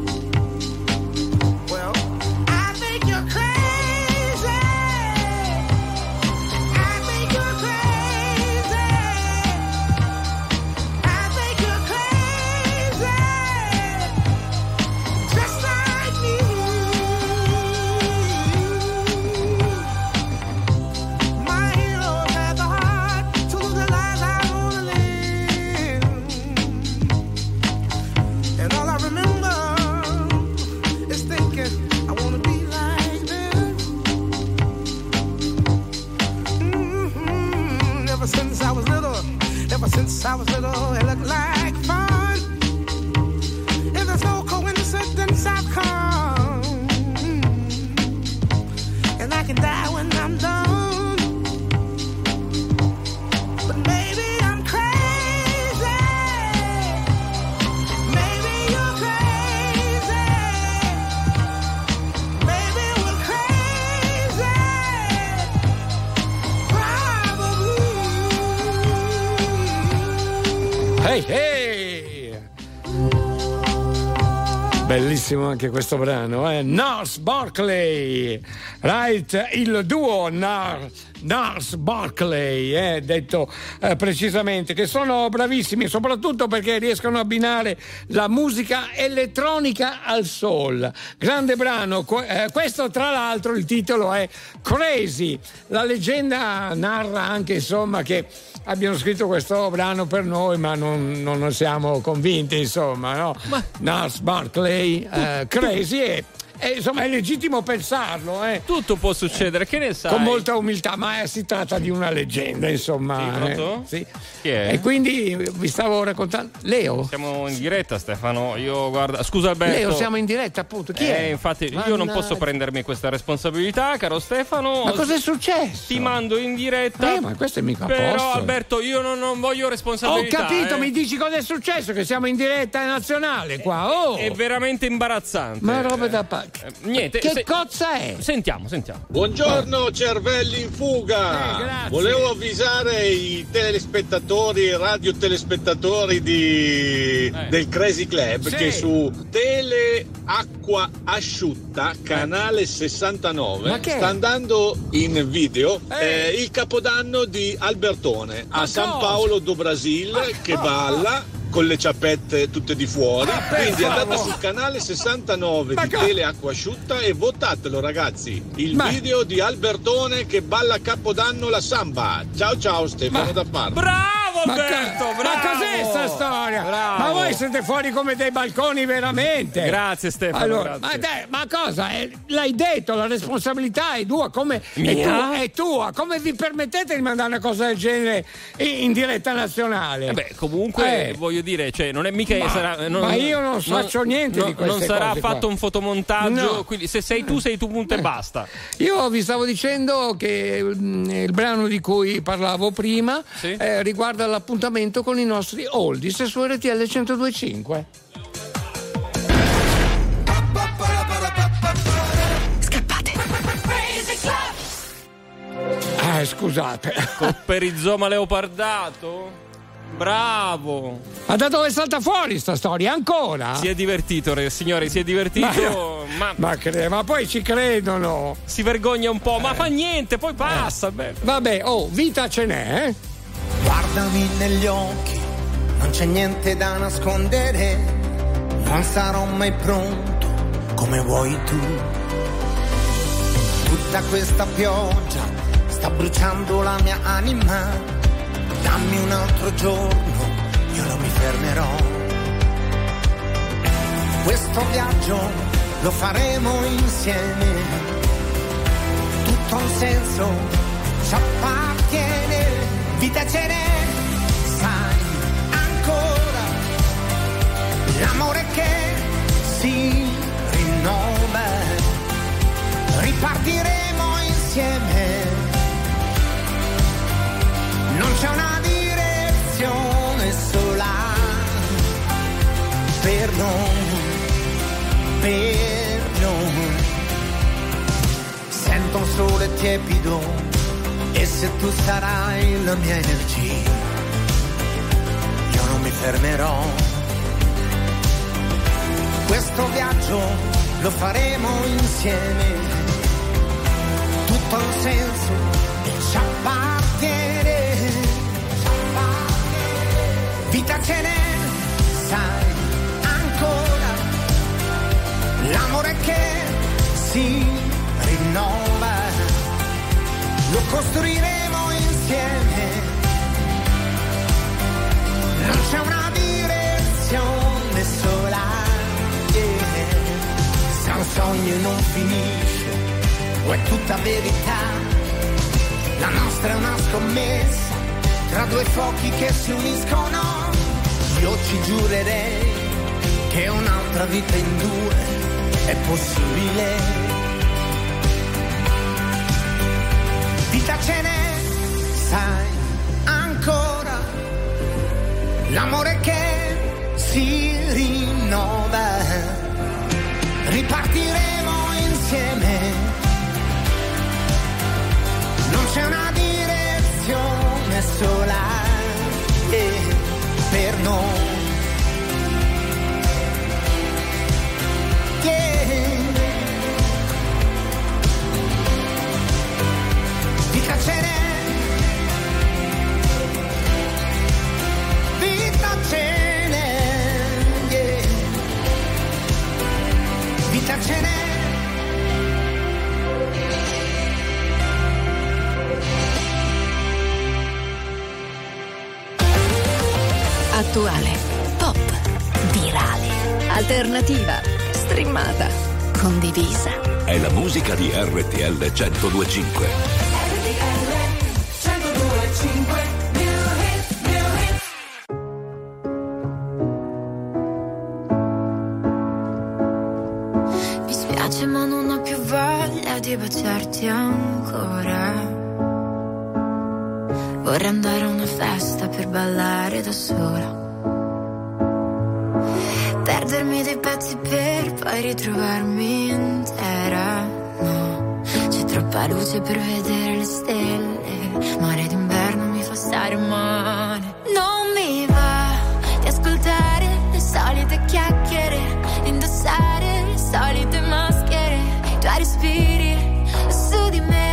Well, I think you're crazy. I think you're crazy. I think you're crazy. Just like me. My heroes had the heart to lose the lives I wanna live. And all I remember is thinking I wanna be like them. Mhm. Ever since I was little, ever since I was little, it looked like fun. If there's no coincidence, I've come. And I can die when I'm done. But maybe I'm crazy. Maybe you're crazy. Maybe we're crazy. Probably. Hey, hey! Bellissimo anche questo brano, eh? Nars Barkley, right? Il duo Nars, Nars Barkley, eh? Detto eh, precisamente, che sono bravissimi, soprattutto perché riescono a abbinare la musica elettronica al soul. Grande brano, eh, questo tra l'altro il titolo è Crazy. La leggenda narra anche, insomma, che abbiano scritto questo brano per noi, ma non, non ne siamo convinti, insomma, no? Ma... Nars Barkley, uh, Crazy, e, e insomma è legittimo pensarlo, eh. Tutto può succedere, che ne sai? Con molta umiltà, ma eh, si tratta di una leggenda, insomma. Sì, eh, sì. Chi è? E quindi vi stavo raccontando. Leo? Siamo in diretta, Stefano. Io guarda, scusa Alberto. Leo, siamo in diretta, appunto. Chi eh, è? Infatti, Mannaggia. io non posso prendermi questa responsabilità, caro Stefano. Ma cosa è successo? Ti mando in diretta. Eh, ma questo è mica Però, posto. Alberto, io non, non voglio responsabilità. Ho capito, eh. mi dici cosa è successo? Che siamo in diretta nazionale qua. Oh. È veramente imbarazzante. Ma roba da pa- Eh, niente. Che se... cozza è? Sentiamo, sentiamo. Buongiorno cervelli in fuga. Eh, grazie. Volevo avvisare i telespettatori, i radiotelespettatori di... Eh. del Crazy Club Sì. che su Teleacqua Asciutta, canale sessantanove, Ma che? sta andando in video Eh. eh, il capodanno di Albertone a Ma San cosa? Paolo do Brasil che balla con le ciappette tutte di fuori. Ma per Quindi andate favore. sul canale sessantanove Ma di co- Teleacqua Asciutta e votatelo, ragazzi. Il Ma- video di Albertone che balla a Capodanno la samba. Ciao ciao Stefano Ma- da Parma. Bravo Ma, Alberto, ca- bravo. ma cos'è sta storia? Bravo. Ma voi siete fuori come dei balconi veramente. Grazie Stefano, Allora, grazie. ma, dai, ma cosa? Eh, l'hai detto, la responsabilità è tua, come è, Mia? tu- è tua. Come vi permettete di mandare una cosa del genere in, in diretta nazionale? Eh beh, comunque Eh. voglio dire, cioè, non è mica Ma- sarà, non, ma io non faccio niente di queste Non sarà cose qua. fatto un fotomontaggio, No. quindi se sei tu sei tu punto e basta. Io vi stavo dicendo che mm, il brano di cui parlavo prima Sì. eh, riguarda l'appuntamento con i nostri oldies su R T L centodue e cinque. Scappate. Eh, scusate. Col perizoma leopardato. Bravo. Ma da dove salta fuori sta storia? Ancora? Si è divertito, re- signori, si è divertito. Ma, Ma, cre- ma poi ci credono. si vergogna un po', ma fa niente, poi passa. beh. Vabbè, oh, vita ce n'è, eh? Guardami negli occhi, non c'è niente da nascondere, non sarò mai pronto come vuoi tu. Tutta questa pioggia sta bruciando la mia anima, dammi un altro giorno, io non mi fermerò. Questo viaggio lo faremo insieme, tutto ha un senso, ci appartiene, vita ce n'è, sai ancora, l'amore che si rinnova, ripartiremo insieme, non c'è una direzione sola per noi, per noi. Sento un sole tiepido e se tu sarai la mia energia, io non mi fermerò. Questo viaggio lo faremo insieme, tutto ha un senso e ci appartiene. Vita ce n'è, sai ancora, l'amore che si rinnova, lo costruiremo insieme, non c'è una direzione sola, yeah. Se un sogno non finisce o è tutta verità, la nostra è una scommessa tra due fuochi che si uniscono. Io ci giurerei che un'altra vita in due è possibile. Vita ce n'è, sai ancora, l'amore che si rinnova, ripartiremo insieme, non c'è una direzione sola, eh, per noi, yeah. Vita ce n'è, vita ce n'è, yeah. Vita ce n'è. Attuale, pop, virale, alternativa, streamata, condivisa. È la musica di R T L centodue e cinque. Mi spiace ma non ho più voglia di baciarti ancora. Vorrei andare a una festa per ballare da sola. perdermi dei pezzi per poi ritrovarmi intera. No, c'è troppa luce per vedere le stelle, mare d'inverno mi fa stare male. Non mi va di ascoltare le solite chiacchiere, indossare le solite maschere, i tuoi respiri su di me.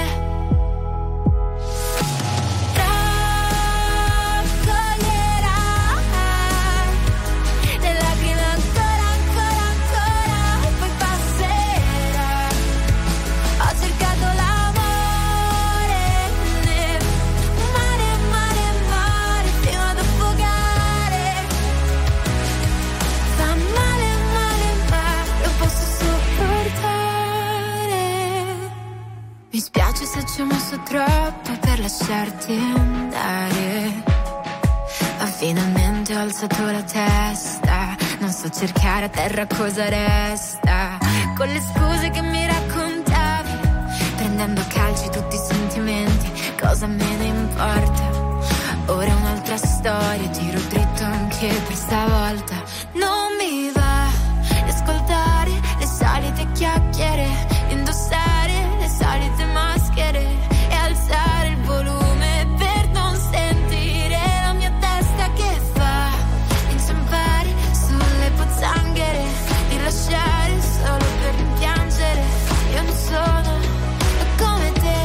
Mi spiace se ci ho messo troppo per lasciarti andare, ma finalmente ho alzato la testa, non so cercare a terra cosa resta. Con le scuse che mi raccontavi, prendendo a calci tutti i sentimenti, cosa me ne importa? Ora è un'altra storia, tiro dritto anche per stavolta. Non mi va di ascoltare le solite chiacchiere, indossare le solite maschere e alzare il volume per non sentire la mia testa che fa inciampare sulle pozzanghere, di lasciare solo per rimpiangere. Io non sono come te.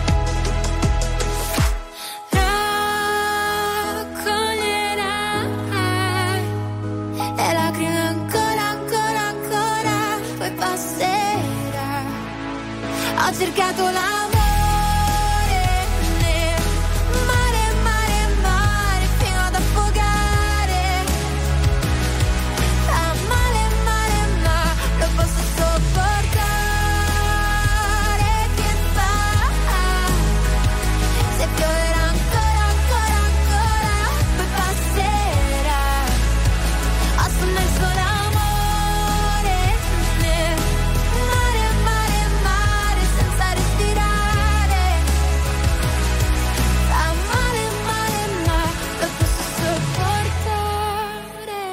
Raccoglierai le lacrime ancora, ancora, ancora, poi passerà. Ho cercato l'amore nel mare, mare, mare, fino ad affogare. Fa male, male, ma lo posso sopportare. Che fa? Se pioverà ancora, ancora, ancora, poi passerà. Ho sommerso l'amore nel mare, mare, mare, senza respirare. Fa male, male, ma lo posso sopportare.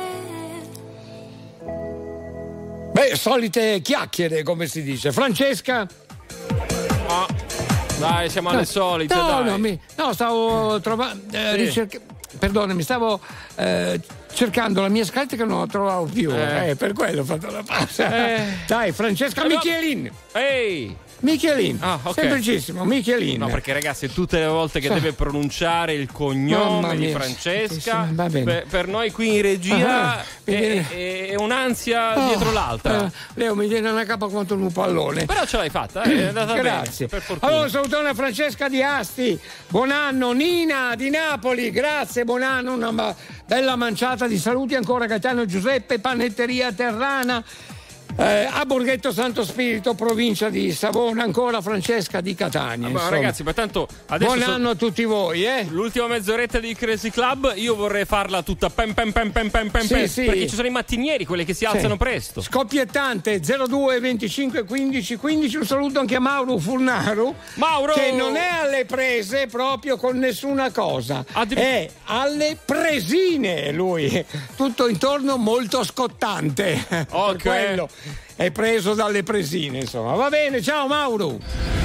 Beh, solite chiacchiere, come si dice. Francesca? Ah, dai, siamo alle solite, No, dai. no, mi- no, stavo trovando. Sì. ricerca- Perdonami, stavo eh, cercando la mia scaletta che non la trovavo più. Eh. Eh, per quello ho fatto la pausa. Eh. Dai, Francesca Eh, no. Michelin. Ehi! Michelin. Ah, ok. Semplicissimo, Michelin. No, perché ragazzi, tutte le volte che Sì. deve pronunciare il Mamma cognome di mia, Francesca, sì, va bene. per, per noi qui in regia Ah, mi è, viene- è- è un'ansia Oh, dietro l'altra. eh, Leo mi viene una capa quanto un pallone. Però ce l'hai fatta, eh, è andata Grazie. bene. Per fortuna. Allora, salutone a Francesca di Asti. Buon anno, Nina di Napoli. Grazie, buon anno. Una ma- bella manciata di saluti ancora. Gaetano Giuseppe, Panetteria Terrana. Eh, a Borghetto Santo Spirito, provincia di Savona, ancora Francesca di Catania. Ma insomma. ragazzi, pertanto adesso Buon so- anno a tutti voi, eh? l'ultima mezz'oretta di Crazy Club io vorrei farla tutta pem pem pem pem pem pem Sì, pem, sì. perché ci sono i mattinieri, quelli che si alzano Sì. presto. Scoppiettante zero due venticinque quindici quindici. Un saluto anche a Mauro Furnaru. Mauro! Che non è alle prese proprio con nessuna cosa. È alle presine lui. Tutto intorno molto scottante. Per Ok. quello è preso dalle presine, insomma. Va bene, ciao Mauro.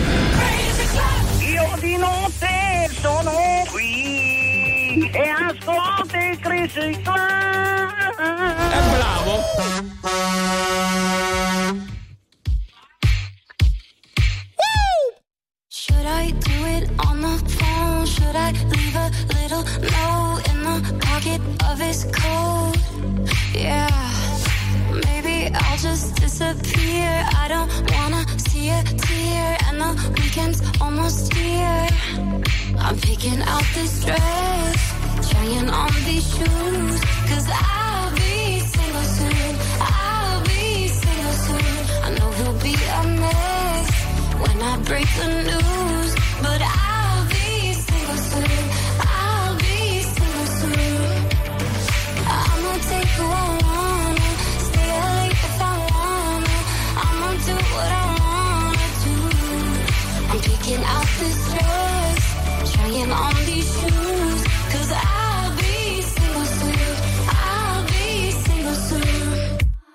Io di notte sono qui e ascolto il Crazy Club. È bravo. Should I do it on the phone? Should I leave a little note in the pocket of his coat? Yeah, maybe I'll just disappear. I don't wanna see a tear, and the weekend's almost here. I'm picking out this dress, trying on these shoes, 'cause I'll be single soon. I'll be single soon. I know he'll be a mess when I break the news, but I'll be single soon. I'll be single soon. I'ma take who I wanna, stay late if I wanna. I'ma do what I wanna do. I'm picking out this dress, trying on these shoes, 'cause I'll be single soon. I'll be single soon.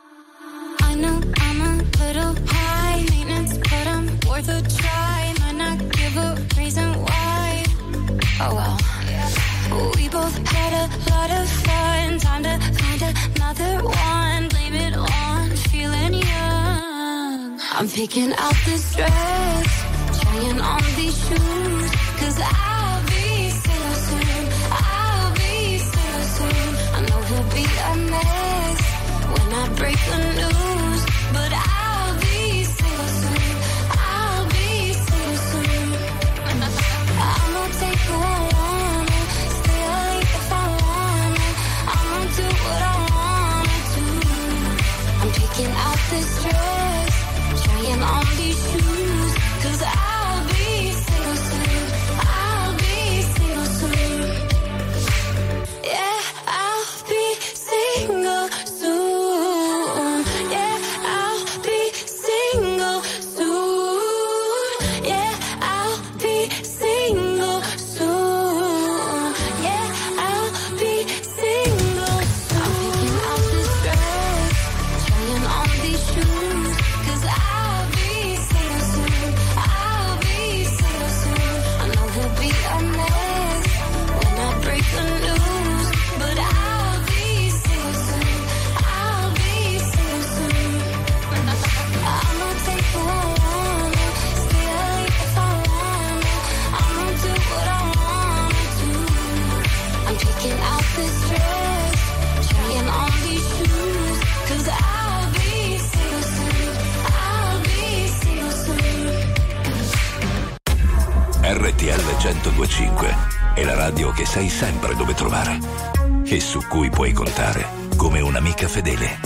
I'm picking out this dress, trying on these shoes, cause I'll be single soon, I'll be single soon. I know he'll be a mess when I break the news, but I'll be single soon, I'll be single soon. I'ma take who I wanna, stay late if I wanna, I'ma do what I wanna do. I'm picking out this dress, trying on these shoes, cause I'll be single soon, I'll be single soon. Yeah, I'll be single soon. Yeah, I'll be single soon. Yeah, I'll be single soon. Yeah, I'll be single soon. I'm picking out this dress, trying on these shoes, cause I'll be single soon, I'll be single soon. I know he'll be a mess when I break the news, but I'll be single soon, I'll be single soon. I'ma take who I wanna, stay late if I wanna, I'ma do what I wanna do. I'm picking out this dress, trying on these shoes, cause I'll be single soon, I'll be single soon. R T L centodue e cinque è la radio che sai sempre dove trovare e su cui puoi contare come un'amica fedele.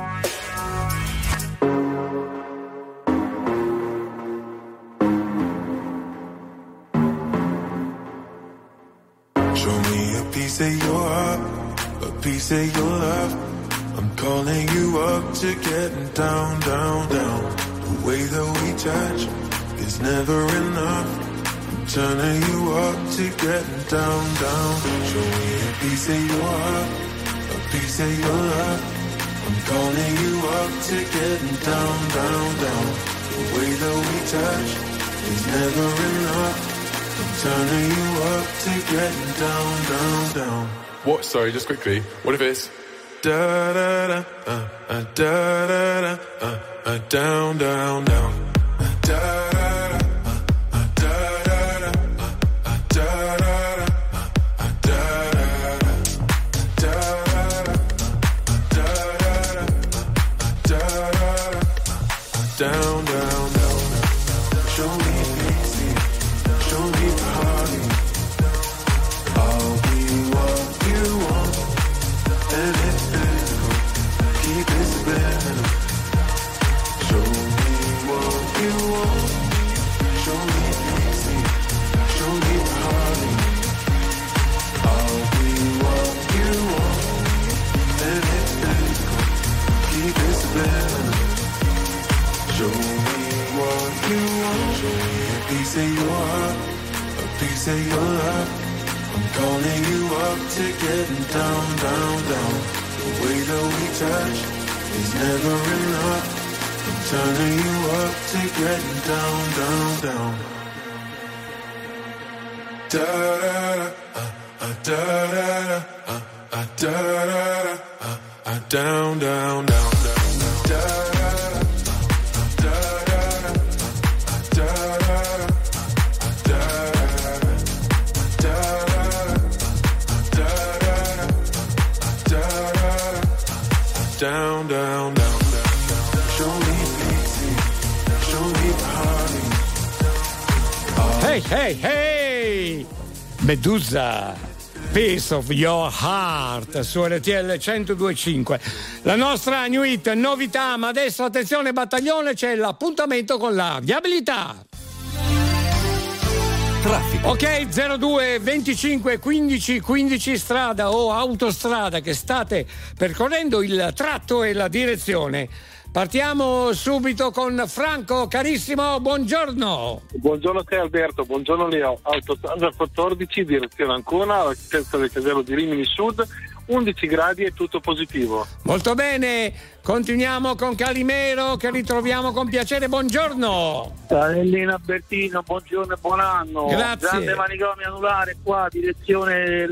Show me a piece of your heart, a piece of your love. I'm calling you up to getting down, down, down. The way that we touch is never enough. I'm turning you up to getting down, down. Show me a piece of your heart, a piece of your love. I'm calling you up to getting down, down, down. The way that we touch is never enough. I'm turning you up to getting down, down, down. What? Sorry, just quickly. What if it's da da da uh, uh, da da da uh, uh, down, down, down. Uh, da da da uh, uh, da da da uh, uh, da da da uh, uh, da da da da da da uh, da da da uh, da da da uh, down, down, down. Show me easy, show me party. I'll be what you want, and it's physical. Keep it spinning. Show me what you want. Show me easy, show me party. I'll be what you want, and it's physical. Keep it spinning. Show me what you want. Show me a piece of your heart, a piece of your love. I'm calling you up to getting down, down, down. The way that we touch is never enough. I'm turning you up to getting down, down, down. Da da da, uh, uh, da da da, uh, uh, da da da, uh, uh, down, down, down, down, da da da. Down, down, down, down. Show me easy, show me party. Oh. Hey, hey, hey! Medusa, Piece of Your Heart su R T L centodue e cinque. La nostra new hit, novità, ma adesso attenzione battaglione, c'è l'appuntamento con la viabilità. Traffico. Ok, zero due venticinque quindici quindici strada o autostrada che state percorrendo il tratto e la direzione. Partiamo subito con Franco, carissimo, buongiorno. Buongiorno a te Alberto, buongiorno Leo. Autostrada quattordici, direzione Ancona, all'altezza del casello di Rimini Sud, undici gradi e tutto positivo. Molto bene, continuiamo con Calimero che ritroviamo con piacere, buongiorno. Ellina Bertino, buongiorno e buon anno. Grazie. Grande manicomio anulare qua, direzione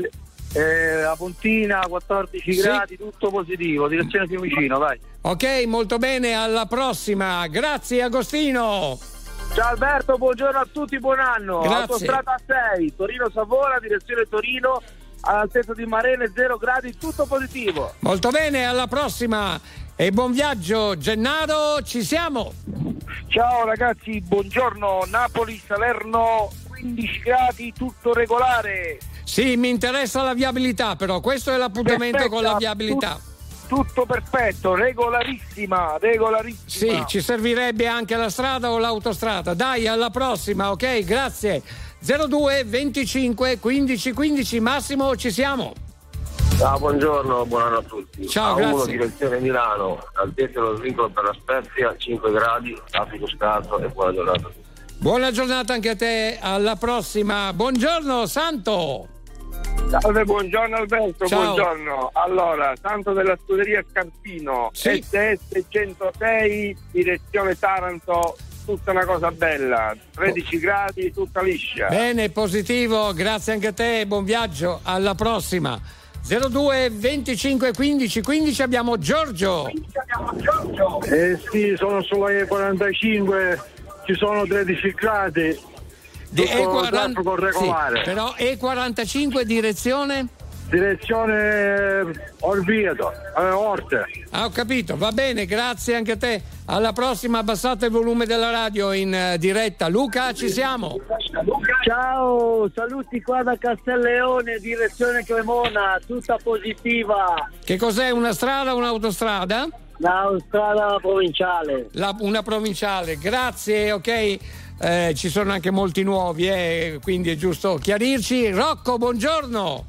eh, la puntina, quattordici Sì. gradi, tutto positivo, direzione Fiumicino, vai. Ok, molto bene, alla prossima. Grazie Agostino. Ciao Alberto, buongiorno a tutti, buon anno. Grazie. Autostrada sei, Torino-Savona, direzione Torino, all'altezza di Marene, zero gradi, tutto positivo. Molto bene, alla prossima e buon viaggio. Gennaro, ci siamo. Ciao ragazzi, buongiorno. Napoli, Salerno, quindici gradi, tutto regolare. Sì, mi interessa la viabilità, però questo è l'appuntamento Perfetta, con la viabilità. Tut- tutto perfetto, regolarissima, regolarissima. Sì, ci servirebbe anche la strada o l'autostrada. Dai, alla prossima, ok? Grazie. zero due venticinque quindici quindici, Massimo, ci siamo. Ciao, buongiorno, buon anno a tutti. Ciao, A uno, grazie. direzione Milano, altezza dello svincolo per la Spezia, cinque gradi, traffico scarso e buona giornata a tutti. Buona giornata anche a te, alla prossima. Buongiorno, Santo. Salve, buongiorno Alberto, Ciao. buongiorno. Allora, Santo della Scuderia Scarpino, Sì. S S centosei, direzione Taranto, tutta una cosa bella, tredici gradi, tutta liscia. Bene, positivo, grazie anche a te, buon viaggio, alla prossima. zero due venticinque quindici quindici, abbiamo Giorgio. Eh sì, sono solo le quarantacinque, ci sono tredici gradi. Di Tutto E quaranta, traffico regolare. sì, però E quarantacinque direzione? Direzione Orvieto, eh, Orte. Ah, ho capito, va bene, grazie anche a te. Alla prossima, abbassate il volume della radio in eh, diretta. Luca, ci siamo. Ciao, saluti qua da Castelleone, direzione Cremona, tutta positiva. Che cos'è, una strada o un'autostrada? La strada provinciale. La- una provinciale, grazie, ok. Eh, ci sono anche molti nuovi, eh, quindi è giusto chiarirci. Rocco, buongiorno.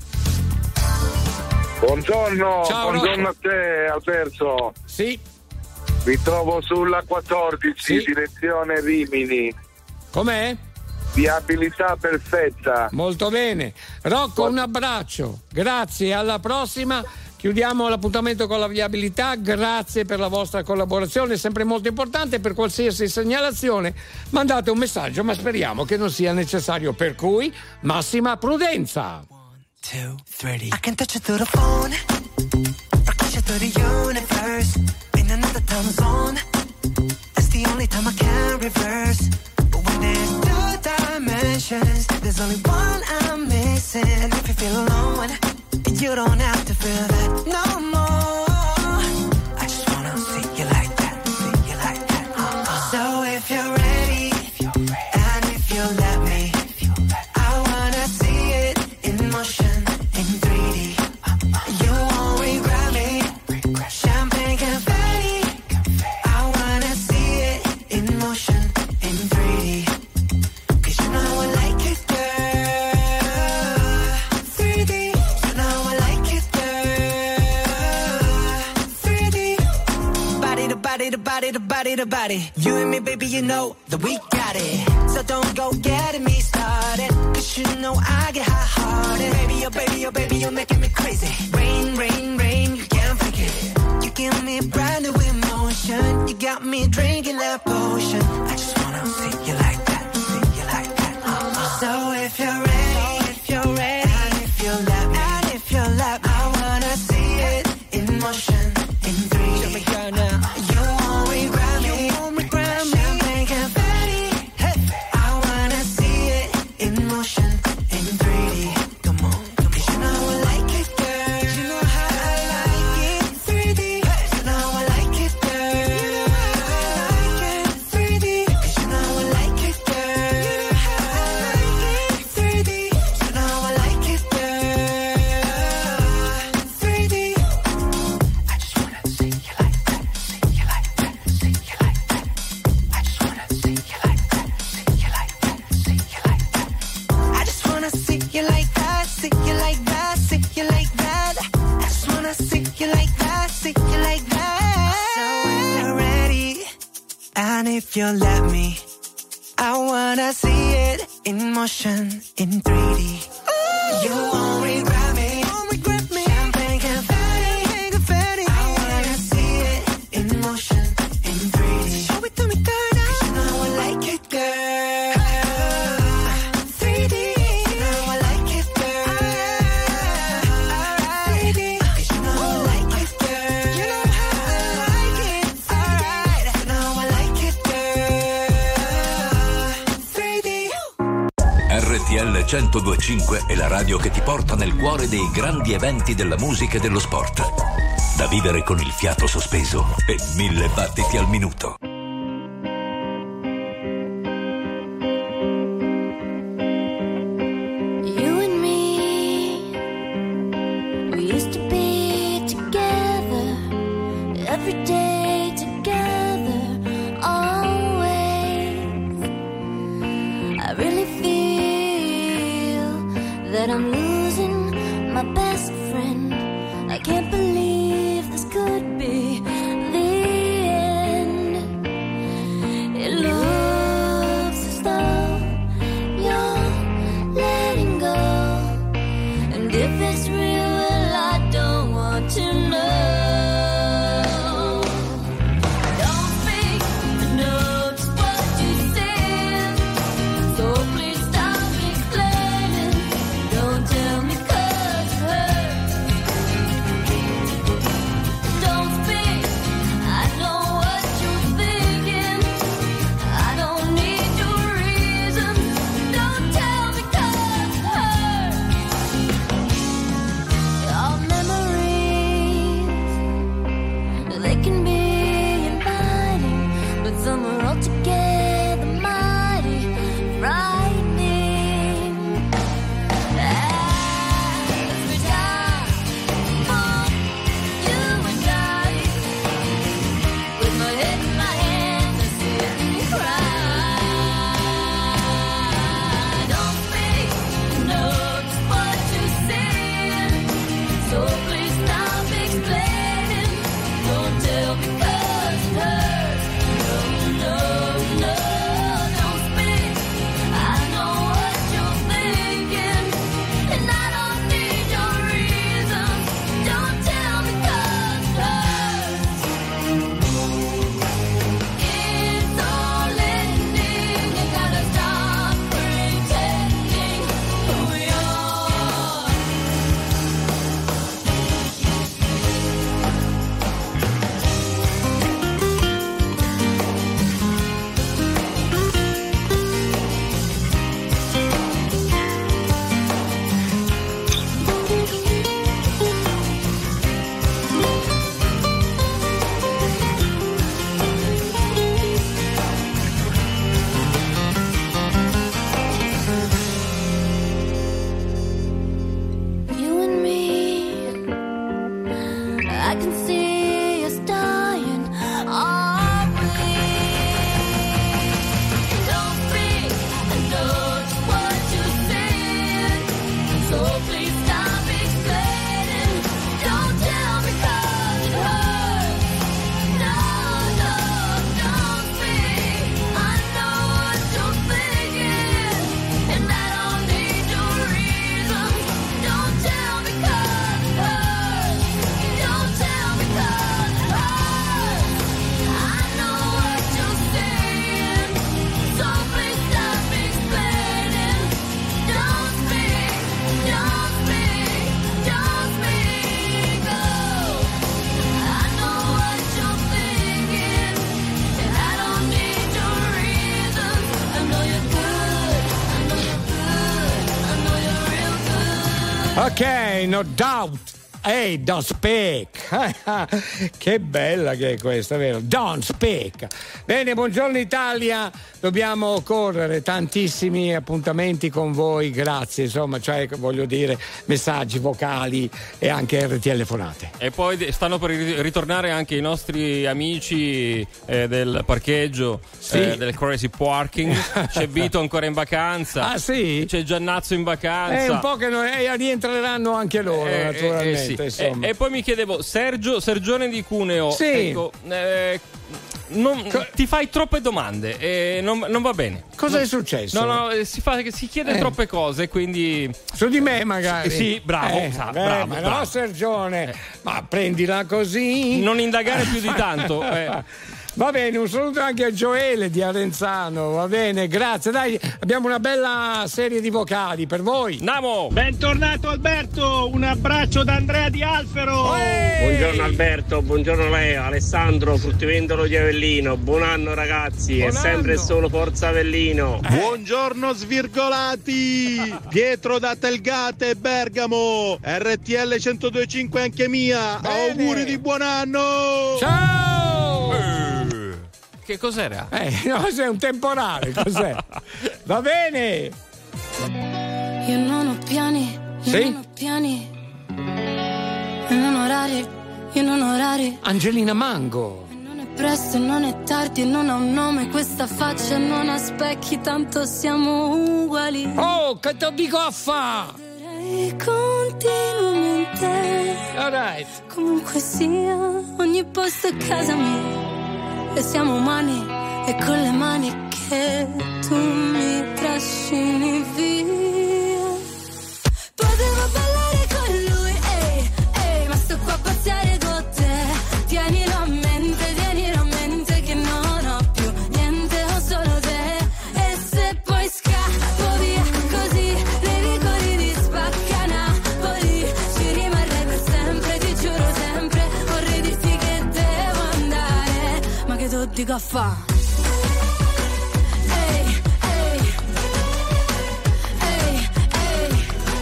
Buongiorno, Ciao, buongiorno Rocco. a te Alberto. Sì. Mi trovo sulla quattordici, Sì. direzione Rimini. Com'è? Viabilità perfetta. Molto bene. Rocco, un abbraccio. Grazie, alla prossima. Chiudiamo l'appuntamento con la viabilità. Grazie per la vostra collaborazione, è sempre molto importante. Per qualsiasi segnalazione mandate un messaggio, ma speriamo che non sia necessario. Per cui massima prudenza. Two, three. I can touch it through the phone, or push it through the universe. In another time zone, that's the only time I can reverse. But when there's two dimensions, there's only one I'm missing. And if you feel alone, you don't have to feel that no more. I just wanna see you like that, see you like that. Uh-uh. So if you're ready, if you're ready, and if you let me, if you let me, I wanna see it in motion. The body, the body, the body. You and me, baby, you know that we got it. So don't go getting me started, cause you know I get hot-hearted. Baby, oh baby, oh baby, you're making me crazy. Rain, rain, rain, you can't fake it. You give me brand new emotion. You got me drinking that potion. I just wanna see you like that, see you like that. Uh-uh. So if you're ready, if you're ready, and if you let me, and if you let me, I wanna see it in motion, in three D. Show me girl now. If you let me, I wanna see it in motion, in three D. Ooh, you won't regret me, won't regret me. Champagne confetti, confetti. I wanna see it in motion, in three D. Show it to me, girl, now. 'Cause you know I like it, girl. three D, you know I like it, girl. T L centodue e cinque è la radio che ti porta nel cuore dei grandi eventi della musica e dello sport. Da vivere con il fiato sospeso e mille battiti al minuto. You and me, we used to be together every day together, always. I really feel that I'm losing my best friend. I can't believe this could be the end. It looks as though you're letting go, and if it's real, well, I don't want to know. Don't speak, I know just what you said, so please stop explaining. Don't tell me 'cause it hurts. Don't speak, I know what you're thinking. I don't need your reasons. Don't tell me 'cause it hurts. Our memories, they can be inviting, but some are altogether mighty frightening. Every time for you and I, with my head in my hands, I sit and cry. Don't speak, I know just what you're saying, so please stop explaining. Don't tell me 'cause it hurts. No, no, no, don't speak. I know what you're thinking, and I don't need your reasons. Don't tell me 'cause it hurts. It's all ending. You gotta stop pretending who we are. You and me, I can see us dying, are we? Don't speak, I know just what you're saying, so please stop explaining. Don't tell me 'cause it hurts. No, no, don't speak. I know what you're thinking, and I don't need your reasons. Don't tell me 'cause it hurts. Don't tell me 'cause it hurts. I know what you're saying, so please stop explaining. Don't speak, don't speak, don't speak. Oh, I know what you're thinking, and I don't need your reasons. I know you're good, I know you're good, I know you're real good. Ok, no doubt. Hey, don't speak. Che bella che è questa, vero? Don't speak. Bene, buongiorno Italia. Dobbiamo correre, tantissimi appuntamenti con voi, grazie. Insomma, cioè, voglio dire, messaggi vocali e anche R T L telefonate. E poi stanno per ritornare anche i nostri amici eh, del parcheggio, Sì. eh, del Crazy Parking. C'è Vito ancora in vacanza. Ah, sì? C'è Giannazzo in vacanza. È un po' che non, eh, rientreranno anche loro, Eh, naturalmente. eh, sì. Insomma. E, e poi mi chiedevo, Sergio, Sergione di Cuneo, Sì. ecco, eh, non, ti fai troppe domande e non, non va bene. Cosa Non- è successo? No, no, eh, si, fa, si chiede Eh. troppe cose, quindi... Su di me magari. Sì, sì, bravo, Eh, sa, beh, bravo, ma bravo. no, Sergione, ma prendila così. Non indagare più di tanto. eh. Va bene, un saluto anche a Gioele di Arenzano, va bene, grazie. Dai, abbiamo una bella serie di vocali per voi. Namo! Bentornato Alberto, un abbraccio da Andrea di Alfero. Buongiorno Alberto, buongiorno Leo, Alessandro, fruttivendolo di Avellino. Buon anno ragazzi, Buon è sempre e anno. solo Forza Avellino. Buongiorno svirgolati, Pietro da Telgate, Bergamo, R T L centodue e cinque anche mia. Bene. Auguri di buon anno. Ciao! Che cos'era? Eh, no, c'è un temporale, cos'è? Va bene. Io non ho piani, io Sì? non ho piani. Io non ho orari, io non ho orari. Angelina Mango. Non è presto e non è tardi e non ha un nome. Questa faccia non ha specchi, tanto siamo uguali. Oh, che te lo dico a fa? Continuamente. Alright. Comunque sia, ogni posto è casa mia. E siamo umani, e con le mani che tu mi trascini via. Potevo ballare con lui, ehi, ehi, ma sto qua a pazziare con te. Tienilo a mente, tienilo a mente che non ho più niente, ho solo te. E se poi scappo via così, nei vicoli di Spacca Napoli, ci rimarrei per sempre, ti giuro sempre. Vorrei dirti che devo andare, ma che tu dico a fa'? Ehi, ehi, ehi, ehi.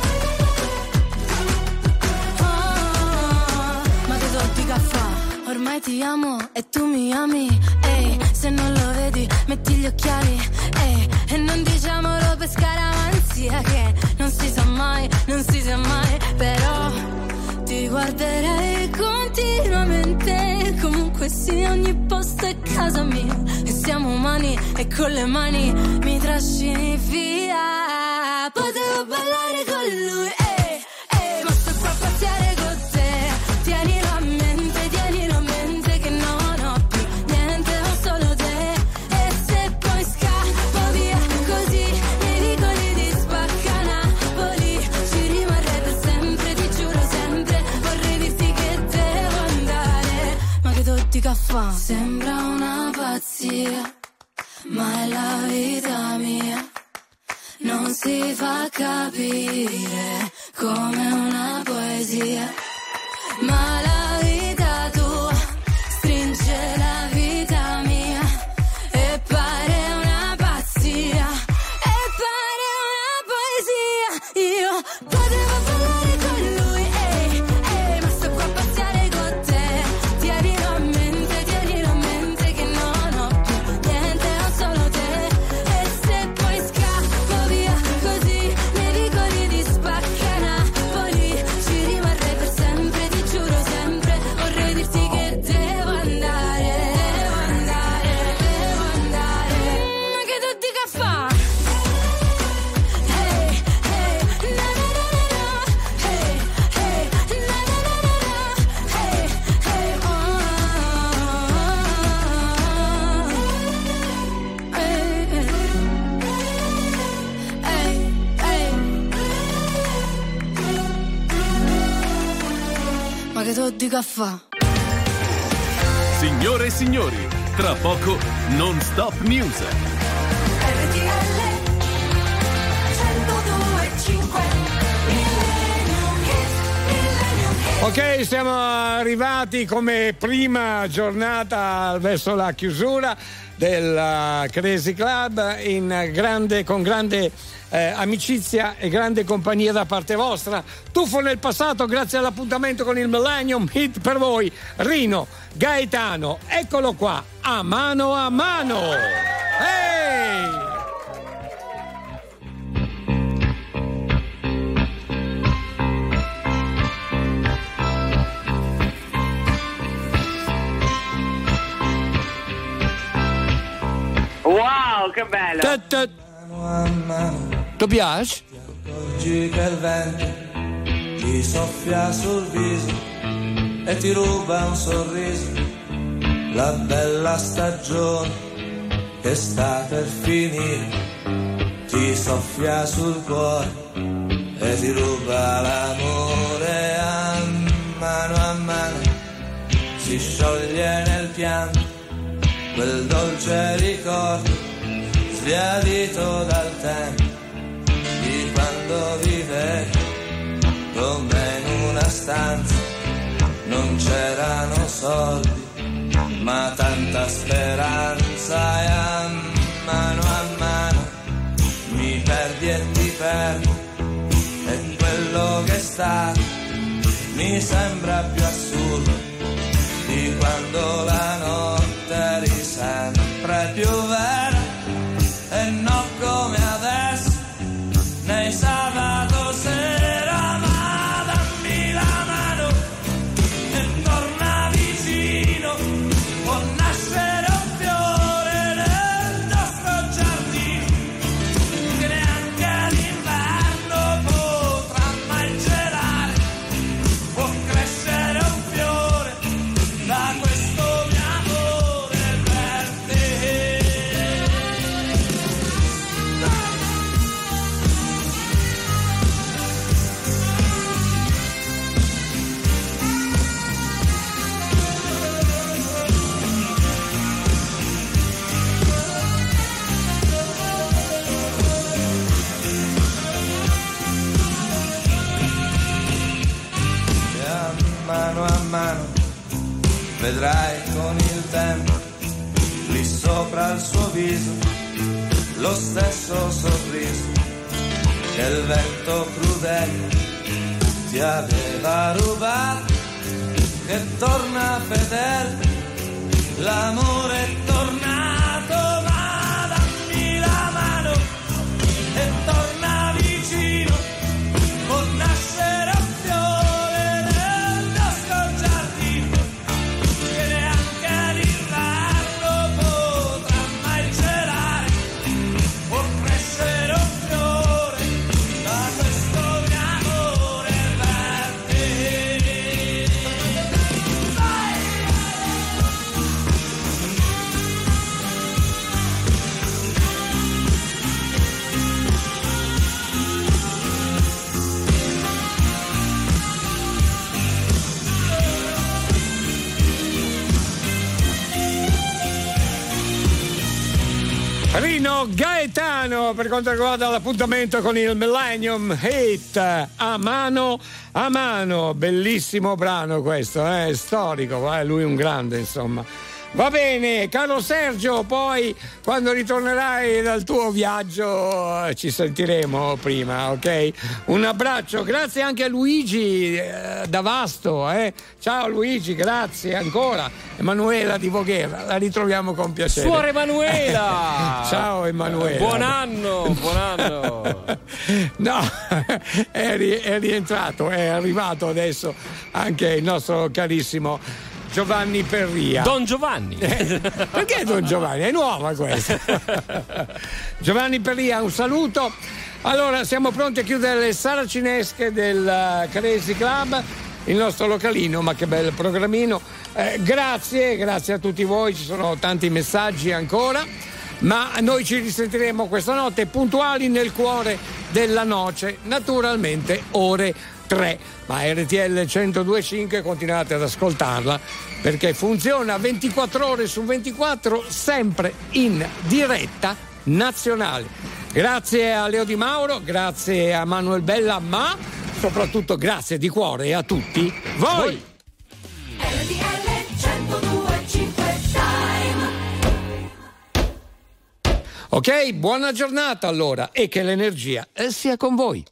Oh, ma che tu dico a fa'? Ormai ti amo e tu mi ami, ehi, se non lo vedi metti gli occhiali, ehi, e non diciamolo per scaramanzia che non si sa mai, non si sa mai, però ti guarderei continuamente, comunque sia ogni posto è casa mia, e siamo umani e con le mani mi trascini via. Potevo ballare con lui, ehi, ehi, ma sto qua a pazziare con te. Tienilo a mente, tienilo a mente che non ho più niente, ho solo te. E se poi scappo via così, nei vicoli di Spacca Napoli, ci rimarrei per sempre, ti giuro sempre. Vorrei dirti che devo andare, ma che tu dica fa? Sembra una pazzia, ma è la vita mia. Non si fa capire come una poesia, ma la vita tua stringe la vita mia e pare una pazzia, e pare una poesia. Io potevo ballare con lui, ehi, ehi, ma sto qua a pazziare con te. Tienilo a mente, tienilo a mente che non ho più niente, ho solo te. E se poi scappo via così, nei vicoli di Spacca Napoli, ci rimarrei per sempre, ti giuro sempre. Vorrei dirti che devo andare, devo andare, devo andare. Ma che tu dica fa? Hey, hey, na na na na na. Hey, hey, na na na na na. Hey, hey, oh. Hey, hey, hey. Ma che tu dica fa? Signore e signori, tra poco Non Stop News. Ok, siamo arrivati come prima giornata verso la chiusura del Crazy Club in grande, con grande eh, amicizia e grande compagnia da parte vostra. Tuffo nel passato grazie all'appuntamento con il Millennium Hit per voi, Rino Gaetano, eccolo qua, a mano a mano. Ehi! Wow, che bello! Ti piace? Accorgi che il vento ti soffia sul viso e ti ruba un sorriso, la bella stagione che sta per finire, ti soffia sul cuore e ti ruba l'amore. A mano a mano si scioglie nel pianto quel dolce ricordo sbiadito dal tempo di quando vivevi con me in una stanza non c'erano soldi, ma tanta speranza, e a mano a mano mi perdi e ti perdi, e quello che sta mi sembra più assurdo di quando la notte eri sempre più vera, e non come adesso nei sabato sera, ma dammi la mano e torna vicino, può nascere un fiore nel nostro giardino, che neanche l'inverno potrà mai gelare, può crescere un fiore da questo mio amore per te. E a mano a mano vedrai con il tempo lì sopra il suo viso lo stesso sorriso che il vento crudele ti aveva rubato, che torna fedele, l'amore è tornato, ma dammi la mano e torna vicino, può nascere un fiore nel nostro giardino, che neanche l'inverno potrà mai gelare, può crescere un fiore da questo mio amore per te. Rino Gaetano per quanto riguarda l'appuntamento con il Millennium Hit, a mano a mano, bellissimo brano questo, eh, storico, eh, lui un grande insomma. Va bene, caro Sergio, poi quando ritornerai dal tuo viaggio ci sentiremo prima, ok? Un abbraccio, grazie anche a Luigi eh, da Vasto, eh? Ciao Luigi, grazie ancora. Emanuela di Voghera, la ritroviamo con piacere. Suor Emanuela! Ciao Emanuela. Buon anno, buon anno. No, è, ri- è rientrato, è arrivato adesso anche il nostro carissimo Giovanni Perria. Don Giovanni. Eh, perché Don Giovanni? È nuova questa. Giovanni Perria, un saluto. Allora, siamo pronti a chiudere le saracinesche del Crazy Club, il nostro localino, ma che bel programmino. Eh, grazie, grazie a tutti voi, ci sono tanti messaggi ancora, ma noi ci risentiremo questa notte puntuali nel cuore della noce, naturalmente ore tre. Ma R T L centodue e cinque continuate ad ascoltarla perché funziona ventiquattro ore su ventiquattro, sempre in diretta nazionale. Grazie a Leo Di Mauro, grazie a Manuel Bella, ma soprattutto grazie di cuore a tutti voi. R T L centodue e cinque Time. Ok, buona giornata allora e che l'energia sia con voi.